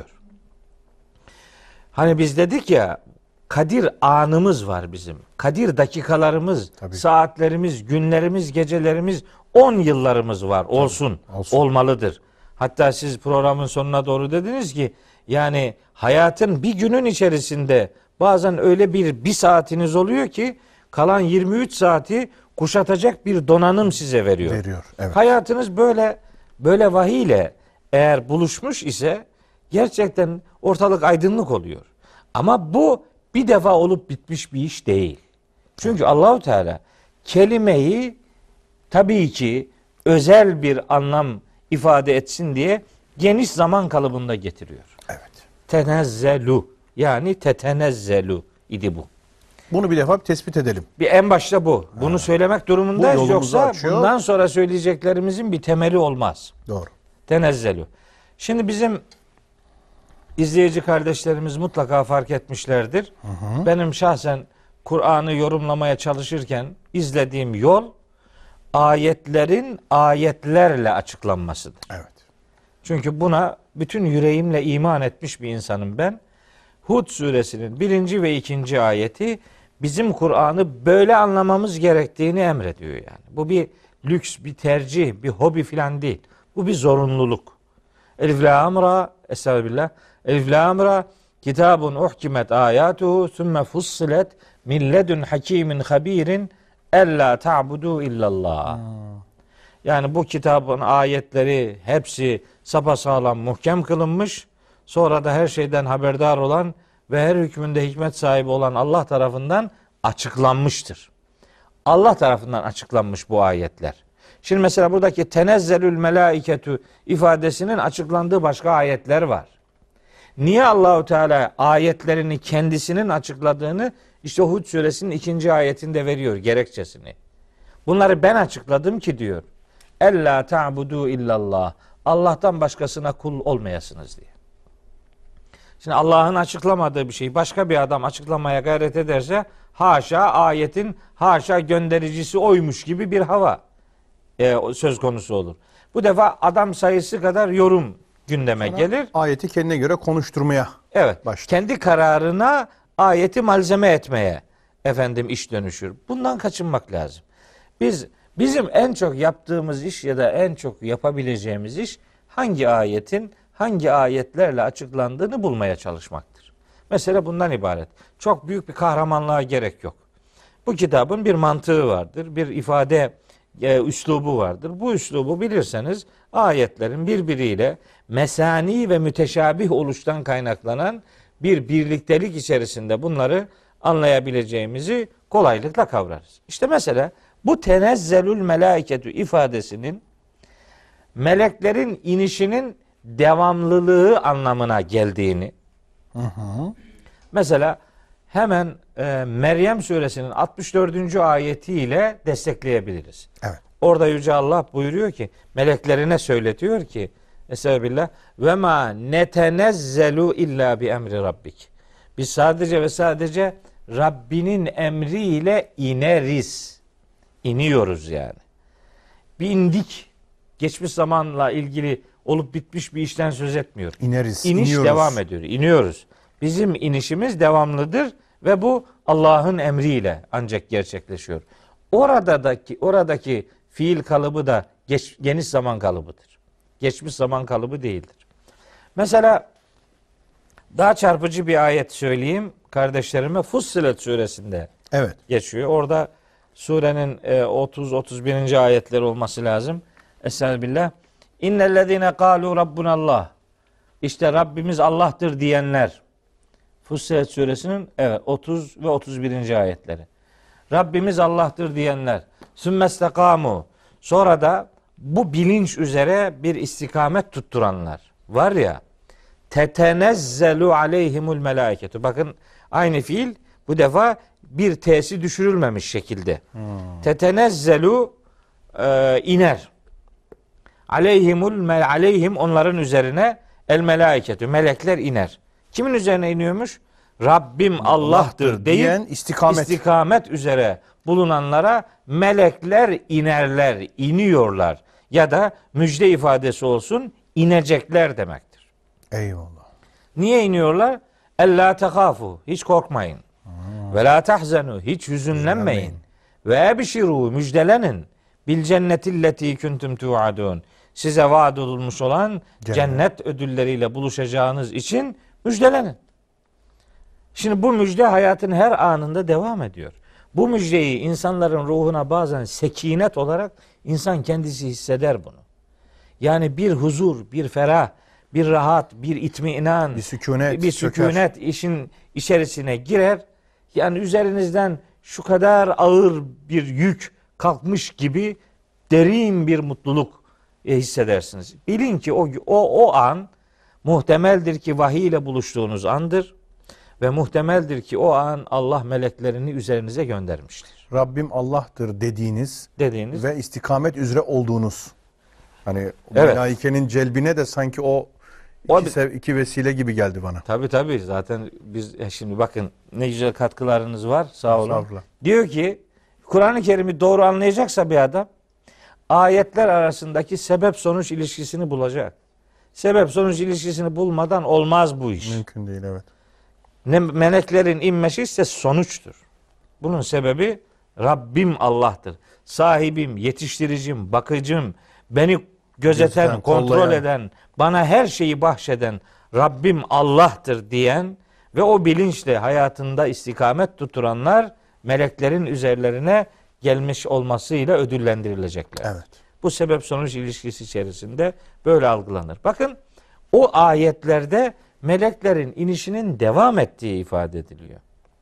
S2: Hani biz dedik ya Kadir anımız var bizim. Kadir dakikalarımız, saatlerimiz, günlerimiz, gecelerimiz, 10 yıllarımız var. Olsun. Olmalıdır. Hatta siz programın sonuna doğru dediniz ki yani hayatın bir günün içerisinde bazen öyle bir saatiniz oluyor ki kalan 23 saati kuşatacak bir donanım size veriyor.
S1: Evet.
S2: Hayatınız böyle vahiy ile eğer buluşmuş ise gerçekten ortalık aydınlık oluyor. Ama bu bir defa olup bitmiş bir iş değil. Çünkü Allahu Teala kelimeyi tabii ki özel bir anlam ifade etsin diye geniş zaman kalıbında getiriyor.
S1: Evet.
S2: Tenezzelu yani tetenezzelu idi bu.
S1: Bunu bir defa tespit edelim.
S2: En başta bu. Bunu söylemek durumundayız. Yoksa bundan sonra söyleyeceklerimizin bir temeli olmaz.
S1: Doğru.
S2: Tenezzelu. Şimdi bizim izleyici kardeşlerimiz mutlaka fark etmişlerdir. Benim şahsen Kur'an'ı yorumlamaya çalışırken izlediğim yol ayetlerin ayetlerle açıklanmasıdır.
S1: Evet.
S2: Çünkü buna bütün yüreğimle iman etmiş bir insanım ben. Hud suresinin 1. ve 2. ayeti bizim Kur'an'ı böyle anlamamız gerektiğini emrediyor yani. Bu bir lüks, bir tercih, bir hobi filan değil. Bu bir zorunluluk. Elif lam ra, estağfirullah. Elif lam ra kitabun uhkimet ayatuhu sümme fussilet min ledun hakimin habirin ella ta'budu illallah. Yani bu kitabın ayetleri hepsi sapasağlam muhkem kılınmış. Sonra da her şeyden haberdar olan ve her hükmünde hikmet sahibi olan Allah tarafından açıklanmıştır. Allah tarafından açıklanmış bu ayetler. Şimdi mesela buradaki tenezzelül melaiketu ifadesinin açıklandığı başka ayetler var. Niye Allahu Teala ayetlerini kendisinin açıkladığını işte Hud suresinin 2. ayetinde veriyor gerekçesini. Bunları ben açıkladım ki diyor. Ella ta'budu illallah. Allah'tan başkasına kul olmayasınız diye. Şimdi Allah'ın açıklamadığı bir şeyi başka bir adam açıklamaya gayret ederse haşa ayetin haşa göndericisi oymuş gibi bir hava söz konusu olur. Bu defa adam sayısı kadar yorum gündeme gelir.
S1: Ayeti kendine göre konuşturmaya başlar.
S2: Kendi kararına ayeti malzeme etmeye iş dönüşür. Bundan kaçınmak lazım. Bizim en çok yaptığımız iş ya da en çok yapabileceğimiz iş hangi ayetin hangi ayetlerle açıklandığını bulmaya çalışmaktır. Mesela bundan ibaret. Çok büyük bir kahramanlığa gerek yok. Bu kitabın bir mantığı vardır, bir ifade üslubu vardır. Bu üslubu bilirseniz ayetlerin birbiriyle mesani ve müteşabih oluştan kaynaklanan bir birliktelik içerisinde bunları anlayabileceğimizi kolaylıkla kavrarız. İşte mesela bu tenezzelül melaiketu ifadesinin meleklerin inişinin devamlılığı anlamına geldiğini mesela hemen Meryem suresinin 64. ayetiyle destekleyebiliriz.
S1: Evet.
S2: Orada Yüce Allah buyuruyor ki meleklerine söyletiyor ki Estağfirullah ve ma netenezzelu illa bi emri rabbik. Biz sadece ve sadece Rabbinin emriyle ineriz. İniyoruz yani. Bir indik. Geçmiş zamanla ilgili olup bitmiş bir işten söz etmiyor.
S1: İneriz.
S2: İniş
S1: iniyoruz.
S2: devam ediyor. İniyoruz. Bizim inişimiz devamlıdır ve bu Allah'ın emriyle ancak gerçekleşiyor. Oradaki fiil kalıbı da geniş zaman kalıbıdır. Geçmiş zaman kalıbı değildir. Mesela daha çarpıcı bir ayet söyleyeyim kardeşlerime. Fussilet suresinde geçiyor. Orada surenin 30-31. ayetleri olması lazım. Estağfirullah. İnnellezine kâlu rabbunallah. İşte Rabbimiz Allah'tır diyenler. Fussilet suresinin 30 ve 31. ayetleri. Rabbimiz Allah'tır diyenler. Sümmestekamu. Sonra da bu bilinç üzere bir istikamet tutturanlar. Var ya. Tetenezzelu aleyhimul melaiketu. Bakın aynı fiil bu defa bir t'si düşürülmemiş şekilde. Tetenezzelu iner. Aleyhim onların üzerine el melaiketu. Melekler iner. Kimin üzerine iniyormuş? Rabbim Allah'tır deyip istikamet üzere bulunanlara melekler inerler, iniyorlar. Ya da müjde ifadesi olsun inecekler demektir.
S1: Eyvallah.
S2: Niye iniyorlar? Ella tekafu. Hiç korkmayın. Ve la tahzenu. Hiç hüzünlenmeyin. Ve ebşiru. Müjdelenin. Bil cennetilleti kuntum tuadun. Size vaat olunmuş olan cennet ödülleriyle buluşacağınız için müjdelenin. Şimdi bu müjde hayatın her anında devam ediyor. Bu müjdeyi insanların ruhuna bazen sekinet olarak insan kendisi hisseder bunu. Yani bir huzur, bir ferah, bir rahat, bir itminan, bir sükunet işin içerisine girer. Yani üzerinizden şu kadar ağır bir yük kalkmış gibi derin bir mutluluk hissedersiniz. Bilin ki o an muhtemeldir ki vahiy ile buluştuğunuz andır ve muhtemeldir ki o an Allah meleklerini üzerinize göndermiştir.
S1: Rabbim Allah'tır dediğiniz ve istikamet üzere olduğunuz. Hani melaikenin celbine de sanki iki vesile gibi geldi bana.
S2: Tabii zaten biz şimdi bakın ne güzel katkılarınız var. Sağ olun. Diyor ki Kur'an-ı Kerim'i doğru anlayacaksa bir adam ayetler arasındaki sebep sonuç ilişkisini bulacak. Sebep sonuç ilişkisini bulmadan olmaz bu iş.
S1: Mümkün değil, evet.
S2: Ne meleklerin inmesi ise sonuçtur. Bunun sebebi Rabbim Allah'tır. Sahibim, yetiştiricim, bakıcım, beni gözeten, kontrol
S1: kollayan,
S2: eden, bana her şeyi bahşeden Rabbim Allah'tır diyen ve o bilinçle hayatında istikamet tutturanlar meleklerin üzerlerine gelmiş olmasıyla ödüllendirilecekler.
S1: Evet.
S2: Bu sebep sonuç ilişkisi içerisinde böyle algılanır. Bakın o ayetlerde meleklerin inişinin devam ettiği ifade ediliyor.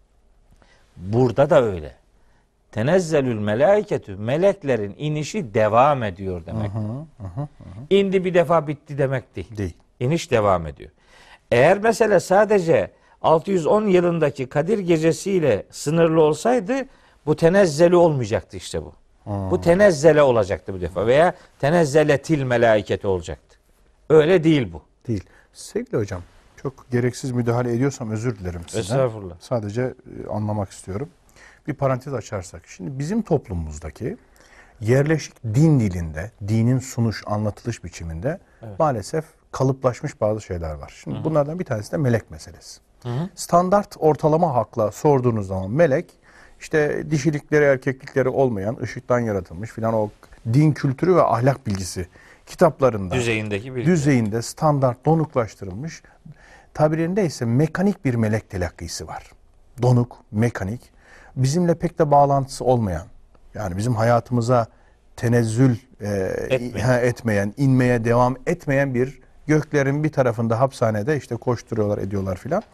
S2: Burada da öyle. Tenezzelül melaiketü, meleklerin inişi devam ediyor demek. İndi bir defa bitti demek değil.
S1: Değil.
S2: İniş devam ediyor. Eğer mesele sadece 610 yılındaki Kadir gecesiyle sınırlı olsaydı bu tenezzeli olmayacaktı işte bu. Bu tenezzele olacaktı bu defa veya tenezzeletil melaiketi olacaktı. Öyle değil bu.
S1: Değil. Sevgili hocam, çok gereksiz müdahale ediyorsam özür dilerim sizden.
S2: Estağfurullah.
S1: Sadece anlamak istiyorum. Bir parantez açarsak. Şimdi bizim toplumumuzdaki yerleşik din dilinde, dinin sunuş, anlatılış biçiminde maalesef kalıplaşmış bazı şeyler var. Şimdi bunlardan bir tanesi de melek meselesi. Standart ortalama hakla sorduğunuz zaman melek, işte dişilikleri, erkeklikleri olmayan, ışıktan yaratılmış filan o din kültürü ve ahlak bilgisi kitaplarında
S2: Düzeyindeki bir
S1: düzeyinde standart donuklaştırılmış, tabirinde ise mekanik bir melek telakkisi var. Donuk, mekanik, bizimle pek de bağlantısı olmayan, yani bizim hayatımıza tenezzül etmeyen, inmeye devam etmeyen bir göklerin bir tarafında hapishanede işte koşturuyorlar, ediyorlar filan.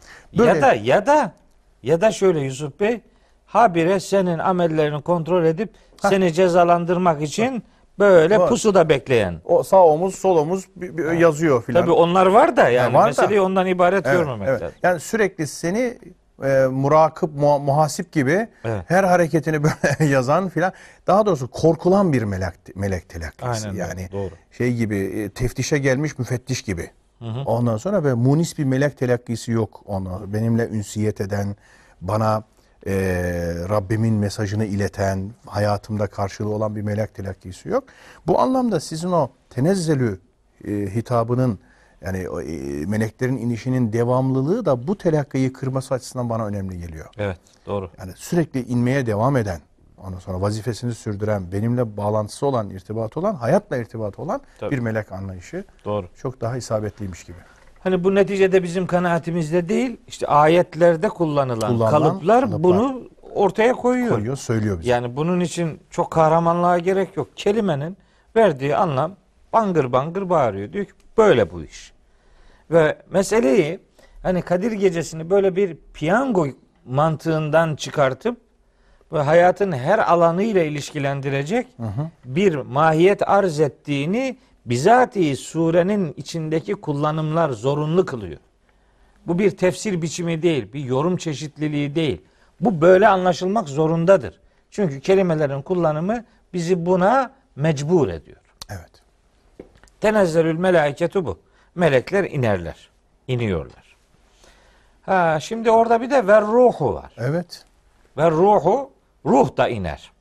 S2: Ya da şöyle Yusuf Bey, habire senin amellerini kontrol edip seni cezalandırmak için böyle pusuda bekleyen.
S1: O sağ omuz, sol omuz yazıyor filan.
S2: Tabii onlar var da yani
S1: var
S2: meseleyi ondan ibaret görmemek
S1: evet.
S2: lazım.
S1: Yani sürekli seni murakip, muhasip gibi her hareketini böyle yazan filan. Daha doğrusu korkulan bir melek telakkisi.
S2: Aynen,
S1: yani
S2: doğru.
S1: şey gibi, teftişe gelmiş müfettiş gibi. Ondan sonra ve munis bir melek telakkisi yok. Benimle ünsiyet eden, bana Rabbimin mesajını ileten, hayatımda karşılığı olan bir melek telakkisi yok. Bu anlamda sizin o tenezzelü hitabının, yani meleklerin inişinin devamlılığı da bu telakkiyi kırması açısından bana önemli geliyor.
S2: Evet, doğru.
S1: Yani sürekli inmeye devam eden, ondan sonra vazifesini sürdüren, benimle bağlantısı olan, irtibatı olan, hayatla irtibatı olan bir melek anlayışı
S2: doğru.
S1: çok daha isabetliymiş gibi.
S2: Hani bu neticede bizim kanaatimizde değil, işte ayetlerde kullanılan kalıplar bunu ortaya koyuyor.
S1: Söylüyor bize.
S2: Yani bunun için çok kahramanlığa gerek yok. Kelimenin verdiği anlam bangır bangır bağırıyor. Diyor ki böyle bu iş. Ve meseleyi hani Kadir Gecesi'ni böyle bir piyango mantığından çıkartıp ve hayatın her alanıyla ilişkilendirecek bir mahiyet arz ettiğini bizatihi surenin içindeki kullanımlar zorunlu kılıyor. Bu bir tefsir biçimi değil, bir yorum çeşitliliği değil. Bu böyle anlaşılmak zorundadır. Çünkü kelimelerin kullanımı bizi buna mecbur ediyor.
S1: Evet.
S2: Tenezzelül melaiketu bu. Melekler inerler, iniyorlar. Şimdi orada bir de ver ruhu var.
S1: Evet.
S2: Ver ruhu, ruh da iner.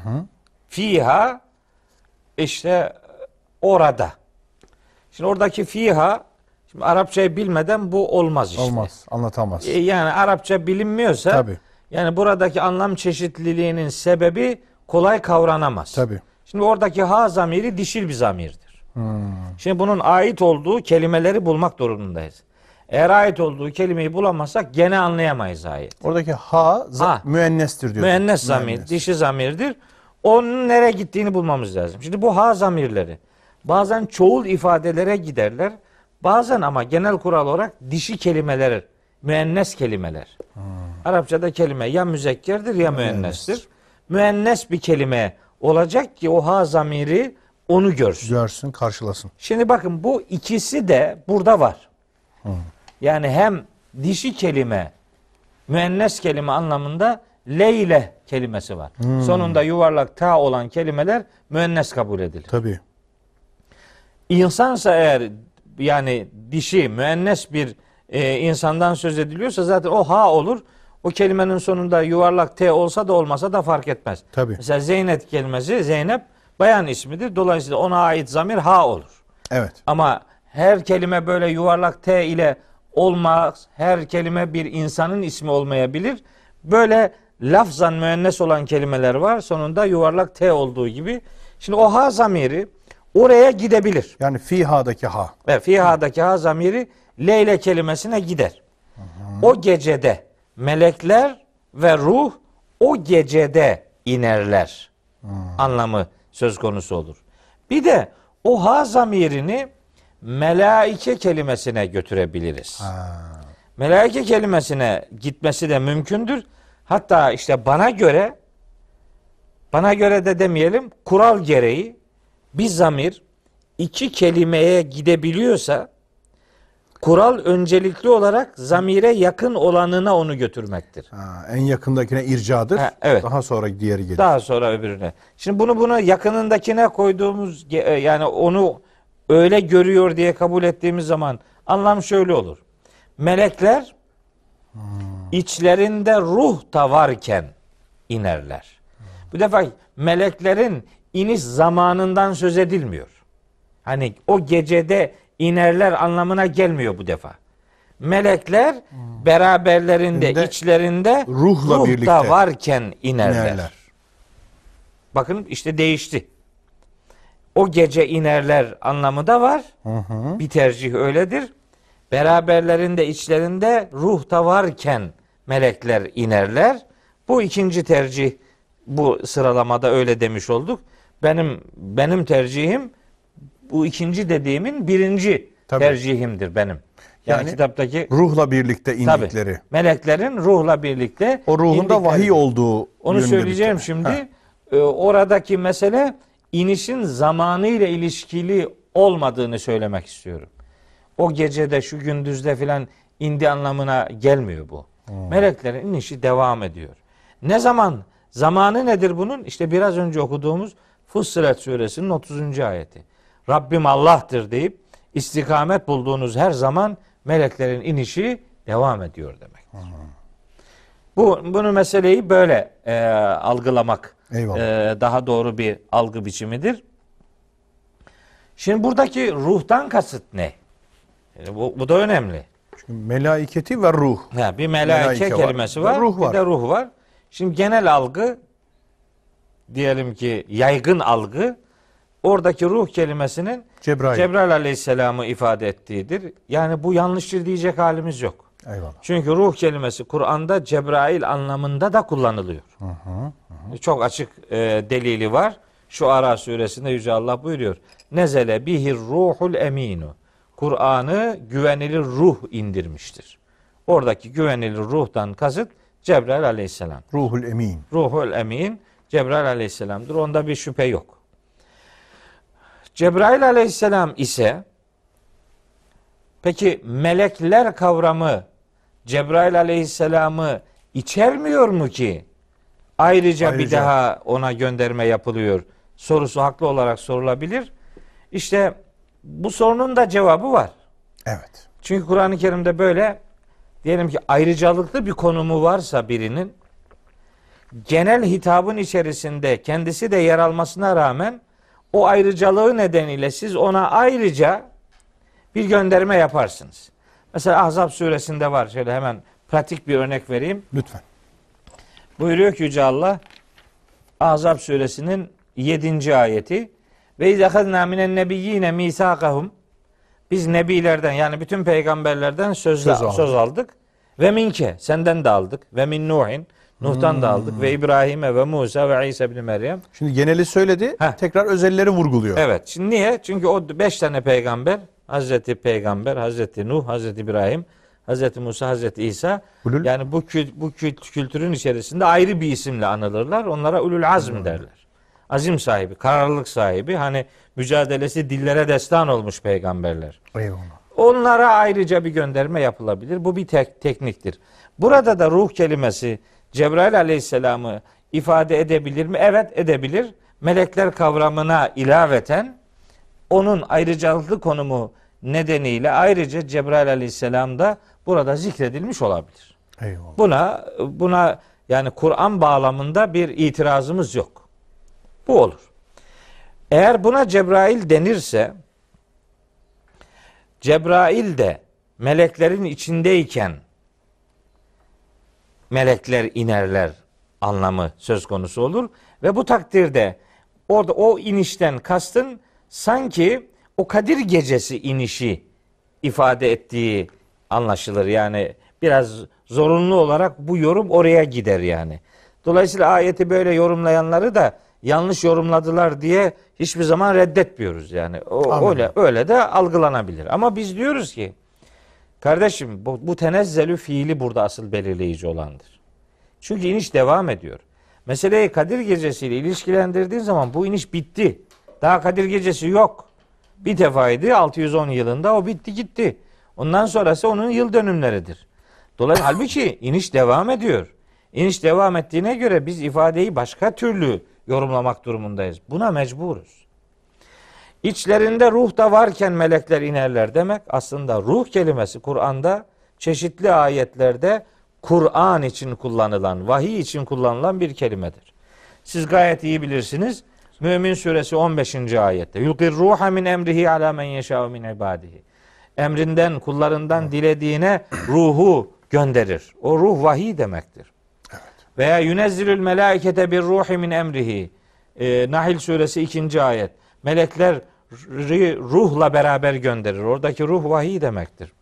S2: Fiha, işte orada. Şimdi oradaki fiha, şimdi Arapçayı bilmeden bu olmaz işte.
S1: Olmaz, anlatamaz.
S2: Yani Arapça bilinmiyorsa,
S1: Tabii.
S2: yani buradaki anlam çeşitliliğinin sebebi kolay kavranamaz.
S1: Tabii.
S2: Şimdi oradaki ha zamiri dişil bir zamirdir. Şimdi bunun ait olduğu kelimeleri bulmak durumundayız. Eğer ait olduğu kelimeyi bulamazsak gene anlayamayız ayet.
S1: Oradaki müennestir diyor.
S2: Müennes zamir, dişi zamirdir. Onun nereye gittiğini bulmamız lazım. Şimdi bu ha zamirleri bazen çoğul ifadelere giderler. Bazen ama genel kural olarak dişi kelimeler, müennes kelimeler. Arapçada kelime ya müzekkerdir ya müennestir. Müennes bir kelime olacak ki o ha zamiri onu görsün.
S1: Görsün, karşılasın.
S2: Şimdi bakın bu ikisi de burada var. Yani hem dişi kelime, müennes kelime anlamında leyle kelimesi var. Sonunda yuvarlak ta olan kelimeler müennes kabul edilir.
S1: Tabii.
S2: İnsansa eğer yani dişi, müennes bir insandan söz ediliyorsa zaten o ha olur. O kelimenin sonunda yuvarlak T olsa da olmasa da fark etmez.
S1: Tabii.
S2: Mesela Zeynep kelimesi, Zeynep bayan ismidir. Dolayısıyla ona ait zamir ha olur.
S1: Evet.
S2: Ama her kelime böyle yuvarlak T ile olmaz. Her kelime bir insanın ismi olmayabilir. Böyle lafzan müennes olan kelimeler var. Sonunda yuvarlak T olduğu gibi. Şimdi o ha zamiri oraya gidebilir.
S1: Yani fiha'daki ha.
S2: Ve fiha'daki ha zamiri leyle kelimesine gider. O gecede melekler ve ruh o gecede inerler. Anlamı söz konusu olur. Bir de o ha zamirini melaike kelimesine götürebiliriz. Melaike kelimesine gitmesi de mümkündür. Hatta işte bana göre de demeyelim, kural gereği bir zamir iki kelimeye gidebiliyorsa kural öncelikli olarak zamire yakın olanına onu götürmektir.
S1: En yakındakine ircadır.
S2: Evet.
S1: Daha sonra diğeri gelir.
S2: Daha sonra öbürüne. Şimdi bunu yakınındakine koyduğumuz, yani onu öyle görüyor diye kabul ettiğimiz zaman anlam şöyle olur. Melekler içlerinde ruh da varken inerler. Bu defa meleklerin iniş zamanından söz edilmiyor. Hani o gecede inerler anlamına gelmiyor bu defa. Melekler beraberlerinde, içlerinde
S1: ruhla
S2: ruh
S1: birlikte
S2: da varken inerler. Bakın işte değişti. O gece inerler anlamı da var. Bir tercih öyledir. Beraberlerinde, içlerinde ruh da varken melekler inerler. Bu ikinci tercih, bu sıralamada öyle demiş olduk. Benim tercihim bu ikinci dediğimin birinci tercihimdir benim. Yani kitaptaki
S1: ruhla birlikte indikleri.
S2: Meleklerin ruhla birlikte
S1: o ruhun da vahiy olduğu.
S2: Onu söyleyeceğim şimdi. Oradaki mesele inişin zamanı ile ilişkili olmadığını söylemek istiyorum. O gecede şu gündüzde filan indi anlamına gelmiyor bu. Meleklerin inişi devam ediyor. Ne zaman? Zamanı nedir bunun? İşte biraz önce okuduğumuz Fussilet suresinin 30. ayeti. Rabbim Allah'tır deyip istikamet bulduğunuz her zaman meleklerin inişi devam ediyor demektir. Bunu meseleyi böyle algılamak daha doğru bir algı biçimidir. Şimdi buradaki ruhtan kasıt ne? Bu da önemli.
S1: Çünkü melaiketi ve ruh.
S2: Bir melaike kelimesi var, bir de ruh var. Şimdi genel algı, diyelim ki yaygın algı, oradaki ruh kelimesinin Cebrail Aleyhisselam'ı ifade ettiğidir. Yani bu yanlıştır diyecek halimiz yok.
S1: Eyvallah.
S2: Çünkü ruh kelimesi Kur'an'da Cebrail anlamında da kullanılıyor. Çok açık delili var. Şuara suresinde Yüce Allah buyuruyor. Nezele bihir ruhul eminu. Kur'an'ı güvenilir ruh indirmiştir. Oradaki güvenilir ruhtan kasıt Cebrail Aleyhisselam.
S1: Ruhul emin.
S2: Ruhul emin Cebrail Aleyhisselam'dır. Onda bir şüphe yok. Cebrail Aleyhisselam ise peki melekler kavramı Cebrail Aleyhisselam'ı içermiyor mu ki ayrıca bir daha ona gönderme yapılıyor sorusu haklı olarak sorulabilir. İşte bu sorunun da cevabı var.
S1: Evet.
S2: Çünkü Kur'an-ı Kerim'de böyle diyelim ki ayrıcalıklı bir konumu varsa birinin genel hitabın içerisinde kendisi de yer almasına rağmen o ayrıcalığı nedeniyle siz ona ayrıca bir gönderme yaparsınız. Mesela Ahzab suresinde var. Şöyle hemen pratik bir örnek vereyim.
S1: Lütfen.
S2: Buyuruyor ki Yüce Allah Ahzab suresinin 7. ayeti ve izâhadnâ minen nebiyyîne mîsâkahum. Biz nebilerden yani bütün peygamberlerden söz aldık. Ve minke senden de aldık. Ve min Nuhin Nuh'tan da aldık. Ve İbrahim'e ve Musa ve İsa ibn Meryem.
S1: Şimdi geneli söyledi. Tekrar özelleri vurguluyor.
S2: Evet. Şimdi niye? Çünkü o 5 tane peygamber, Hazreti Peygamber, Hazreti Nuh, Hazreti İbrahim, Hazreti Musa, Hazreti İsa. Yani bu kültürün içerisinde ayrı bir isimle anılırlar. Onlara ulul azm derler. Azim sahibi, kararlılık sahibi. Hani mücadelesi dillere destan olmuş peygamberler.
S1: Eyvallah.
S2: Onlara ayrıca bir gönderme yapılabilir. Bu bir tekniktir. Burada da ruh kelimesi Cebrail Aleyhisselam'ı ifade edebilir mi? Evet, edebilir. Melekler kavramına ilaveten onun ayrıcalıklı konumu nedeniyle ayrıca Cebrail Aleyhisselam da burada zikredilmiş olabilir.
S1: Eyvallah.
S2: Buna yani Kur'an bağlamında bir itirazımız yok. Bu olur. Eğer buna Cebrail denirse, Cebrail de meleklerin içindeyken melekler inerler anlamı söz konusu olur. Ve bu takdirde orada o inişten kastın sanki o Kadir Gecesi inişi ifade ettiği anlaşılır. Yani biraz zorunlu olarak bu yorum oraya gider yani. Dolayısıyla ayeti böyle yorumlayanları da yanlış yorumladılar diye hiçbir zaman reddetmiyoruz yani. Öyle de algılanabilir. Ama biz diyoruz ki kardeşim bu tenezzelü fiili burada asıl belirleyici olandır. Çünkü iniş devam ediyor. Meseleyi Kadir Gecesi ile ilişkilendirdiğin zaman bu iniş bitti. Daha Kadir Gecesi yok. Bir defaydı 610 yılında, o bitti gitti. Ondan sonrası onun yıl dönümleridir. Dolayısıyla halbuki iniş devam ediyor. İniş devam ettiğine göre biz ifadeyi başka türlü yorumlamak durumundayız. Buna mecburuz. İçlerinde ruh da varken melekler inerler demek aslında ruh kelimesi Kur'an'da çeşitli ayetlerde Kur'an için kullanılan, vahiy için kullanılan bir kelimedir. Siz gayet iyi bilirsiniz. Mümin suresi 15. ayette. Yulqir ruha min emrihi ala men yeşâ'u min ibadihi. Emrinden, kullarından dilediğine ruhu gönderir. O ruh vahiy demektir. Evet. Veya yunezzilül melâikete bir ruhi min emrihi. Nahl suresi 2. ayet. Melekler ruhla beraber gönderir. Oradaki ruh vahiy demektir.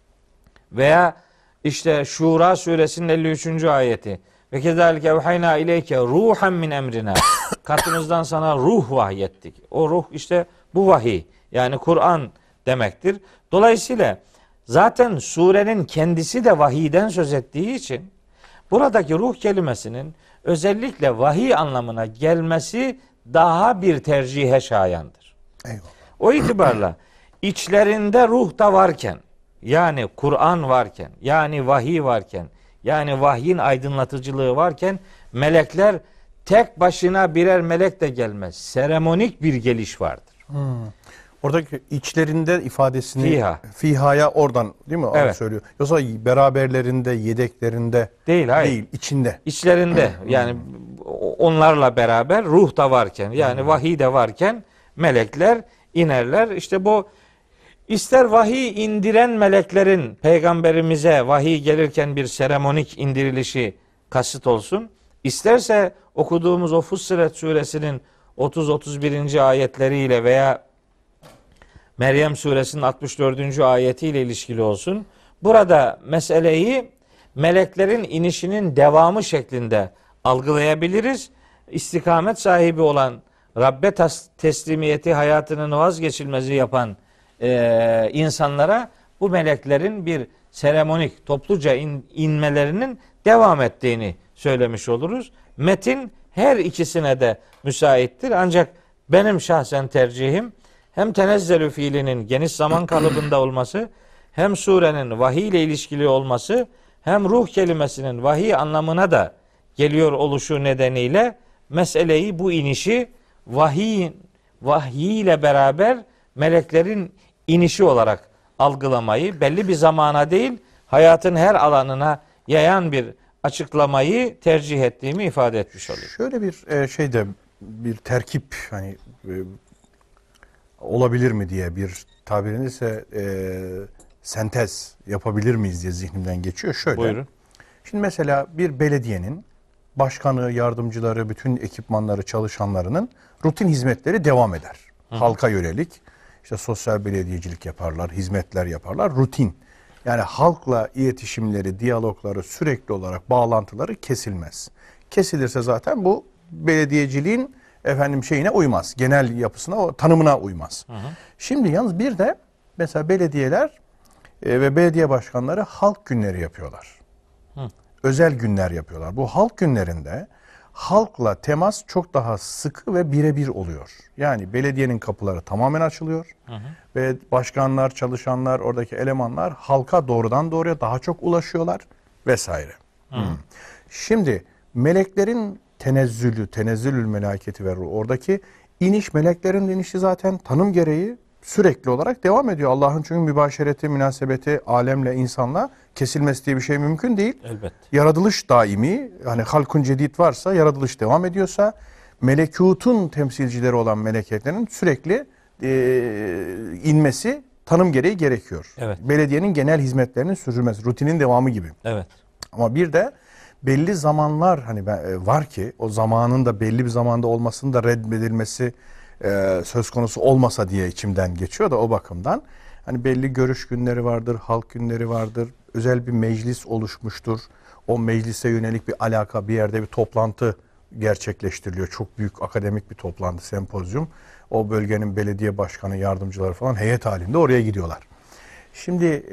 S2: Veya işte Şura suresinin 53. ayeti. Ve kezalike evhayna ileyke ruhan min emrina. Katımızdan sana ruh vahyettik. O ruh işte bu vahiy. Yani Kur'an demektir. Dolayısıyla zaten surenin kendisi de vahiyden söz ettiği için buradaki ruh kelimesinin özellikle vahiy anlamına gelmesi daha bir tercihe şayandır. Eyvallah. O itibarla içlerinde ruh da varken, yani Kur'an varken, yani vahiy varken, yani vahyin aydınlatıcılığı varken melekler tek başına birer melek de gelmez. Seremonik bir geliş vardır.
S1: Oradaki içlerinde ifadesini fihaya oradan değil mi? Evet. Söylüyor. Yoksa beraberlerinde, yedeklerinde
S2: değil, hayır.
S1: Değil, içinde.
S2: İçlerinde yani onlarla beraber ruh da varken, yani vahiy de varken melekler inerler. İşte bu ister vahiy indiren meleklerin peygamberimize vahiy gelirken bir seremonik indirilişi kasıt olsun. İsterse okuduğumuz o Fussilet suresinin 30-31. ayetleriyle veya Meryem suresinin 64. ayetiyle ilişkili olsun. Burada meseleyi meleklerin inişinin devamı şeklinde algılayabiliriz. İstikamet sahibi olan, Rabbe teslimiyeti hayatının vazgeçilmezi yapan insanlara bu meleklerin bir seremonik, topluca inmelerinin devam ettiğini söylemiş oluruz. Metin her ikisine de müsaittir. Ancak benim şahsen tercihim hem tenezzelü fiilinin geniş zaman kalıbında olması, hem surenin vahiy ile ilişkili olması, hem ruh kelimesinin vahiy anlamına da geliyor oluşu nedeniyle meseleyi, bu inişi vahiy ile beraber meleklerin inişi olarak algılamayı, belli bir zamana değil hayatın her alanına yayan bir açıklamayı tercih ettiğimi ifade etmiş olayım.
S1: Şöyle bir bir terkip hani olabilir mi diye bir tabirin ise sentez yapabilir miyiz diye zihnimden geçiyor. Şöyle.
S2: Buyurun.
S1: Şimdi mesela bir belediyenin başkanı, yardımcıları, bütün ekipmanları, çalışanlarının rutin hizmetleri devam eder. Halka yönelik işte sosyal belediyecilik yaparlar, hizmetler yaparlar, rutin. Yani halkla iletişimleri, diyalogları, sürekli olarak bağlantıları kesilmez. Kesilirse zaten bu belediyeciliğin şeyine uymaz. Genel yapısına, o tanımına uymaz. Şimdi yalnız bir de mesela belediyeler ve belediye başkanları halk günleri yapıyorlar. Özel günler yapıyorlar. Bu halk günlerinde halkla temas çok daha sıkı ve birebir oluyor. Yani belediyenin kapıları tamamen açılıyor. Ve başkanlar, çalışanlar, oradaki elemanlar halka doğrudan doğruya daha çok ulaşıyorlar vesaire. Şimdi meleklerin tenezzülül meleketi ve ruh, oradaki iniş, meleklerin inişi zaten tanım gereği sürekli olarak devam ediyor. Allah'ın çünkü mübaşereti, münasebeti alemle, insanla kesilmesi diye bir şey mümkün değil.
S2: Elbette.
S1: Yaratılış daimi, hani halkun cedid varsa, yaratılış devam ediyorsa, melekutun temsilcileri olan meleklerin sürekli inmesi tanım gereği gerekiyor.
S2: Evet.
S1: Belediyenin genel hizmetlerinin sürdürmesi, rutinin devamı gibi.
S2: Evet.
S1: Ama bir de belli zamanlar hani var ki o zamanın da belli bir zamanda olmasının da reddedilmesi söz konusu olmasa diye içimden geçiyor da o bakımdan. Hani belli görüş günleri vardır, halk günleri vardır, özel bir meclis oluşmuştur. O meclise yönelik bir alaka, bir yerde bir toplantı gerçekleştiriliyor. Çok büyük akademik bir toplantı, sempozyum. O bölgenin belediye başkanı, yardımcıları falan heyet halinde oraya gidiyorlar. Şimdi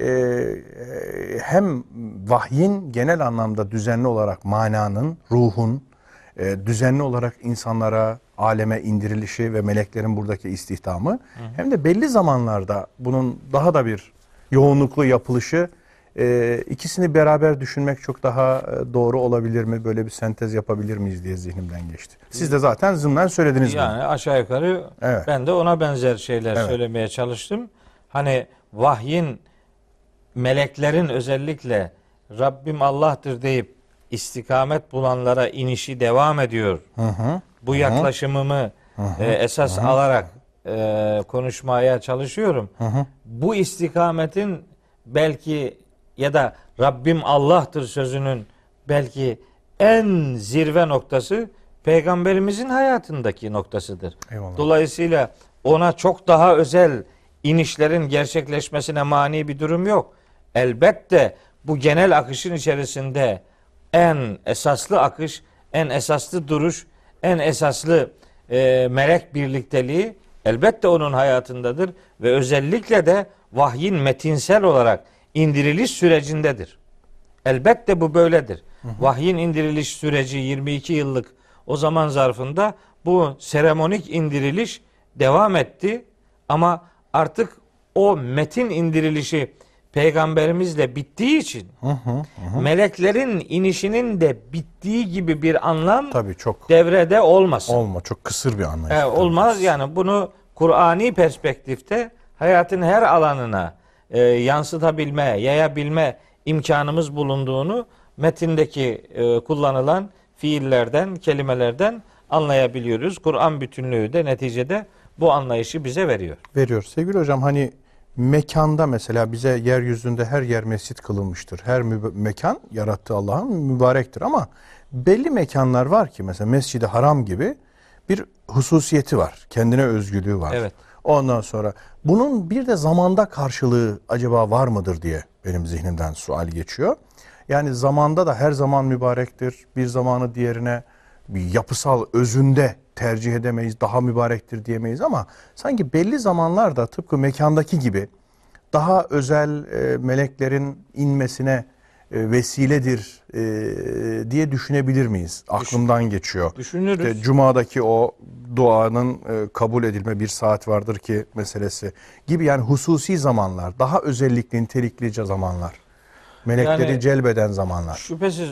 S1: hem vahyin genel anlamda düzenli olarak mananın, ruhun düzenli olarak insanlara, aleme indirilişi ve meleklerin buradaki istihdamı, hem de belli zamanlarda bunun daha da bir yoğunluklu yapılışı, ikisini beraber düşünmek çok daha doğru olabilir mi? Böyle bir sentez yapabilir miyiz diye zihnimden geçti. Siz de zaten zımnen söylediniz bunu.
S2: Yani aşağı yukarı
S1: Evet.
S2: ben de ona benzer şeyler
S1: Evet.
S2: söylemeye çalıştım. Hani vahyin, meleklerin özellikle Rabbim Allah'tır deyip istikamet bulanlara inişi devam ediyor. Bu yaklaşımımı esas alarak konuşmaya çalışıyorum. Bu istikametin belki ya da Rabbim Allah'tır sözünün belki en zirve noktası Peygamberimizin hayatındaki noktasıdır.
S1: Eyvallah.
S2: Dolayısıyla ona çok daha özel inişlerin gerçekleşmesine mani bir durum yok. Elbette bu genel akışın içerisinde en esaslı akış, en esaslı duruş, en esaslı melek birlikteliği elbette onun hayatındadır ve özellikle de vahyin metinsel olarak indiriliş sürecindedir. Elbette bu böyledir. Vahyin indiriliş süreci 22 yıllık o zaman zarfında bu seremonik indiriliş devam etti ama artık o metin indirilişi Peygamberimizle bittiği için meleklerin inişinin de bittiği gibi bir anlam
S1: Tabii çok
S2: devrede olmasın.
S1: çok kısır bir anlayış.
S2: Olmaz yani bunu Kur'ani perspektifte hayatın her alanına yansıtabilme, yayabilme imkanımız bulunduğunu metindeki kullanılan fiillerden, kelimelerden anlayabiliyoruz. Kur'an bütünlüğü de neticede bu anlayışı bize veriyor.
S1: Veriyor. Sevgili hocam, hani mekanda mesela bize yeryüzünde her yer mescit kılınmıştır. Her mekan yarattığı Allah'ın mübarektir ama belli mekanlar var ki mesela Mescid-i Haram gibi bir hususiyeti var. Kendine özgürlüğü var.
S2: Evet.
S1: Ondan sonra bunun bir de zamanda karşılığı acaba var mıdır diye benim zihnimden sual geçiyor. Yani zamanda da her zaman mübarektir. Bir zamanı diğerine bir yapısal özünde tercih edemeyiz, daha mübarektir diyemeyiz ama sanki belli zamanlarda tıpkı mekandaki gibi daha özel meleklerin inmesine vesiledir diye düşünebilir miyiz? Aklımdan geçiyor.
S2: Düşünürüz.
S1: İşte Cuma'daki o duanın kabul edilme bir saat vardır ki meselesi gibi, yani hususi zamanlar, daha özellikli, nitelikli zamanlar. Melekleri
S2: Yani
S1: celbeden zamanlar.
S2: Şüphesiz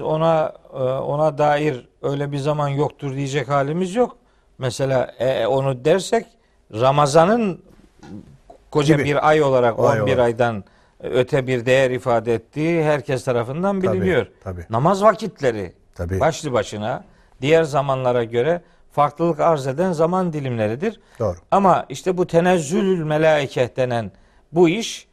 S2: ona dair öyle bir zaman yoktur diyecek halimiz yok. Mesela onu dersek Ramazan'ın koca
S1: Gibi.
S2: bir ay olarak
S1: O ay
S2: 11
S1: olarak.
S2: aydan öte bir değer ifade ettiği herkes tarafından biliniyor.
S1: Tabii.
S2: Namaz vakitleri
S1: Tabii.
S2: başlı başına diğer zamanlara göre farklılık arz eden zaman dilimleridir.
S1: Doğru.
S2: Ama işte bu tenezzülül melaike denen bu iş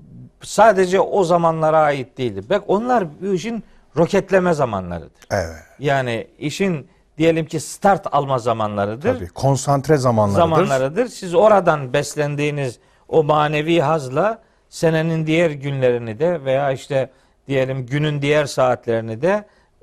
S2: sadece o zamanlara ait değildir. Bak onlar bu işin roketleme zamanlarıdır.
S1: Evet.
S2: Yani işin diyelim ki start alma zamanlarıdır.
S1: Tabii. Konsantre zamanlarıdır.
S2: Siz oradan beslendiğiniz o manevi hazla senenin diğer günlerini de veya işte diyelim günün diğer saatlerini de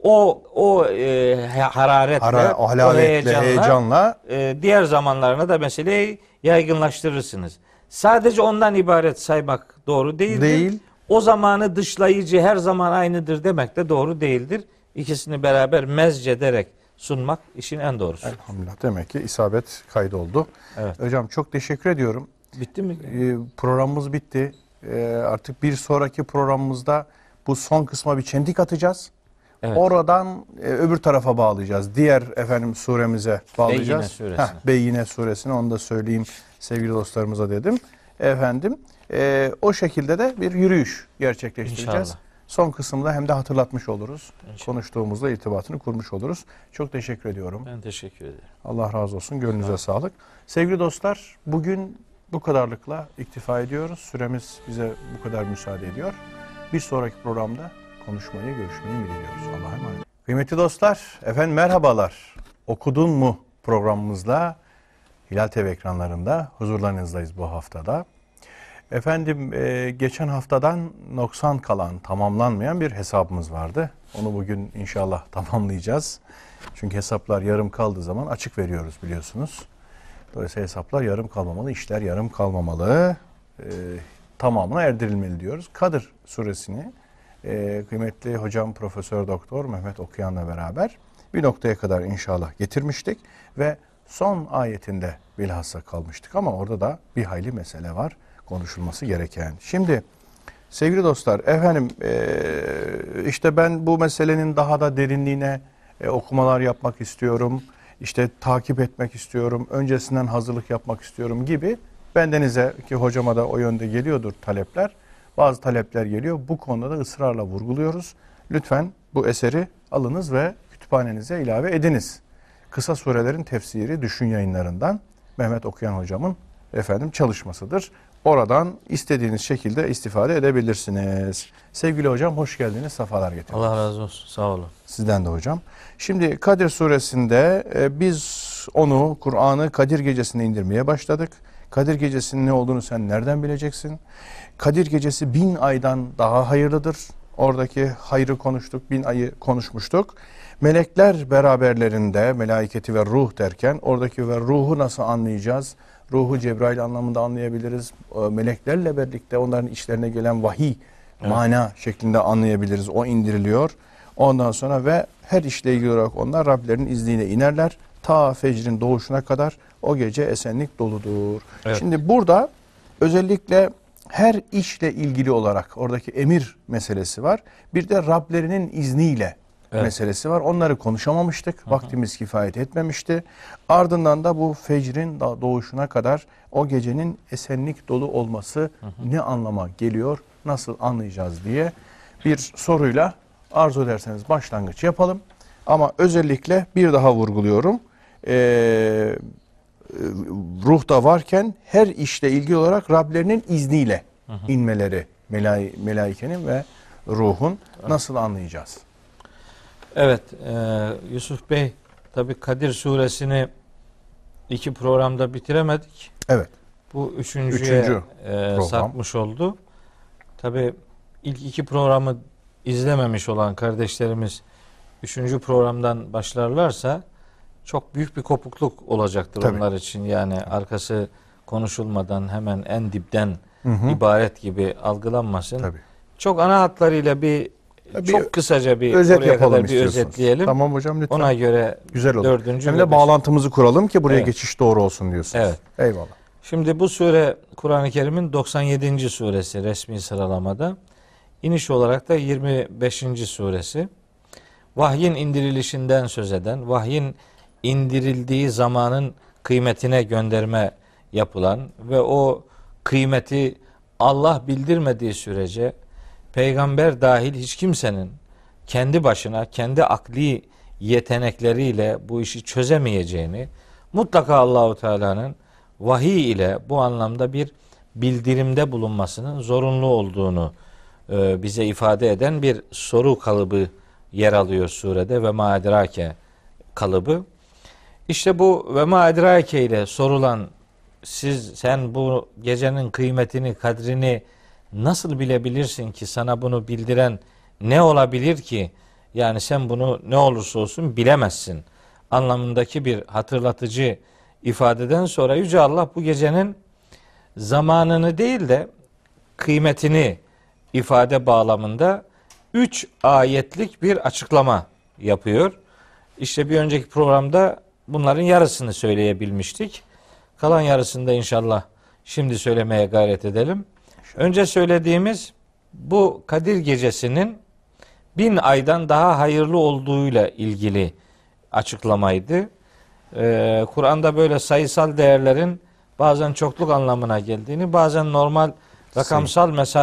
S2: o hararetle,
S1: O halavetle, heyecanla
S2: diğer zamanlarına da meseleyi yaygınlaştırırsınız. Sadece ondan ibaret saymak doğru değildir.
S1: Değil.
S2: O zamanı dışlayıcı her zaman aynıdır demek de doğru değildir. İkisini beraber mezcederek sunmak işin en doğrusu.
S1: Elhamdülillah. Demek ki isabet kaydoldu.
S2: Evet.
S1: Hocam çok teşekkür ediyorum.
S2: Bitti mi?
S1: Programımız bitti. Artık bir sonraki programımızda bu son kısma bir çentik atacağız.
S2: Evet.
S1: Oradan öbür tarafa bağlayacağız. Diğer suremize bağlayacağız.
S2: Beyyine suresine.
S1: Beyyine suresine, onu da söyleyeyim sevgili dostlarımıza dedim. O şekilde de bir yürüyüş gerçekleştireceğiz.
S2: İnşallah.
S1: son kısımda hem de hatırlatmış oluruz.
S2: İnşallah.
S1: Konuştuğumuzda irtibatını kurmuş oluruz. Çok teşekkür ediyorum.
S2: Ben teşekkür ederim.
S1: Allah razı olsun. Gönlünüze sağlık. Sevgili dostlar, bugün bu kadarlıkla iktifa ediyoruz. Süremiz bize bu kadar müsaade ediyor. Bir sonraki programda konuşmayı, görüşmeyi ümit ediyoruz. Allah'a emanet. Kıymetli dostlar, efendim merhabalar. Okudun mu programımızla Hilal TV ekranlarında huzurlarınızdayız bu haftada. Efendim geçen haftadan noksan kalan, tamamlanmayan bir hesabımız vardı. Onu bugün inşallah tamamlayacağız. Çünkü hesaplar yarım kaldığı zaman açık veriyoruz biliyorsunuz. Dolayısıyla hesaplar yarım kalmamalı, işler yarım kalmamalı. Tamamına erdirilmeli diyoruz. Kadir suresini kıymetli hocam Profesör Doktor Mehmet Okuyan'la beraber bir noktaya kadar inşallah getirmiştik. Ve son ayetinde bilhassa kalmıştık ama orada da bir hayli mesele var konuşulması gereken. Şimdi sevgili dostlar, efendim işte ben bu meselenin daha da derinliğine okumalar yapmak istiyorum. İşte takip etmek istiyorum. Öncesinden hazırlık yapmak istiyorum gibi bendenize ki hocama da o yönde geliyordur talepler. Bazı talepler geliyor. Bu konuda da ısrarla vurguluyoruz. Lütfen bu eseri alınız ve kütüphanenize ilave ediniz. Kısa surelerin tefsiri Düşün Yayınlarından Mehmet Okuyan hocamın çalışmasıdır. Oradan istediğiniz şekilde istifade edebilirsiniz. Sevgili hocam hoş geldiniz, sefalar getirdiniz.
S2: Allah razı olsun, sağ olun.
S1: Sizden de hocam. Şimdi Kadir suresinde biz onu, Kur'an'ı Kadir gecesinde indirmeye başladık. Kadir gecesinin ne olduğunu sen nereden bileceksin? Kadir gecesi 1000 aydan daha hayırlıdır. Oradaki hayrı konuştuk, 1000 ayı konuşmuştuk. Melekler beraberlerinde, melaiketi ve ruh derken oradaki ve ruhu nasıl anlayacağız? Ruhu Cebrail anlamında anlayabiliriz. Meleklerle birlikte onların içlerine gelen vahiy, mana şeklinde anlayabiliriz. O indiriliyor. Ondan sonra ve her işle ilgili olarak onlar Rablerinin izniyle inerler. Ta fecrin doğuşuna kadar o gece esenlik doludur. Evet. Şimdi burada özellikle her işle ilgili olarak oradaki emir meselesi var. Bir de Rablerinin izniyle meselesi var. Onları konuşamamıştık. Vaktimiz kifayet etmemişti. Ardından da bu fecrin doğuşuna kadar o gecenin esenlik dolu olması ne anlama geliyor, nasıl anlayacağız diye bir soruyla arzu ederseniz başlangıç yapalım. Ama özellikle bir daha vurguluyorum. Ruhta varken her işle ilgili olarak Rablerinin izniyle inmeleri, melaikenin ve ruhun nasıl anlayacağız?
S2: Evet, Yusuf Bey, tabii Kadir suresini 2 programda bitiremedik.
S1: Evet.
S2: Bu üçüncüye sarkmış oldu. Tabii ilk 2 programı izlememiş olan kardeşlerimiz 3. programdan başlarlarsa çok büyük bir kopukluk olacaktır onlar için. Yani arkası konuşulmadan hemen en dipten ibaret gibi algılanmasın. Tabii. Çok ana hatlarıyla çok kısaca bir
S1: özet
S2: oraya
S1: yapalım
S2: kadar bir özetleyelim.
S1: Tamam hocam lütfen.
S2: Ona göre
S1: güzel olur.
S2: 4.
S1: Hem de bağlantımızı kuralım ki buraya geçiş doğru olsun diyorsunuz.
S2: Evet.
S1: Eyvallah.
S2: Şimdi bu sure Kur'an-ı Kerim'in 97. suresi resmi sıralamada. İniş olarak da 25. suresi. Vahyin indirilişinden söz eden, vahyin indirildiği zamanın kıymetine gönderme yapılan ve o kıymeti Allah bildirmediği sürece peygamber dahil hiç kimsenin kendi başına, kendi akli yetenekleriyle bu işi çözemeyeceğini, mutlaka Allahu Teala'nın vahiy ile bu anlamda bir bildirimde bulunmasının zorunlu olduğunu bize ifade eden bir soru kalıbı yer alıyor surede ve ma edrake kalıbı. İşte bu ve ma edrake ile sorulan sen bu gecenin kıymetini, kadrini nasıl bilebilirsin ki, sana bunu bildiren ne olabilir ki? Yani sen bunu ne olursa olsun bilemezsin anlamındaki bir hatırlatıcı ifadeden sonra Yüce Allah bu gecenin zamanını değil de kıymetini ifade bağlamında 3 ayetlik bir açıklama yapıyor. İşte bir önceki programda bunların yarısını söyleyebilmiştik. Kalan yarısını da inşallah şimdi söylemeye gayret edelim. Önce söylediğimiz bu Kadir gecesinin 1000 aydan daha hayırlı olduğuyla ilgili açıklamaydı. Kur'an'da böyle sayısal değerlerin bazen çokluk anlamına geldiğini, bazen normal rakamsal mesaj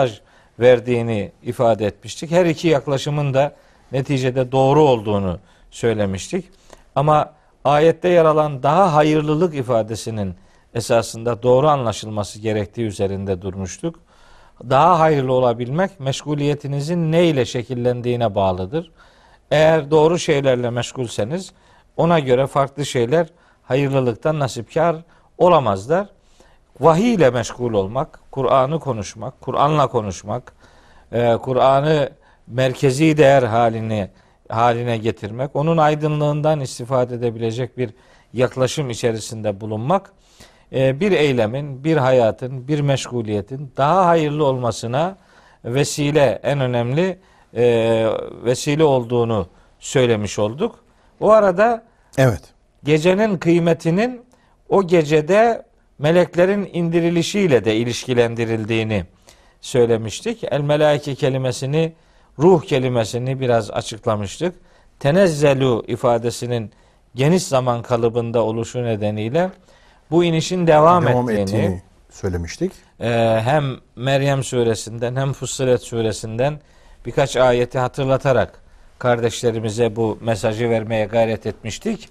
S2: verdiğini ifade etmiştik. Her iki yaklaşımın da neticede doğru olduğunu söylemiştik. Ama ayette yer alan daha hayırlılık ifadesinin esasında doğru anlaşılması gerektiği üzerinde durmuştuk. Daha hayırlı olabilmek meşguliyetinizin ne ile şekillendiğine bağlıdır. Eğer doğru şeylerle meşgulseniz ona göre farklı şeyler hayırlılıktan nasipkar olamazlar. Vahiy ile meşgul olmak, Kur'an'ı konuşmak, Kur'an'la konuşmak, Kur'an'ı merkezi değer haline getirmek, onun aydınlığından istifade edebilecek bir yaklaşım içerisinde bulunmak, bir eylemin, bir hayatın, bir meşguliyetin daha hayırlı olmasına vesile, en önemli vesile olduğunu söylemiş olduk. O arada
S1: evet,
S2: gecenin kıymetinin o gecede meleklerin indirilişiyle de ilişkilendirildiğini söylemiştik. El melaike kelimesini, ruh kelimesini biraz açıklamıştık. Tenezzelu ifadesinin geniş zaman kalıbında oluşu nedeniyle bu inişin devam ettiğini
S1: söylemiştik.
S2: Hem Meryem suresinden hem Fussilet suresinden birkaç ayeti hatırlatarak kardeşlerimize bu mesajı vermeye gayret etmiştik.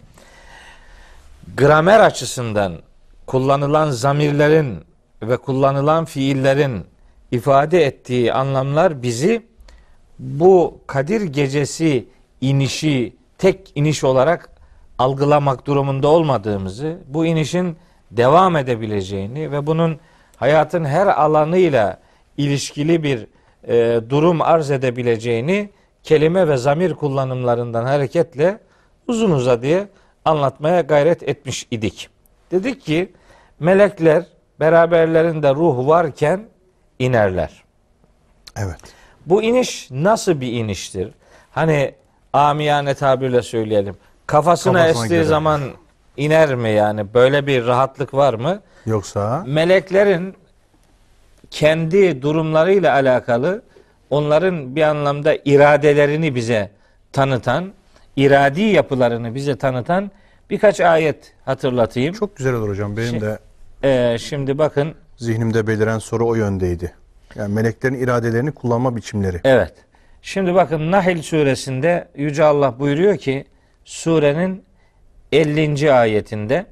S2: Gramer açısından kullanılan zamirlerin ve kullanılan fiillerin ifade ettiği anlamlar bizi bu Kadir Gecesi inişi tek iniş olarak algılamak durumunda olmadığımızı, bu inişin devam edebileceğini ve bunun hayatın her alanıyla ilişkili bir durum arz edebileceğini kelime ve zamir kullanımlarından hareketle uzun uzadıya anlatmaya gayret etmiş idik. Dedik ki melekler beraberlerinde ruh varken inerler.
S1: Evet.
S2: Bu iniş nasıl bir iniştir? Hani amiyane tabirle söyleyelim. Kafasına estiği göre zaman iner mi yani? Böyle bir rahatlık var mı?
S1: Yoksa?
S2: Meleklerin kendi durumlarıyla alakalı onların bir anlamda iradelerini bize tanıtan, iradi yapılarını bize tanıtan birkaç ayet hatırlatayım.
S1: Çok güzel olur hocam. Benim de
S2: şimdi bakın.
S1: Zihnimde beliren soru o yöndeydi. Yani meleklerin iradelerini kullanma biçimleri.
S2: Evet. Şimdi bakın Nahl suresinde Yüce Allah buyuruyor ki surenin 50. ayetinde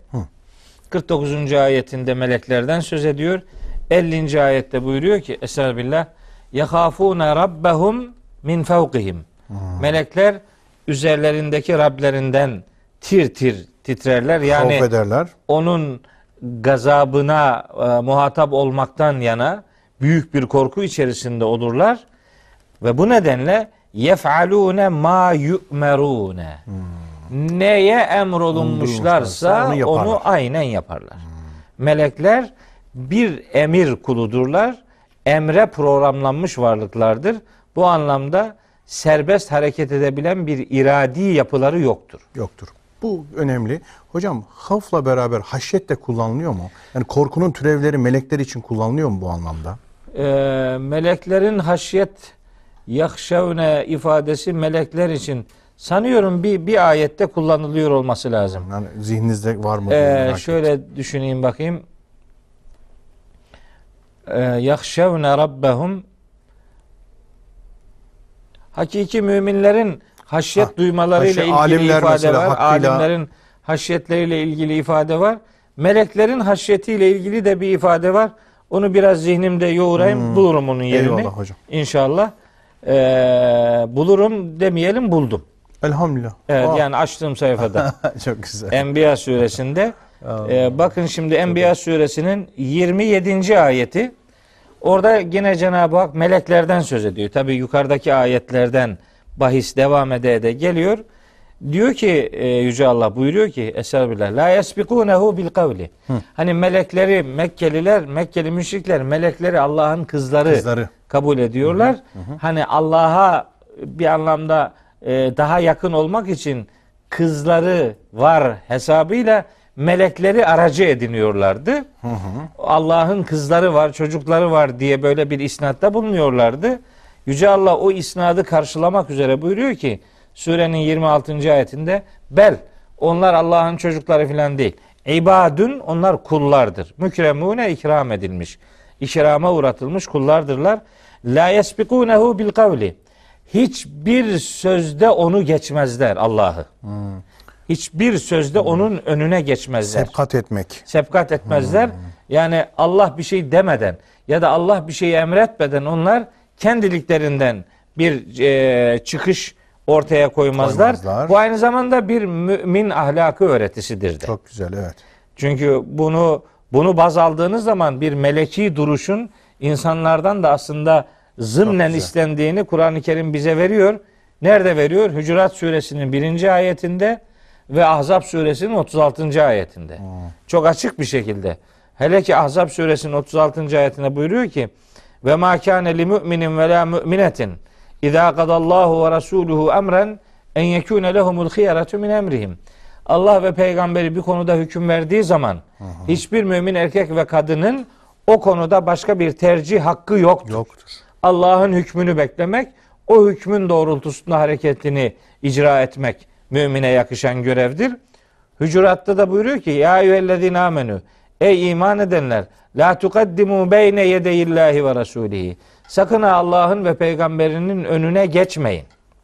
S2: 49. ayetinde meleklerden söz ediyor. 50. ayette buyuruyor ki Estağfirullah yahafune rabbehum min fevkihim. Melekler üzerlerindeki Rablerinden tir tir titrerler. Yani
S1: havf ederler.
S2: Onun gazabına muhatap olmaktan yana büyük bir korku içerisinde olurlar. Ve bu nedenle yef'alune ma yu'merune. Neye emrolunmuşlarsa onu aynen yaparlar. Melekler bir emir kuludurlar. Emre programlanmış varlıklardır. Bu anlamda serbest hareket edebilen bir iradi yapıları yoktur.
S1: Yoktur. Bu önemli. Hocam havfla beraber haşyet de kullanılıyor mu? Yani korkunun türevleri melekler için kullanılıyor mu bu anlamda?
S2: Meleklerin haşyet yakşevne ifadesi melekler için sanıyorum bir ayette kullanılıyor olması lazım.
S1: Yani zihninizde var mı?
S2: Şöyle düşüneyim bakayım. Yakşevne rabbehum, hakiki müminlerin haşyet duymalarıyla ilgili ifade var. Alimlerin haşyetleriyle ilgili ifade var. Meleklerin haşyetiyle ilgili de bir ifade var. Onu biraz zihnimde yoğurayım. Bulurum onun yerini.
S1: Eyvallah hocam.
S2: İnşallah. Bulurum demeyelim, buldum.
S1: Elhamdülillah.
S2: Evet, yani açtığım sayfada.
S1: Çok güzel.
S2: Enbiya suresinde. Bakın şimdi Enbiya suresinin 27. ayeti. Orada yine Cenab-ı Hak meleklerden söz ediyor. Tabi yukarıdaki ayetlerden bahis devam ede geliyor. Diyor ki Yüce Allah buyuruyor ki Estağfirullah la yesbikunehu bil kavli. Hani melekleri Mekkeli müşrikler melekleri Allah'ın kızları kabul ediyorlar. Hani Allah'a bir anlamda daha yakın olmak için kızları var hesabıyla melekleri aracı ediniyorlardı. Allah'ın kızları var, çocukları var diye böyle bir isnatta bulunuyorlardı. Yüce Allah o isnadı karşılamak üzere buyuruyor ki surenin 26. ayetinde onlar Allah'ın çocukları filan değil. İbadun, onlar kullardır. Mükremune, ikram edilmiş. ikrama uğratılmış kullardırlar. La yesbikunehu bil kavli. Hiçbir sözde onu geçmezler Allah'ı. Hiçbir sözde onun önüne geçmezler.
S1: Sebkat etmek.
S2: Sebkat etmezler. Yani Allah bir şey demeden ya da Allah bir şeyi emretmeden onlar kendiliklerinden bir çıkış ortaya koymazlar. Bu aynı zamanda bir mümin ahlakı öğretisidir de.
S1: Çok güzel, evet.
S2: Çünkü bunu baz aldığınız zaman bir meleki duruşun insanlardan da aslında zımnen istendiğini Kur'an-ı Kerim bize veriyor. Nerede veriyor? Hucurat suresinin 1. ayetinde ve Ahzab suresinin 36. ayetinde. Çok açık bir şekilde. Hele ki Ahzab suresinin 36. ayetinde buyuruyor ki ve ma kâne li mu'minin ve la mu'minetin İzâ kadallahu ve rasûluhu emren en yekûne lehumul khiyaratu min emrihim. Allah ve peygamberi bir konuda hüküm verdiği zaman hiçbir mümin erkek ve kadının o konuda başka bir tercih hakkı yoktur. Allah'ın hükmünü beklemek, o hükmün doğrultusunda hareketini icra etmek mümine yakışan görevdir. Hucurat'ta da buyuruyor ki ya eyyühellezine amenü, ey iman edenler, la tukaddimu beyne yedeyillahi ve rasulihi. Sakın Allah'ın ve peygamberinin önüne geçmeyin.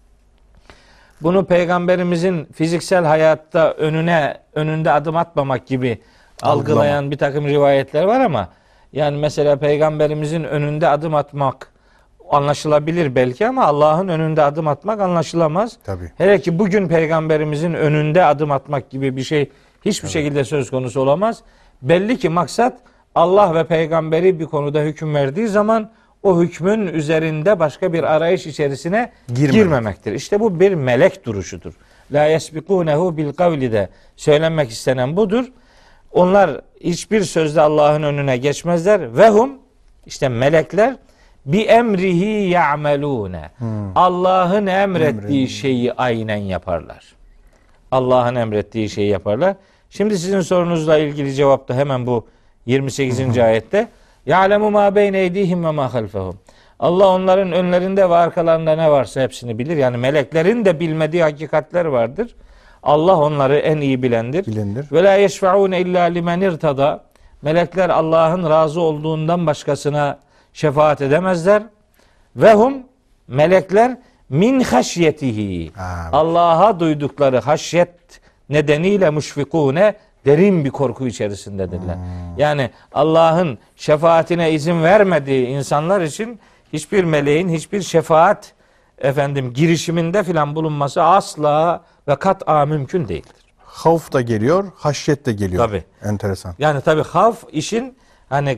S2: Bunu peygamberimizin fiziksel hayatta önünde adım atmamak gibi algılayan bir takım rivayetler var ama yani mesela peygamberimizin önünde adım atmak anlaşılabilir belki ama Allah'ın önünde adım atmak anlaşılamaz.
S1: Tabii.
S2: Hele ki bugün peygamberimizin önünde adım atmak gibi bir şey hiçbir şekilde söz konusu olamaz. Belli ki maksat Allah ve peygamberi bir konuda hüküm verdiği zaman o hükmün üzerinde başka bir arayış içerisine girmemektir. İşte bu bir melek duruşudur. La yesbikunehu bil kavli de söylenmek istenen budur. Onlar hiçbir sözde Allah'ın önüne geçmezler. Ve hum, işte melekler bi emrihi ya'melune. Allah'ın emrettiği şeyi aynen yaparlar. Allah'ın emrettiği şeyi yaparlar. Şimdi sizin sorunuzla ilgili cevap da hemen bu 28. ayette. Ya'lemu ma beyne eydihim ve ma halfehum. Allah onların önlerinde ve arkalarında ne varsa hepsini bilir. Yani meleklerin de bilmediği hakikatler vardır. Allah onları en iyi bilendir. Ve la yeşfe'une illa limen irtada. Melekler Allah'ın razı olduğundan başkasına şefaat edemezler. Ve hum, melekler min haşyetihi. Allah'a duydukları haşyet nedeniyle müşfikune, derin bir korku içerisindedirler. Yani Allah'ın şefaatine izin vermediği insanlar için hiçbir meleğin hiçbir şefaat girişiminde filan bulunması asla ve kat'a mümkün değildir.
S1: Havf da geliyor, haşyet de geliyor.
S2: Tabii.
S1: Enteresan.
S2: Yani tabii havf işin hani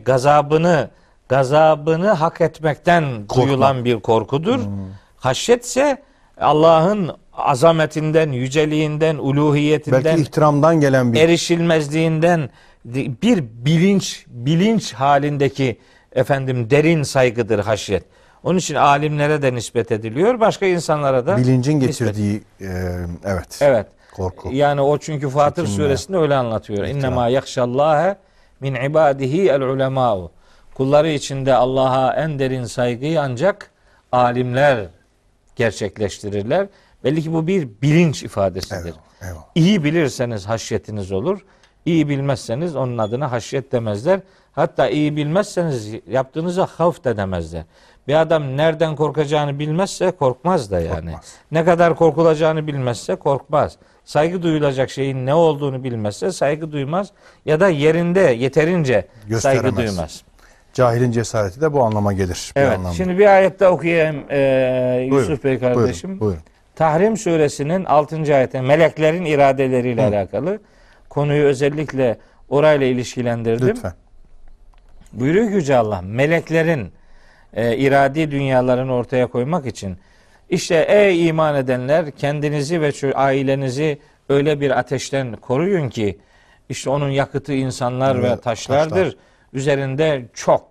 S2: gazabını hak etmekten duyulan bir korkudur. Haşyet ise Allah'ın azametinden, yüceliğinden, uluhiyetinden,
S1: belki ihtiramdan gelen bir
S2: erişilmezliğinden bir bilinç halindeki derin saygıdır haşyet. Onun için alimlere de nispet ediliyor, başka insanlara da
S1: bilincin getirdiği
S2: evet.
S1: Korku.
S2: Yani o çünkü Fatır suresinde öyle anlatıyor. İnnemâ yakşallâhe min ibâdihi el ulemâ'u. Kulları içinde Allah'a en derin saygıyı ancak alimler gerçekleştirirler. Belli ki bu bir bilinç ifadesidir.
S1: Evet.
S2: İyi bilirseniz haşyetiniz olur. İyi bilmezseniz onun adına haşyet demezler. Hatta iyi bilmezseniz yaptığınıza havf de demezler. Bir adam nereden korkacağını bilmezse korkmaz da yani. Korkmaz. Ne kadar korkulacağını bilmezse korkmaz. Saygı duyulacak şeyin ne olduğunu bilmezse saygı duymaz. Ya da yerinde yeterince saygı duymaz.
S1: Cahilin cesareti de bu anlama gelir.
S2: Evet. Şimdi bir ayette okuyayım Yusuf Bey kardeşim.
S1: Buyurun.
S2: Tahrim suresinin 6. ayeti meleklerin iradeleriyle alakalı. Konuyu özellikle orayla ilişkilendirdim.
S1: Lütfen.
S2: Buyuruyor ki Yüce Allah, meleklerin iradi dünyalarını ortaya koymak için işte ey iman edenler kendinizi ve ailenizi öyle bir ateşten koruyun ki işte onun yakıtı insanlar ve taşlardır. Üzerinde çok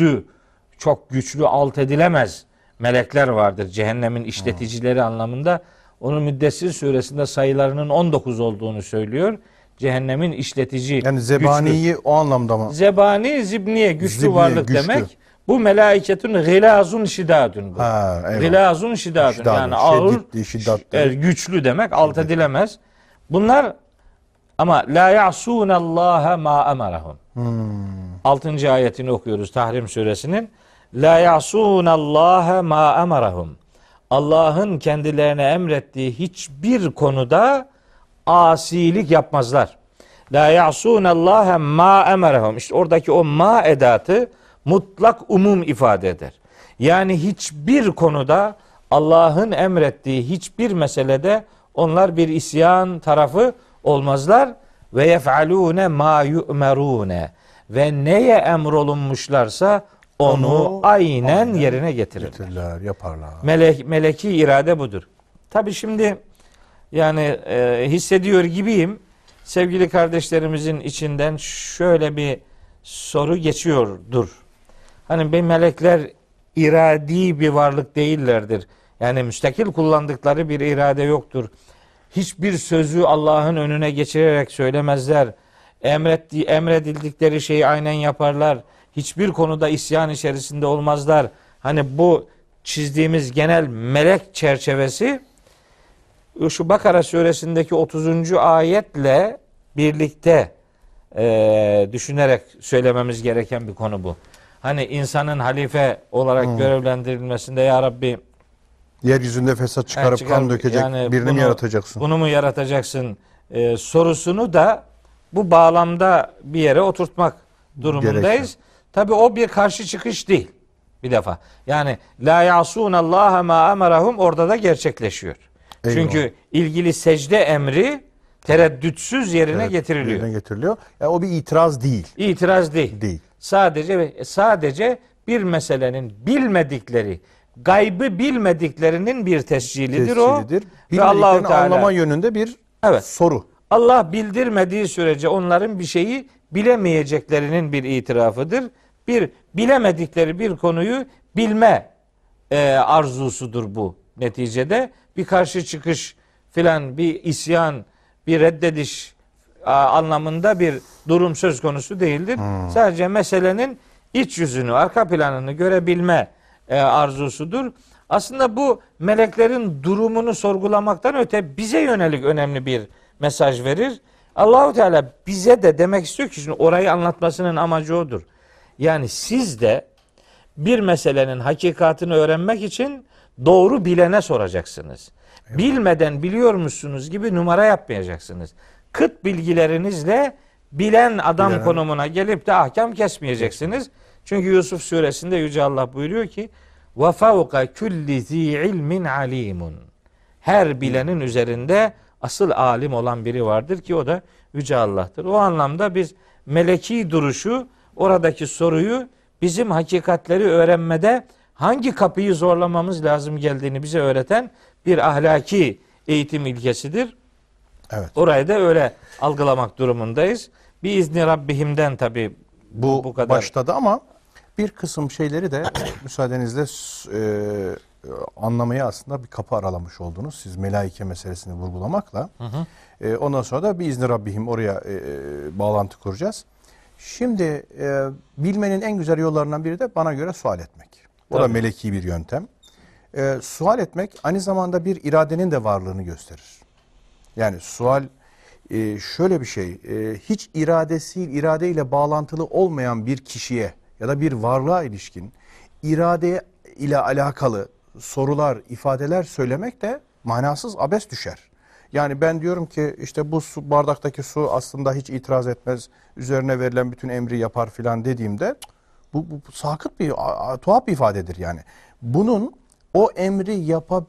S2: güçlü alt edilemez melekler vardır. Cehennemin işleticileri anlamında. Onun Müddessir suresinde sayılarının 19 olduğunu söylüyor. Cehennemin işletici.
S1: Yani zebaniyi
S2: güçlü.
S1: O anlamda mı?
S2: Zebani, zibniye, güçlü varlık demek. Bu melâiketun gılâzun şidâdun. Gılâzun şidâdun. Yani ağır,
S1: şiddetli,
S2: güçlü demek, alt edilemez. Bunlar Ama la ya'sunallaha ma emarahum. 6. ayetini okuyoruz Tahrim suresinin. La ya'sunallaha ma emarahum. Allah'ın kendilerine emrettiği hiçbir konuda asilik yapmazlar. La ya'sunallaha ma emarahum. İşte oradaki o ma edatı mutlak umum ifade eder. Yani hiçbir konuda Allah'ın emrettiği hiçbir meselede onlar bir isyan tarafı olmazlar ve yef'alûne mâ yu'merûne ve neye emrolunmuşlarsa onu aynen yerine getirirler.
S1: Yaparlar.
S2: Meleki irade budur. Tabi şimdi yani hissediyor gibiyim. Sevgili kardeşlerimizin içinden şöyle bir soru geçiyordur. Hani bir melekler iradi bir varlık değillerdir. Yani müstakil kullandıkları bir irade yoktur. Hiçbir sözü Allah'ın önüne geçirerek söylemezler. Emredildikleri şeyi aynen yaparlar. Hiçbir konuda isyan içerisinde olmazlar. Hani bu çizdiğimiz genel melek çerçevesi şu Bakara suresindeki 30. ayetle birlikte düşünerek söylememiz gereken bir konu bu. Hani insanın halife olarak görevlendirilmesinde ya Rabbi
S1: yeryüzünde fesat çıkarıp kan dökecek
S2: yani
S1: birini mi yaratacaksın?
S2: Bunu mu yaratacaksın sorusunu da bu bağlamda bir yere oturtmak durumundayız.
S1: Gerekli.
S2: Tabii o bir karşı çıkış değil. Bir defa. Yani la yasunallaha ma emarahum orada da gerçekleşiyor.
S1: Eyvallah.
S2: Çünkü ilgili secde emri tereddütsüz yerine getiriliyor.
S1: Yerine getiriliyor. Yani o bir itiraz değil.
S2: İtiraz değil.
S1: Değil.
S2: Sadece bir meselenin bilmedikleri, gaybı bilmediklerinin bir tescilidir o.
S1: Ve Allahu Teala anlama yönünde bir soru.
S2: Allah bildirmediği sürece onların bir şeyi bilemeyeceklerinin bir itirafıdır. Bir bilemedikleri bir konuyu bilme arzusudur bu neticede. Bir karşı çıkış filan, bir isyan, bir reddediş anlamında bir durum söz konusu değildir. Sadece meselenin iç yüzünü, arka planını görebilme arzusudur. Aslında bu meleklerin durumunu sorgulamaktan öte bize yönelik önemli bir mesaj verir. Allahu Teala bize de demek istiyor ki şimdi orayı anlatmasının amacı odur. Yani siz de bir meselenin hakikatini öğrenmek için doğru bilene soracaksınız. Evet. Bilmeden biliyormuşsunuz gibi numara yapmayacaksınız. Kıt bilgilerinizle bilen adam konumuna gelip de ahkam kesmeyeceksiniz. Çünkü Yusuf suresinde Yüce Allah buyuruyor ki ve fevka kulli zi ilmin alimun. Her bilenin üzerinde asıl alim olan biri vardır ki o da Yüce Allah'tır. O anlamda biz meleki duruşu, oradaki soruyu bizim hakikatleri öğrenmede hangi kapıyı zorlamamız lazım geldiğini bize öğreten bir ahlaki eğitim ilkesidir.
S1: Evet.
S2: Orayı da öyle algılamak durumundayız. Bir izni Rabbihim'den tabii bu kadar.
S1: Başladı ama bir kısım şeyleri de müsaadenizle anlamaya aslında bir kapı aralamış oldunuz. Siz melaike meselesini vurgulamakla. Ondan sonra da bir izni Rabbihim oraya bağlantı kuracağız. Şimdi bilmenin en güzel yollarından biri de bana göre sual etmek. O da meleki bir yöntem. Sual etmek aynı zamanda bir iradenin de varlığını gösterir. Yani sual şöyle bir şey, hiç iradeyle bağlantılı olmayan bir kişiye ya da bir varlığa ilişkin irade ile alakalı sorular, ifadeler söylemek de manasız, abes düşer. Yani ben diyorum ki işte bu su, bardaktaki su aslında hiç itiraz etmez, üzerine verilen bütün emri yapar filan dediğimde bu sakıt bir, tuhaf bir ifadedir yani. Bunun o emri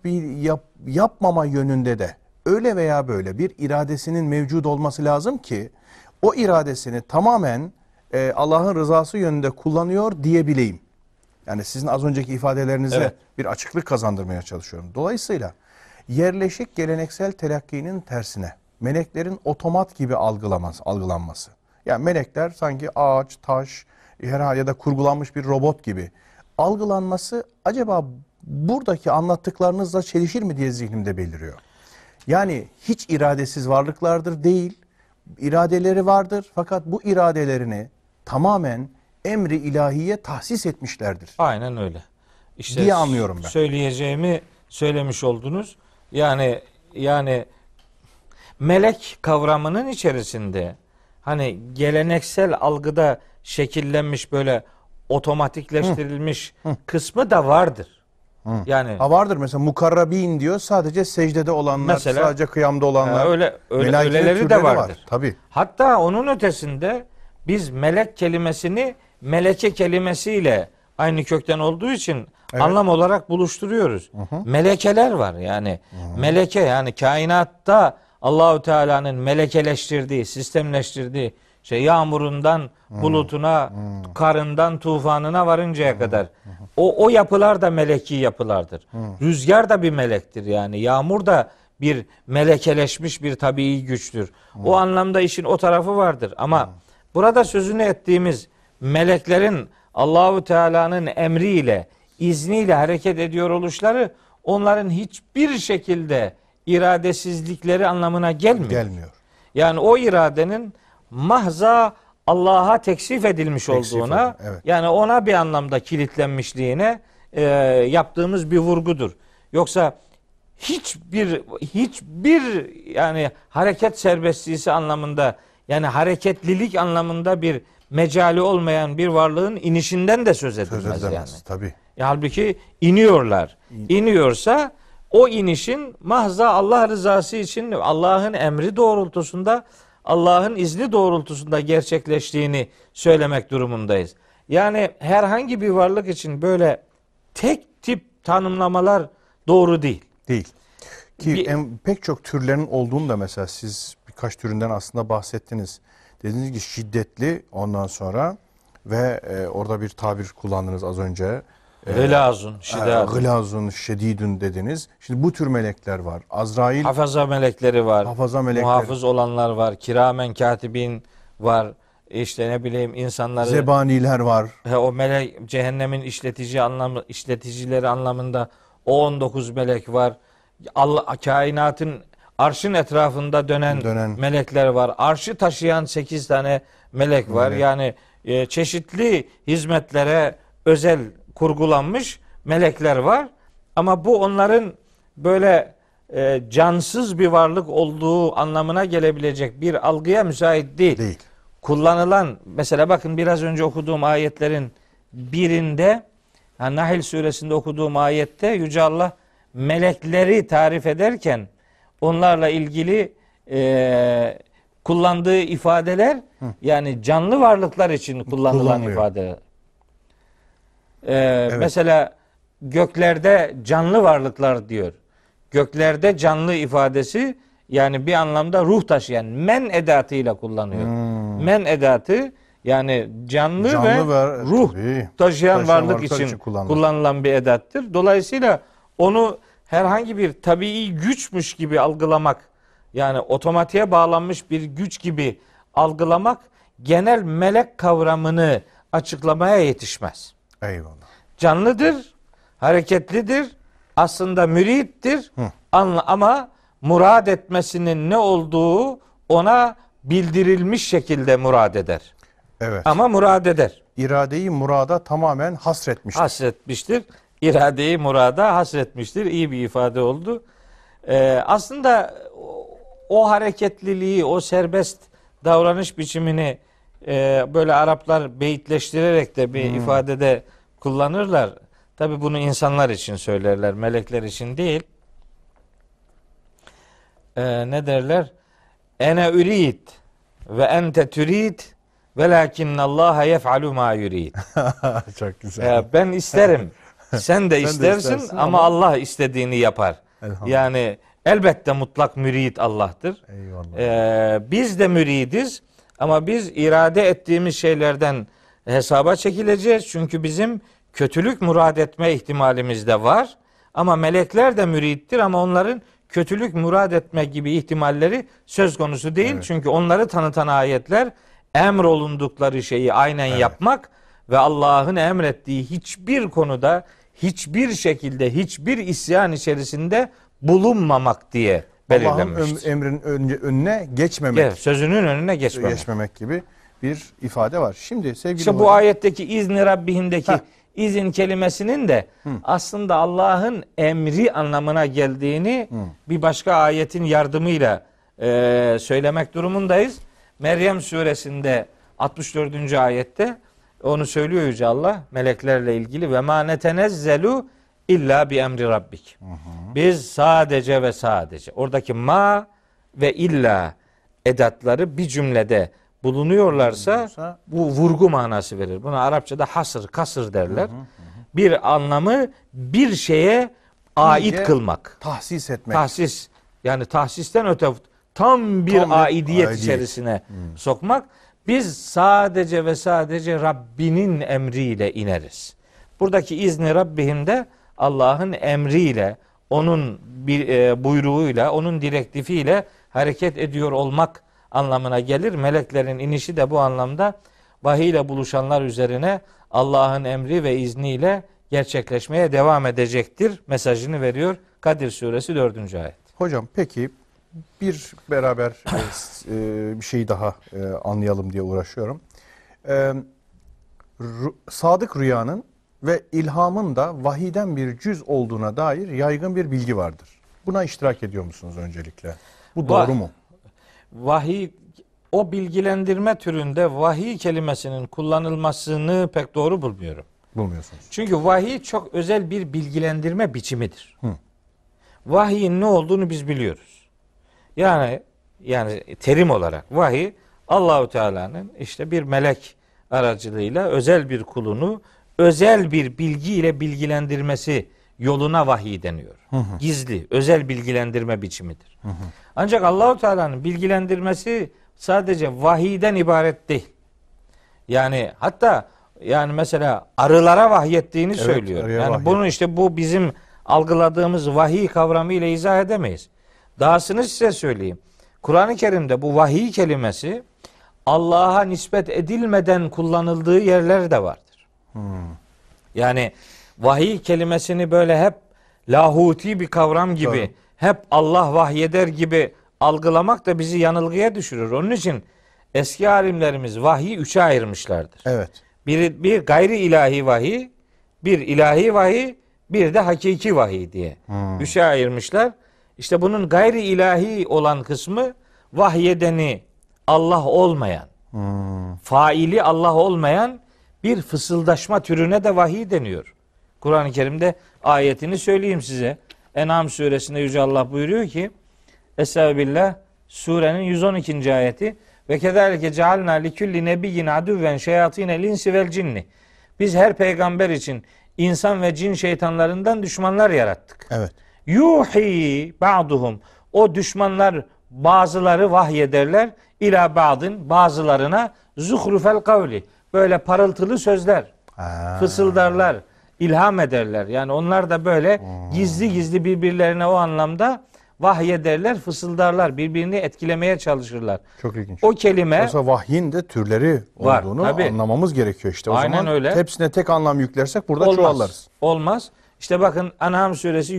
S1: yapmama yönünde de öyle veya böyle bir iradesinin mevcut olması lazım ki o iradesini tamamen Allah'ın rızası yönünde kullanıyor diyebileyim. Yani sizin az önceki ifadelerinize bir açıklık kazandırmaya çalışıyorum. Dolayısıyla yerleşik geleneksel telakkinin tersine meleklerin otomat gibi algılanması. Yani melekler sanki ağaç, taş ya da kurgulanmış bir robot gibi algılanması acaba buradaki anlattıklarınızla çelişir mi diye zihnimde beliriyor. Yani hiç iradesiz varlıklardır değil, iradeleri vardır fakat bu iradelerini tamamen emri ilahiye tahsis etmişlerdir.
S2: Aynen öyle. İşte
S1: diye anlıyorum ben.
S2: Söyleyeceğimi söylemiş oldunuz. Yani melek kavramının içerisinde hani geleneksel algıda şekillenmiş böyle otomatikleştirilmiş kısmı da vardır. Yani
S1: vardır mesela mukarrabin diyor, sadece secdede olanlar,
S2: mesela,
S1: sadece kıyamda olanlar.
S2: Öyleleri de vardır.
S1: Tabii.
S2: Hatta onun ötesinde biz melek kelimesini meleke kelimesiyle aynı kökten olduğu için anlam olarak buluşturuyoruz. Melekeler var yani. Meleke yani kainatta Allahu Teala'nın melekeleştirdiği, sistemleştirdiği yağmurundan bulutuna, karından tufanına varıncaya kadar o yapılar da meleki yapılardır. Rüzgar da bir melektir yani. Yağmur da bir melekeleşmiş bir tabii güçtür. O anlamda işin o tarafı vardır. Ama burada sözünü ettiğimiz meleklerin Allahu Teala'nın emriyle, izniyle hareket ediyor oluşları onların hiçbir şekilde iradesizlikleri anlamına gelmiyor. Yani o iradenin mahza Allah'a teksif edilmiş olduğuna, yani ona bir anlamda kilitlenmişliğine yaptığımız bir vurgudur. Yoksa hiçbir yani hareket serbestliği anlamında, yani hareketlilik anlamında bir mecali olmayan bir varlığın inişinden de söz edilmez yani.
S1: Tabii.
S2: Halbuki iniyorlar. İniyorsa o inişin mahza Allah rızası için, Allah'ın emri doğrultusunda, Allah'ın izni doğrultusunda gerçekleştiğini söylemek durumundayız. Yani herhangi bir varlık için böyle tek tip tanımlamalar doğru değil.
S1: Değil. Ki pek çok türlerin olduğunu da mesela siz birkaç türünden aslında bahsettiniz. Dediğiniz gibi şiddetli, ondan sonra ve orada bir tabir kullandınız az önce. Gılazun, şedidun dediniz. Şimdi bu tür melekler var. Azrail.
S2: Hafaza melekleri var. Muhafız olanlar var. Kiramen katibin var. İşte ne bileyim insanları.
S1: Zebaniler var.
S2: O melek cehennemin işleticileri anlamında o 19 melek var. Allah kainatın arşın etrafında dönen melekler var. Arşı taşıyan 8 tane melek var. Yani çeşitli hizmetlere özel kurgulanmış melekler var. Ama bu onların böyle cansız bir varlık olduğu anlamına gelebilecek bir algıya müsait değil. Kullanılan mesela bakın biraz önce okuduğum ayetlerin birinde, Nahl suresinde okuduğum ayette Yüce Allah melekleri tarif ederken onlarla ilgili kullandığı ifadeler yani canlı varlıklar için kullanılan ifadeler. Mesela göklerde canlı varlıklar diyor. Göklerde canlı ifadesi yani bir anlamda ruh taşıyan men edatıyla kullanıyor. Men edatı yani canlı ve ruh taşıyan varlık için kullanılan bir edattır. Dolayısıyla onu herhangi bir tabii güçmüş gibi algılamak, yani otomatiğe bağlanmış bir güç gibi algılamak genel melek kavramını açıklamaya yetişmez.
S1: Eyvallah.
S2: Canlıdır, hareketlidir, aslında mürittir ama murad etmesinin ne olduğu ona bildirilmiş şekilde murad eder.
S1: Evet.
S2: Ama murad eder.
S1: İradeyi murada tamamen hasretmiştir.
S2: Hasretmiştir. İradeyi murada hasretmiştir. İyi bir ifade oldu. Aslında o hareketliliği, o serbest davranış biçimini böyle Araplar beyitleştirerek de bir ifadede kullanırlar. Tabi bunu insanlar için söylerler, melekler için değil. Ne derler? Ene ürid ve ente türid velakinnallaha yef'alu ma yurid.
S1: Çok güzel.
S2: Ben isterim. Sen de istersin ama Allah istediğini yapar. Yani elbette mutlak mürid Allah'tır. Biz de müridiz ama biz irade ettiğimiz şeylerden hesaba çekileceğiz. Çünkü bizim kötülük murad etme ihtimalimiz de var. Ama melekler de mürittir ama onların kötülük murad etme gibi ihtimalleri söz konusu değil. Çünkü onları tanıtan ayetler emrolundukları şeyi aynen yapmak ve Allah'ın emrettiği hiçbir konuda, hiçbir şekilde, hiçbir isyan içerisinde bulunmamak diye belirlenmiştir.
S1: Allah'ın emrinin önüne geçmemek.
S2: Sözünün önüne geçmemek.
S1: Geçmemek gibi bir ifade var. Şimdi sevgili
S2: İşte bu ayetteki izni Rabbihim'deki izin kelimesinin de aslında Allah'ın emri anlamına geldiğini bir başka ayetin yardımıyla söylemek durumundayız. Meryem suresinde 64. ayette onu söylüyor Yüce Allah meleklerle ilgili ve ma netenezzelu illa bi emri rabbik. Biz sadece ve sadece oradaki ma ve illa edatları bir cümlede bulunuyorlarsa bu vurgu manası verir. Buna Arapçada hasır, kasır derler. Bir anlamı bir şeye ait kılmak.
S1: Tahsis etmek.
S2: Tahsis. Yani tahsisten öte tam bir aidiyet içerisine sokmak. Biz sadece ve sadece Rabbinin emriyle ineriz. Buradaki izni Rabbihim Allah'ın emriyle, onun buyruğuyla, onun direktifiyle hareket ediyor olmak anlamına gelir. Meleklerin inişi de bu anlamda vahiy ile buluşanlar üzerine Allah'ın emri ve izniyle gerçekleşmeye devam edecektir mesajını veriyor Kadir Suresi 4. ayet.
S1: Hocam peki bir beraber bir şey daha anlayalım diye uğraşıyorum. Sadık rüyanın ve ilhamın da vahiyden bir cüz olduğuna dair yaygın bir bilgi vardır. Buna iştirak ediyor musunuz öncelikle? Bu doğru mu?
S2: Vahiy, o bilgilendirme türünde vahiy kelimesinin kullanılmasını pek doğru bulmuyorum.
S1: Bulmuyorsunuz.
S2: Çünkü vahiy çok özel bir bilgilendirme biçimidir. Vahyin ne olduğunu biz biliyoruz. Yani terim olarak vahiy Allahu Teala'nın işte bir melek aracılığıyla özel bir kulunu özel bir bilgiyle bilgilendirmesi yoluna vahiy deniyor. Gizli, özel bilgilendirme biçimidir. Ancak Allahu Teala'nın bilgilendirmesi sadece vahiyden ibaret değil. Yani hatta mesela arılara vahyettiğini söylüyor. Yani bunu işte bu bizim algıladığımız vahiy kavramı ile izah edemeyiz. Dahasını size söyleyeyim. Kur'an-ı Kerim'de bu vahiy kelimesi Allah'a nispet edilmeden kullanıldığı yerler de vardır. Yani vahiy kelimesini böyle hep lahuti bir kavram gibi, hep Allah vahyeder gibi algılamak da bizi yanılgıya düşürür. Onun için eski alimlerimiz vahiyi 3'e ayırmışlardır.
S1: Evet.
S2: Bir gayri ilahi vahiy, bir ilahi vahiy, bir de hakiki vahiy diye 3'e ayırmışlar. İşte bunun gayri ilahi olan kısmı vahyedeni Allah olmayan, faili Allah olmayan bir fısıldaşma türüne de vahiy deniyor. Kur'an-ı Kerim'de ayetini söyleyeyim size. En'am suresinde Yüce Allah buyuruyor ki Estağfirullah surenin 112. ayeti ve kezalike cealna likulli nebiyyin aduven şeyatinel insi vel cinni. Biz her peygamber için insan ve cin şeytanlarından düşmanlar yarattık.
S1: Evet.
S2: Yuhi ba'duhum. O düşmanlar bazıları vahyederler ila ba'dın bazılarına zuhrufel kavli. Böyle parıltılı sözler. Fısıldarlar, ilham ederler. Yani onlar da böyle gizli gizli birbirlerine o anlamda vahyederler, fısıldarlar, birbirini etkilemeye çalışırlar.
S1: Çok ilginç.
S2: O kelime
S1: Oysa vahyin de türleri olduğunu
S2: var,
S1: anlamamız gerekiyor işte. O
S2: aynen
S1: zaman
S2: öyle.
S1: Hepsine tek anlam yüklersek burada çuvallarız.
S2: Olmaz. İşte bakın En'am suresi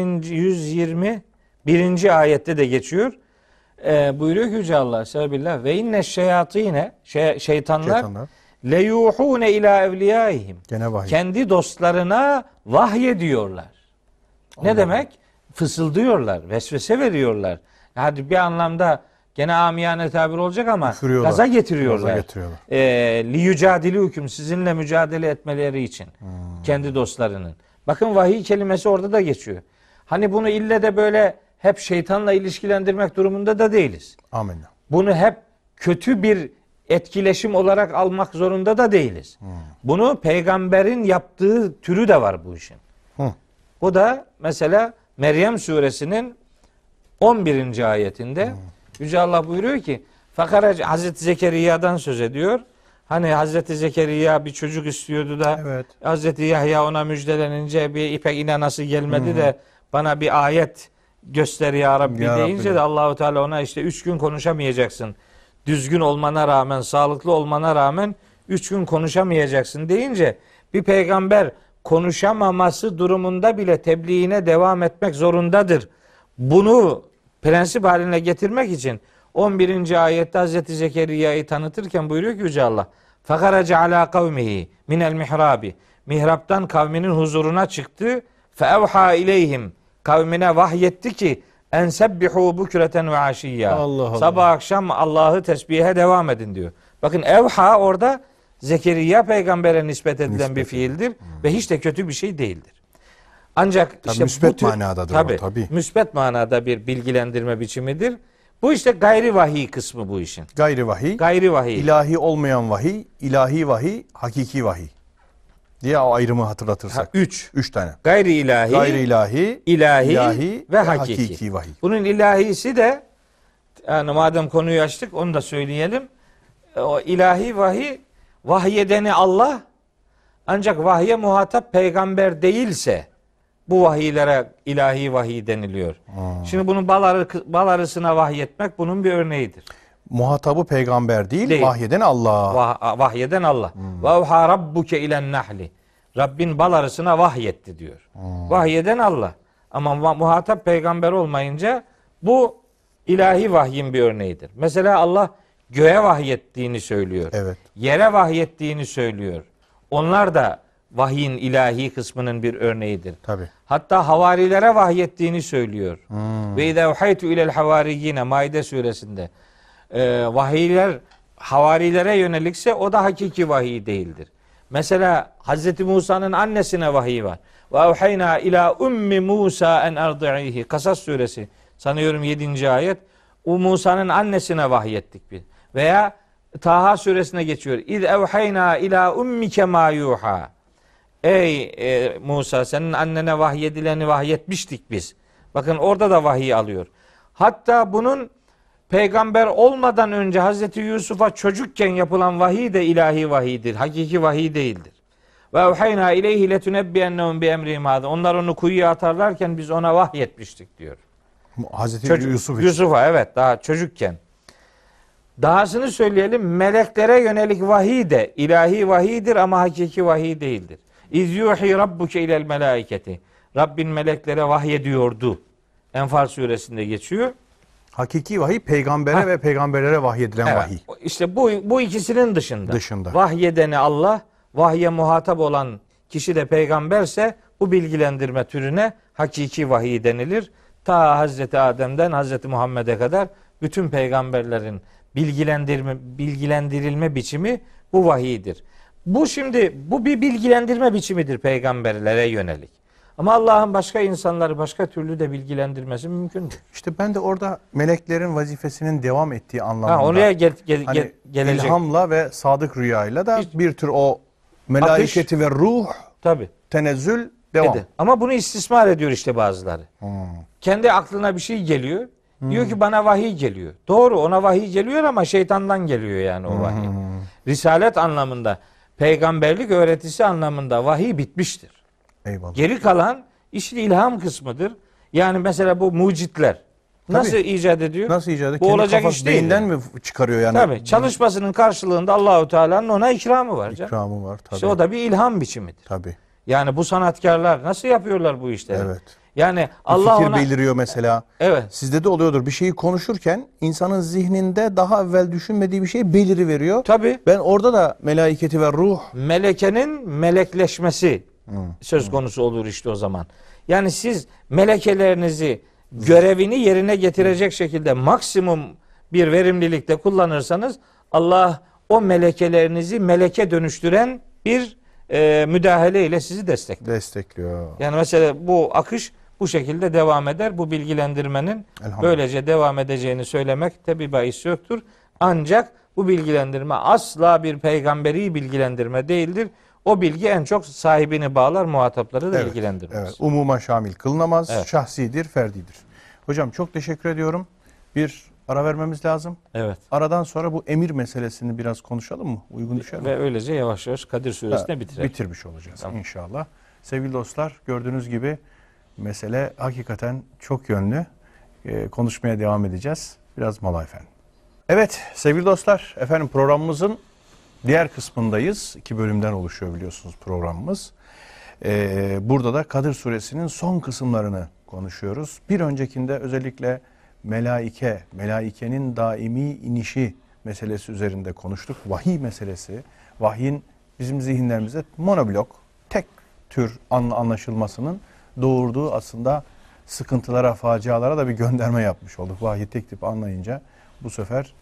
S2: 121. ayette de geçiyor. Buyuruyor ki Yüce Allah Sebebillah ve inne şeyatine şeytanlar leyuhune ila evliyaihim.
S1: Gene vahiy.
S2: Kendi dostlarına vahyediyorlar. Ne demek? Fısıldıyorlar, vesvese veriyorlar. Hadi bir anlamda gene amiyane tabir olacak ama gaza getiriyorlar. Li yücadilûküm sizinle mücadele etmeleri için. Kendi dostlarının. Bakın vahiy kelimesi orada da geçiyor. Hani bunu ille de böyle hep şeytanla ilişkilendirmek durumunda da değiliz.
S1: Amenna.
S2: Bunu hep kötü bir etkileşim olarak almak zorunda da değiliz. Bunu peygamberin yaptığı türü de var bu işin. Bu da mesela Meryem suresinin 11. ayetinde Yüce Allah buyuruyor ki fakat Hazreti Zekeriya'dan söz ediyor. Hani Hazreti Zekeriya bir çocuk istiyordu da Hazreti Yahya ona müjdelenince bir ipek inanası gelmedi de bana bir ayet göster ya Rabbi deyince de Allahu Teala ona işte 3 gün konuşamayacaksın. Düzgün olmana rağmen, sağlıklı olmana rağmen 3 gün konuşamayacaksın deyince bir peygamber konuşamaması durumunda bile tebliğine devam etmek zorundadır. Bunu prensip haline getirmek için 11. ayette Hazreti Zekeriya'yı tanıtırken buyuruyor ki Yüce Allah فَخَرَجَ عَلَى قَوْمِهِ مِنَ الْمِحْرَابِ Mihraptan kavminin huzuruna çıktı. فَاَوْحَا اِلَيْهِمْ Kavmine vahyetti ki En sebbihu bukreten ve aşiyya.
S1: Allah Allah.
S2: Sabah akşam Allah'ı tesbihe devam edin diyor. Bakın evha orada Zekeriya peygambere nispet edilen bir fiildir ve hiç de kötü bir şey değildir. Ancak
S1: tabii
S2: işte
S1: müsbet
S2: bu tür,
S1: manadadır
S2: tabii,
S1: o, tabii.
S2: müsbet manada bir bilgilendirme biçimidir. Bu işte gayri vahiy kısmı bu işin.
S1: Gayri vahiy,
S2: Gayri vahiy.
S1: ilahi olmayan vahiy, ilahi vahiy, hakiki vahiy diye o ayrımı hatırlatırsak.
S2: 3
S1: tane.
S2: Gayri ilahi,
S1: Gayri ilahi,
S2: ilahi ve hakiki.
S1: vahiy.
S2: Bunun ilahisi de, yani madem konuyu açtık onu da söyleyelim. O ilahi vahiy, vahyedeni Allah, ancak vahye muhatap peygamber değilse bu vahiylere ilahi vahiy deniliyor. Şimdi bunu bal arısına vahyetmek bunun bir örneğidir.
S1: Muhatabı peygamber değil. Vahyeden Allah.
S2: Vahyeden Allah. Ve evha rabbuke ilen nahli. Rabbin bal arısına vahyetti diyor. Vahyeden Allah. Ama muhatap peygamber olmayınca bu ilahi vahyin bir örneğidir. Mesela Allah göğe vahyettiğini söylüyor.
S1: Evet.
S2: Yere vahyettiğini söylüyor. Onlar da vahyin ilahi kısmının bir örneğidir.
S1: Tabii.
S2: Hatta havarilere vahyettiğini söylüyor. Ve izâ uhaytu ilel havariyyine Maide suresinde. Vahiyler havarilere yönelikse o da hakiki vahiy değildir. Mesela Hz. Musa'nın annesine vahiy var. Ve evhayna ila ummi Musa en erdi'ihi. Kasas suresi sanıyorum 7. ayet. O Musa'nın annesine vahyettik biz. Veya Taha suresine geçiyor. İz evhayna ila ummike ma yuha. Ey Musa, senin annene vahyedileni vahyetmiştik biz. Bakın orada da vahiy alıyor. Hatta bunun peygamber olmadan önce Hazreti Yusuf'a çocukken yapılan vahiy de ilahi vahiydir. Hakiki vahiy değildir. Ve evhayna ileyhi letunebbiyennehum bi emrihim hâzâ. Onlar onu kuyuya atarlarken biz ona vahyetmiştik diyor.
S1: Hazreti Yusuf için.
S2: Yusuf'a, evet, daha çocukken. Dahasını söyleyelim, meleklere yönelik vahiy de ilahi vahiydir ama hakiki vahiy değildir. İz yuhi rabbuke ilel melaiketi. Rabbin meleklere vahyediyordu. Enfal suresinde geçiyor.
S1: Hakiki vahiy peygambere ve peygamberlere vahyedilen vahiy.
S2: İşte bu ikisinin dışında. Vahyedeni Allah, vahye muhatap olan kişi de peygamberse bu bilgilendirme türüne hakiki vahiy denilir. Ta Hazreti Adem'den Hazreti Muhammed'e kadar bütün peygamberlerin bilgilendirilme biçimi bu vahiydir. Bu bir bilgilendirme biçimidir peygamberlere yönelik. Ama Allah'ın başka insanları başka türlü de bilgilendirmesi mümkündür.
S1: İşte ben de orada meleklerin vazifesinin devam ettiği anlamında.
S2: Oraya
S1: hani
S2: gelecek.
S1: İlhamla ve sadık rüyayla da bir tür o melaiketi ve ruh tenezzül devam.
S2: Ama bunu istismar ediyor işte bazıları. Kendi aklına bir şey geliyor. Diyor ki bana vahiy geliyor. Doğru, ona vahiy geliyor ama şeytandan geliyor yani o vahiy. Risalet anlamında, peygamberlik öğretisi anlamında vahiy bitmiştir.
S1: Eyvallah.
S2: Geri kalan işin ilham kısmıdır. Yani mesela bu mucitler nasıl icat ediyor?
S1: Nasıl icat ediyor?
S2: Bu
S1: kendi
S2: olacak iş değil.
S1: Beyinden mi çıkarıyor yani?
S2: Tabii. Çalışmasının karşılığında Allahu Teala'nın ona ikramı var.
S1: İkramı var tabii.
S2: İşte o da bir ilham biçimidir.
S1: Tabii.
S2: Yani bu sanatkarlar nasıl yapıyorlar bu işleri?
S1: Evet.
S2: Yani Allah
S1: fikir
S2: ona
S1: beliriyor mesela.
S2: Evet.
S1: Sizde de oluyordur. Bir şeyi konuşurken insanın zihninde daha evvel düşünmediği bir şey beliriveriyor.
S2: Tabii.
S1: Ben orada da melaiketi ve ruh.
S2: Melekenin melekleşmesi söz konusu olur işte o zaman. Yani siz melekelerinizi görevini yerine getirecek şekilde maksimum bir verimlilikte kullanırsanız Allah o melekelerinizi meleke dönüştüren bir müdahale ile sizi
S1: destekliyor.
S2: Yani mesela bu akış bu şekilde devam eder. Bu bilgilendirmenin böylece devam edeceğini söylemekte bir bahis yoktur. Ancak bu bilgilendirme asla bir peygamberi bilgilendirme değildir. O bilgi en çok sahibini bağlar, muhatapları da ilgilendirmez.
S1: Evet. Umuma şamil kılınamaz, şahsidir, ferdidir. Hocam çok teşekkür ediyorum. Bir ara vermemiz lazım.
S2: Evet.
S1: Aradan sonra bu emir meselesini biraz konuşalım mı? Uygun düşer mi?
S2: Ve öylece yavaş yavaş Kadir Suresi'ne bitirelim.
S1: Bitirmiş olacağız inşallah. Sevgili dostlar, gördüğünüz gibi mesele hakikaten çok yönlü. Konuşmaya devam edeceğiz. Biraz mola efendim. Evet sevgili dostlar, efendim programımızın diğer kısmındayız. 2 bölümden oluşuyor biliyorsunuz programımız. Burada da Kadir Suresinin son kısımlarını konuşuyoruz. Bir öncekinde özellikle melaikenin daimi inişi meselesi üzerinde konuştuk. Vahiy meselesi, vahyin bizim zihinlerimizde monoblok, tek tür anlaşılmasının doğurduğu aslında sıkıntılara, facialara da bir gönderme yapmış olduk. Vahyi tek tip anlayınca bu sefer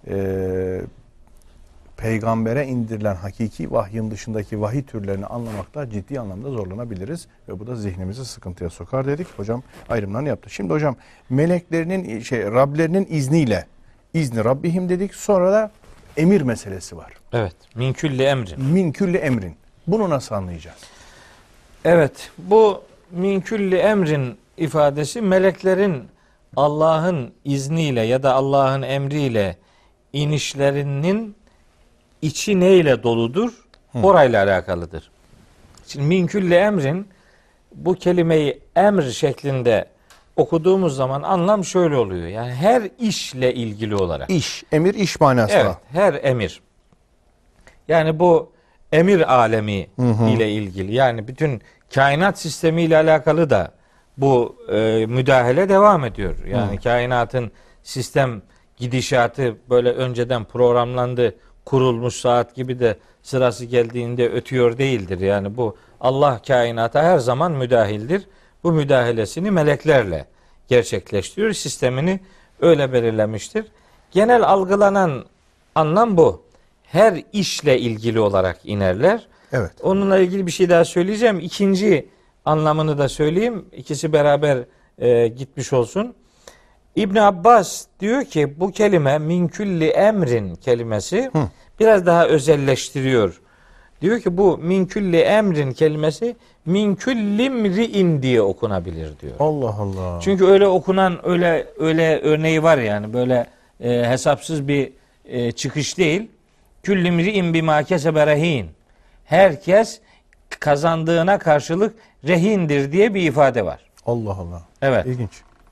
S1: peygambere indirilen hakiki vahyin dışındaki vahiy türlerini anlamakta ciddi anlamda zorlanabiliriz ve bu da zihnimizi sıkıntıya sokar dedik. Hocam ayrımlarını yaptı. Şimdi hocam meleklerinin Rablerinin izniyle izni Rabbihim dedik. Sonra da emir meselesi var.
S2: Evet. Min külli emrin.
S1: Min külli emrin. Bunu nasıl anlayacağız?
S2: Evet. Bu min külli emrin ifadesi meleklerin Allah'ın izniyle ya da Allah'ın emriyle inişlerinin içi neyle doludur? Orayla alakalıdır. Şimdi min külli emrin, bu kelimeyi emr şeklinde okuduğumuz zaman anlam şöyle oluyor. Yani her işle ilgili olarak.
S1: İş, emir iş manası.
S2: Evet, her emir. Yani bu emir alemi ile ilgili. Yani bütün kainat sistemiyle alakalı da bu müdahale devam ediyor. Yani kainatın sistem gidişatı böyle önceden programlandı, kurulmuş saat gibi de sırası geldiğinde ötüyor değildir. Yani bu Allah kainata her zaman müdahildir. Bu müdahalesini meleklerle gerçekleştiriyor. Sistemini öyle belirlemiştir. Genel algılanan anlam bu. Her işle ilgili olarak inerler.
S1: Evet.
S2: Onunla ilgili bir şey daha söyleyeceğim. İkinci anlamını da söyleyeyim. İkisi beraber gitmiş olsun. İbn Abbas diyor ki bu kelime min külli emrin kelimesi biraz daha özelleştiriyor. Diyor ki bu min külli emrin kelimesi min küllimri'in diye okunabilir diyor.
S1: Allah Allah.
S2: Çünkü öyle okunan öyle örneği var yani böyle hesapsız bir çıkış değil. Küllimri'in bima kesebe rehin. Herkes kazandığına karşılık rehindir diye bir ifade var.
S1: Allah Allah.
S2: Evet.
S1: İlginç.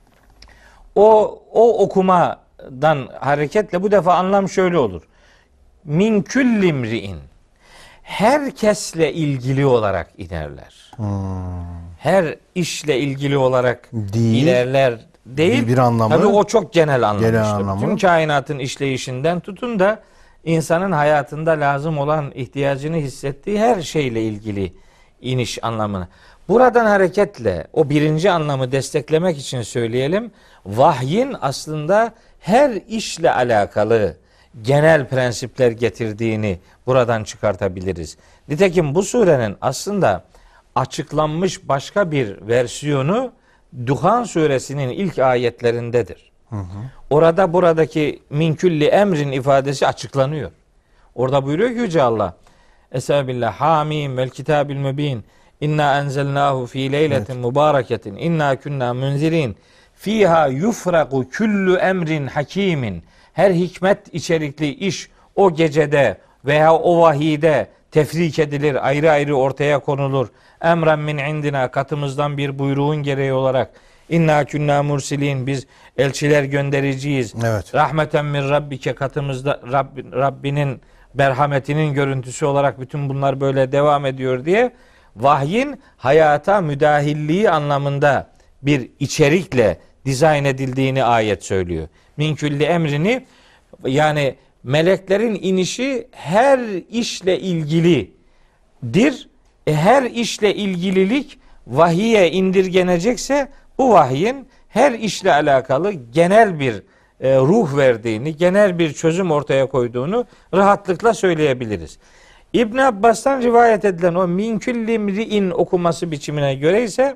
S2: O okumadan hareketle bu defa anlam şöyle olur. Min küllimri'in. Herkesle ilgili olarak inerler. Her işle ilgili olarak
S1: Değil.
S2: ilerler değil.
S1: Bir anlamı.
S2: Tabii o çok genel anlamı.
S1: Genel
S2: işte.
S1: anlamı.
S2: Tüm kainatın işleyişinden tutun da insanın hayatında lazım olan ihtiyacını hissettiği her şeyle ilgili iniş anlamını. Buradan hareketle o birinci anlamı desteklemek için söyleyelim. Vahyin aslında her işle alakalı genel prensipler getirdiğini buradan çıkartabiliriz. Nitekim bu surenin aslında açıklanmış başka bir versiyonu Duhan suresinin ilk ayetlerindedir. Orada buradaki min külli emrin ifadesi açıklanıyor. Orada buyuruyor ki Yüce Allah Estağfirullah hamim vel kitabil mübin inna enzelnahu fi leyletin mübareketin inna kunna munzirin fiha yufraku kullu emrin hakimin. Her hikmet içerikli iş o gecede veya o vahide tefrik edilir, ayrı ayrı ortaya konulur. Emren min indina, katımızdan bir buyruğun gereği olarak. İnna kunna mursilin, biz elçiler göndericiyiz.
S1: Evet.
S2: Rahmeten min rabbike, katımızda Rabbinin merhametinin görüntüsü olarak bütün bunlar böyle devam ediyor diye vahyin hayata müdahilliği anlamında bir içerikle dizayn edildiğini ayet söylüyor. Min külli emrini, yani meleklerin inişi her işle ilgilidir. Her işle ilgililik vahiye indirgenecekse bu vahyin her işle alakalı genel bir ruh verdiğini, genel bir çözüm ortaya koyduğunu rahatlıkla söyleyebiliriz. İbn Abbas'tan rivayet edilen o min külli mri'in okuması biçimine göre ise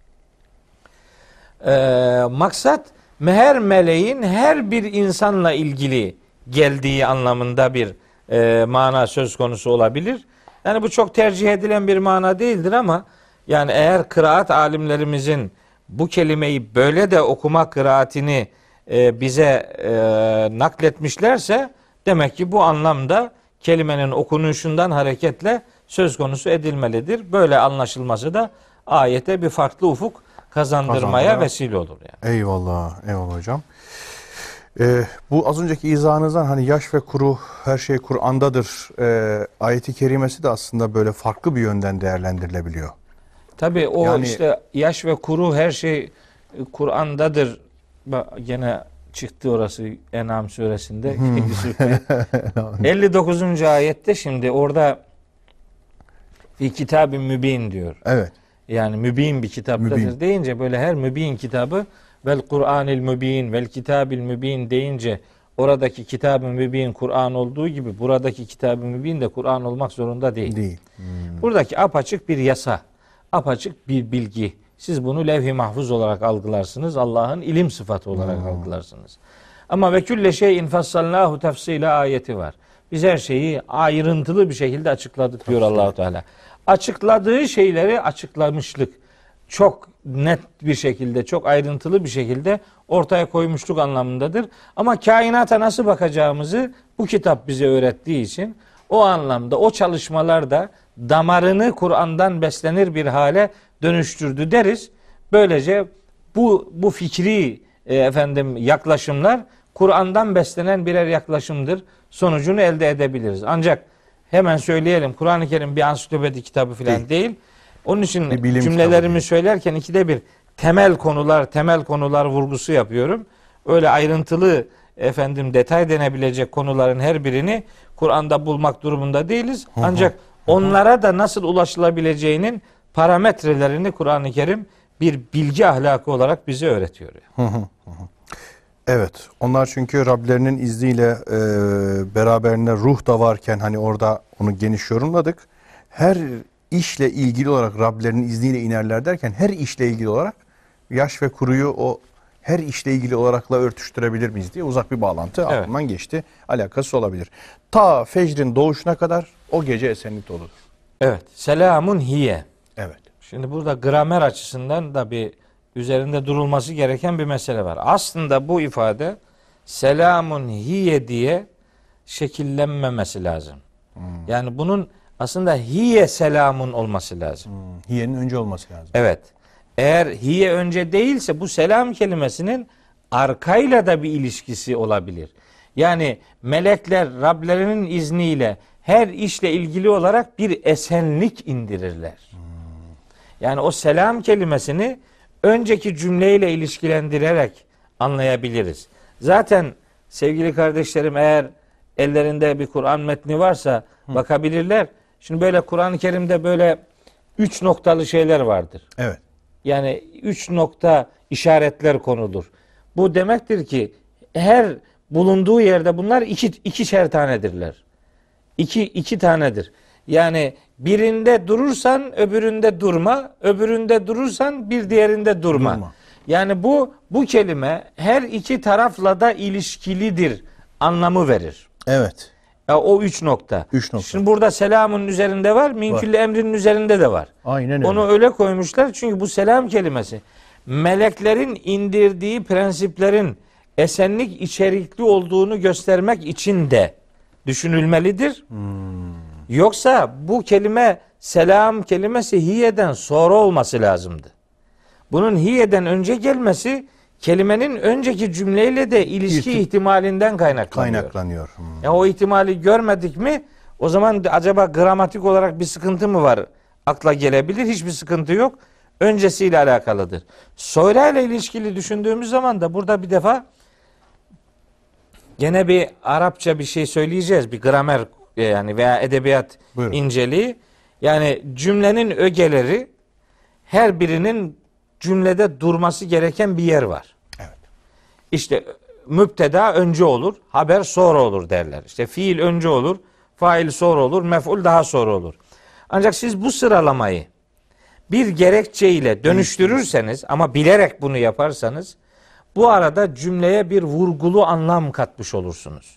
S2: maksat her meleğin her bir insanla ilgili geldiği anlamında bir mana söz konusu olabilir. Yani bu çok tercih edilen bir mana değildir ama yani eğer kıraat alimlerimizin bu kelimeyi böyle de okuma kıraatini bize nakletmişlerse demek ki bu anlamda kelimenin okunuşundan hareketle söz konusu edilmelidir. Böyle anlaşılması da ayete bir farklı ufuk kazandırmaya vesile olur yani.
S1: Eyvallah, eyvallah hocam. Bu az önceki izahınızdan hani yaş ve kuru her şey Kur'an'dadır ayeti kerimesi de aslında böyle farklı bir yönden değerlendirilebiliyor.
S2: Tabii o
S1: yani,
S2: işte yaş ve kuru her şey Kur'an'dadır. Gene çıktı orası En'am suresinde. 59. ayette şimdi orada fi kitabin mübin diyor.
S1: Evet.
S2: Yani mübin bir kitaptadır
S1: Mübin.
S2: deyince böyle her mübin kitabı vel Kur'anil mübin vel kitabil mübin deyince oradaki kitab-ı mübin Kur'an olduğu gibi buradaki kitab-ı mübin de Kur'an olmak zorunda değil.
S1: Değil.
S2: Buradaki apaçık bir yasa, apaçık bir bilgi. Siz bunu levh-i mahfuz olarak algılarsınız. Allah'ın ilim sıfatı olarak algılarsınız. Ama ve külle şeyin fassalnahu tefsile ayeti var. Biz her şeyi ayrıntılı bir şekilde açıkladık diyor Allah-u Teala. Açıkladığı şeyleri açıklamışlık. Çok net bir şekilde, çok ayrıntılı bir şekilde ortaya koymuşluk anlamındadır. Ama kainata nasıl bakacağımızı bu kitap bize öğrettiği için o anlamda o çalışmalarda damarını Kur'an'dan beslenir bir hale dönüştürdü deriz. Böylece bu fikri yaklaşımlar Kur'an'dan beslenen birer yaklaşımdır. Sonucunu elde edebiliriz. Ancak hemen söyleyelim, Kur'an-ı Kerim bir ansiklopedi kitabı falan değil. Onun için cümlelerimi söylerken ikide bir temel konular vurgusu yapıyorum. Öyle ayrıntılı detay denebilecek konuların her birini Kur'an'da bulmak durumunda değiliz. Ancak onlara da nasıl ulaşılabileceğinin parametrelerini Kur'an-ı Kerim bir bilgi ahlakı olarak bize öğretiyor.
S1: Evet. Onlar çünkü Rablerinin izniyle beraberinde ruh da varken hani orada onu geniş yorumladık. Her işle ilgili olarak Rablerinin izniyle inerler derken her işle ilgili olarak yaş ve kuruyu o her işle ilgili olarakla örtüştürebilir miyiz diye uzak bir bağlantı aklımdan geçti. Alakası olabilir. Ta fecrin doğuşuna kadar o gece esenlik doludur.
S2: Evet. Selamun hiye.
S1: Evet.
S2: Şimdi burada gramer açısından da bir üzerinde durulması gereken bir mesele var. Aslında bu ifade selamun hiye diye şekillenmemesi lazım. Yani bunun aslında hiye selamun olması lazım.
S1: Hiye'nin önce olması lazım.
S2: Evet. Eğer hiye önce değilse bu selam kelimesinin arkayla da bir ilişkisi olabilir. Yani melekler Rablerinin izniyle her işle ilgili olarak bir esenlik indirirler. Yani o selam kelimesini önceki cümleyle ilişkilendirerek anlayabiliriz. Zaten sevgili kardeşlerim, eğer ellerinde bir Kur'an metni varsa bakabilirler. Şimdi böyle Kur'an-ı Kerim'de böyle 3 noktalı şeyler vardır.
S1: Evet.
S2: Yani 3 nokta işaretler konulur. Bu demektir ki her bulunduğu yerde bunlar ikişer tanedirler. İki tanedir. Yani birinde durursan öbüründe durma, öbüründe durursan bir diğerinde durma. Yani bu kelime her iki tarafla da ilişkilidir anlamı verir.
S1: Evet.
S2: Ya o 3 nokta.
S1: 3 nokta.
S2: Şimdi burada selamın üzerinde var, minkülli emrinin üzerinde de var.
S1: Aynen öyle.
S2: Onu öyle koymuşlar çünkü bu selam kelimesi meleklerin indirdiği prensiplerin esenlik içerikli olduğunu göstermek için de düşünülmelidir. Yoksa bu kelime selam kelimesi hiyeden sonra olması lazımdı. Bunun hiyeden önce gelmesi kelimenin önceki cümleyle de ilişki ihtimalinden kaynaklanıyor. Yani o ihtimali görmedik mi o zaman acaba gramatik olarak bir sıkıntı mı var? Akla gelebilir. Hiçbir sıkıntı yok. Öncesiyle alakalıdır. Sonrayla ilişkili düşündüğümüz zaman da burada bir defa gene bir Arapça bir şey söyleyeceğiz. Bir gramer yani veya edebiyat inceliği. Yani cümlenin ögeleri her birinin cümlede durması gereken bir yer var.
S1: Evet.
S2: İşte müpteda önce olur, haber sonra olur derler. İşte fiil önce olur, fail sonra olur, mef'ul daha sonra olur. Ancak siz bu sıralamayı bir gerekçeyle dönüştürürseniz ama bilerek bunu yaparsanız bu arada cümleye bir vurgulu anlam katmış olursunuz.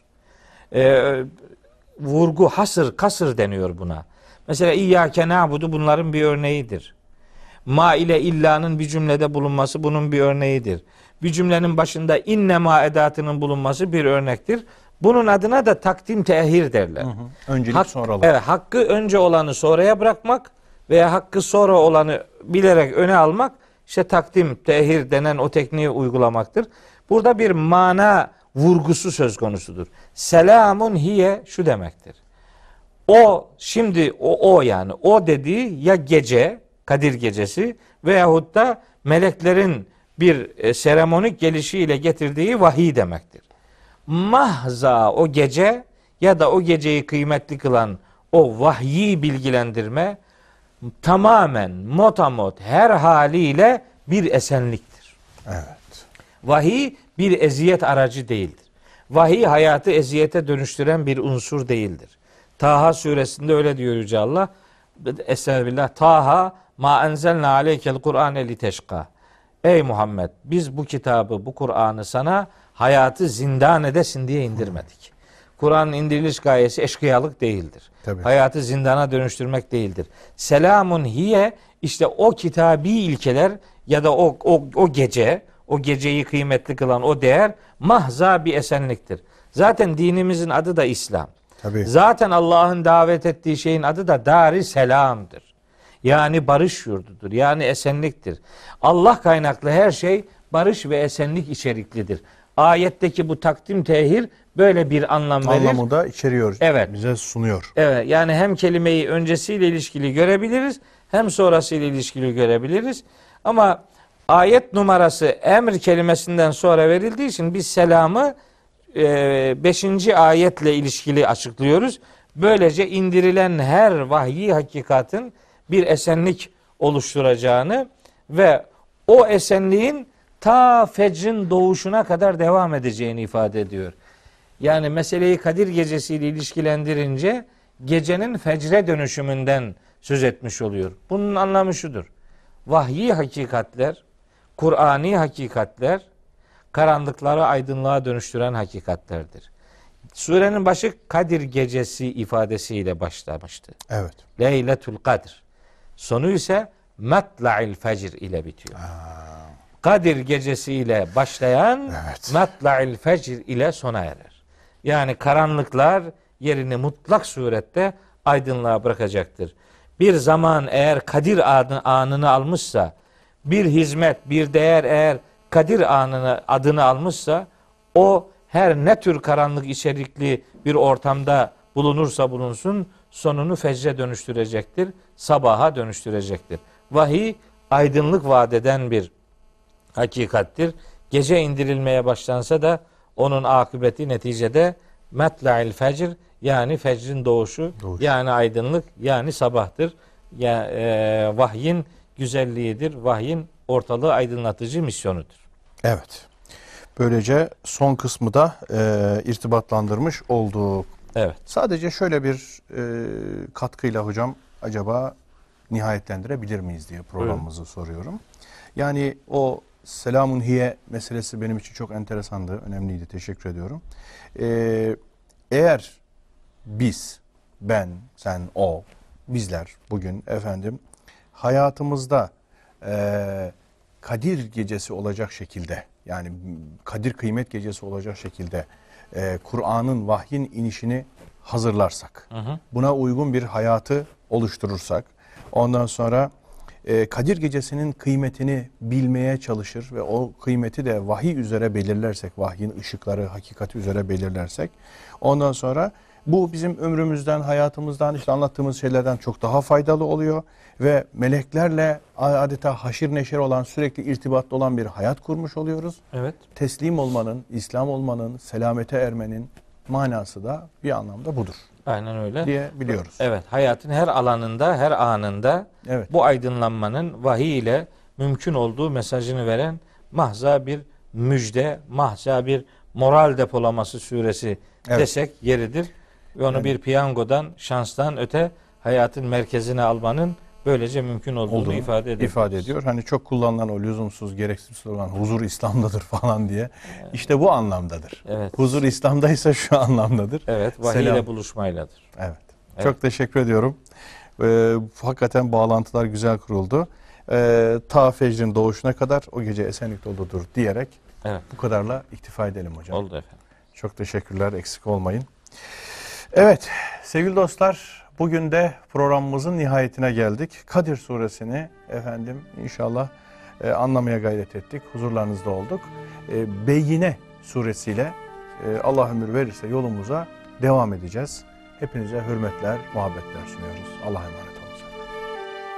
S2: Vurgu, kasır deniyor buna. Mesela İyyâke na'budu bunların bir örneğidir. Ma ile illa'nın bir cümlede bulunması bunun bir örneğidir. Bir cümlenin başında innema edatının bulunması bir örnektir. Bunun adına da takdim tehir derler.
S1: Öncelik sonralık.
S2: Evet, hakkı önce olanı sonraya bırakmak veya hakkı sonra olanı bilerek öne almak işte takdim tehir denen o tekniği uygulamaktır. Burada bir mana vurgusu söz konusudur. Selamun hiye şu demektir. O şimdi yani o dediği ya gece, Kadir gecesi veyahut da meleklerin bir seremonik gelişiyle getirdiği vahiy demektir. Mahza o gece ya da o geceyi kıymetli kılan o vahyi bilgilendirme tamamen motamot her haliyle bir esenliktir.
S1: Evet.
S2: Vahiy bir eziyet aracı değildir. Vahiy hayatı eziyete dönüştüren bir unsur değildir. Taha suresinde öyle diyor Yüce Allah. Estağfirullah. Taha ma enzelna aleykel Kur'ane liteşka. Ey Muhammed, biz bu kitabı, bu Kur'an'ı sana hayatı zindan edesin diye indirmedik. Kur'an'ın indiriliş gayesi eşkıyalık değildir.
S1: Tabii.
S2: Hayatı zindana dönüştürmek değildir. Selamun hiye, işte o kitabi ilkeler ya da o gece, o geceyi kıymetli kılan o değer mahza bir esenliktir. Zaten dinimizin adı da İslam.
S1: Tabii.
S2: Zaten Allah'ın davet ettiği şeyin adı da Dar-i Selam'dır. Yani barış yurdudur. Yani esenliktir. Allah kaynaklı her şey barış ve esenlik içeriklidir. Ayetteki bu takdim tehir böyle bir anlam verir.
S1: Anlamı da içeriyor.
S2: Evet.
S1: Bize sunuyor.
S2: Evet, yani hem kelimeyi öncesiyle ilişkili görebiliriz, hem sonrasıyla ilişkili görebiliriz. Ama ayet numarası emr kelimesinden sonra verildiği için biz selamı 5. ayetle ilişkili açıklıyoruz. Böylece indirilen her vahyi hakikatin bir esenlik oluşturacağını ve o esenliğin ta fecrin doğuşuna kadar devam edeceğini ifade ediyor. Yani meseleyi Kadir Gecesi'yle ilişkilendirince gecenin fecre dönüşümünden söz etmiş oluyor. Bunun anlamı şudur. Vahyi hakikatler, Kur'ani hakikatler, karanlıkları aydınlığa dönüştüren hakikatlerdir. Surenin başı Kadir Gecesi ifadesiyle başlamıştı.
S1: Evet.
S2: Leyletül Kadr. Sonu ise Matla'il Fecr ile bitiyor. Kadir Gecesi ile başlayan Matla'il Fecr ile sona erer. Yani karanlıklar yerini mutlak surette aydınlığa bırakacaktır. Bir zaman eğer Kadir anını almışsa, bir hizmet, bir değer eğer Kadir adını almışsa, o her ne tür karanlık içerikli bir ortamda bulunursa bulunsun, sonunu fecre dönüştürecektir, sabaha dönüştürecektir. Vahiy aydınlık vaat eden bir hakikattir. Gece indirilmeye başlansa da onun akıbeti neticede metla'il fecr, yani fecrin doğuşu, yani aydınlık, yani sabahtır. Vahyin güzelliğidir. Vahyin ortalığı aydınlatıcı misyonudur.
S1: Evet. Böylece son kısmı da irtibatlandırmış olduk.
S2: Evet.
S1: Sadece şöyle bir katkıyla hocam acaba nihayetlendirebilir miyiz diye programımızı soruyorum. Yani o selamun hiye meselesi benim için çok enteresandı, önemliydi. Teşekkür ediyorum. Eğer biz, ben, sen, o, bizler bugün efendim hayatımızda Kadir Gecesi olacak şekilde, yani Kadir Kıymet Gecesi olacak şekilde Kur'an'ın, vahyin inişini hazırlarsak, buna uygun bir hayatı oluşturursak, ondan sonra Kadir Gecesi'nin kıymetini bilmeye çalışır ve o kıymeti de vahiy üzere belirlersek, vahyin ışıkları, hakikati üzere belirlersek, ondan sonra bu bizim ömrümüzden, hayatımızdan, işte anlattığımız şeylerden çok daha faydalı oluyor ve meleklerle adeta haşir neşir olan, sürekli irtibatlı olan bir hayat kurmuş oluyoruz.
S2: Evet.
S1: Teslim olmanın, İslam olmanın, selamete ermenin manası da bir anlamda budur.
S2: Aynen öyle.
S1: Diye biliyoruz.
S2: Evet, hayatın her alanında, her anında bu aydınlanmanın vahiy ile mümkün olduğu mesajını veren mahza bir müjde, mahza bir moral depolaması suresi desek yeridir. Ve onu bir piyangodan, şanstan öte hayatın merkezine almanın böylece mümkün olduğunu ifade
S1: ediyor. Hani çok kullanılan o lüzumsuz, gereksiz olan huzur İslam'dadır falan diye. İşte bu anlamdadır.
S2: Evet.
S1: Huzur İslam'daysa şu anlamdadır.
S2: Evet, vahiy ile buluşmayladır.
S1: Evet. Çok teşekkür ediyorum. Hakikaten bağlantılar güzel kuruldu. Ta fecrin doğuşuna kadar o gece esenlik doludur diyerek bu kadarla iktifa edelim hocam.
S2: Oldu efendim.
S1: Çok teşekkürler, eksik olmayın. Evet sevgili dostlar, bugün de programımızın nihayetine geldik. Kadir suresini efendim inşallah anlamaya gayret ettik. Huzurlarınızda olduk. Beyyine suresiyle Allah ömür verirse yolumuza devam edeceğiz. Hepinize hürmetler, muhabbetler sunuyoruz. Allah'a emanet.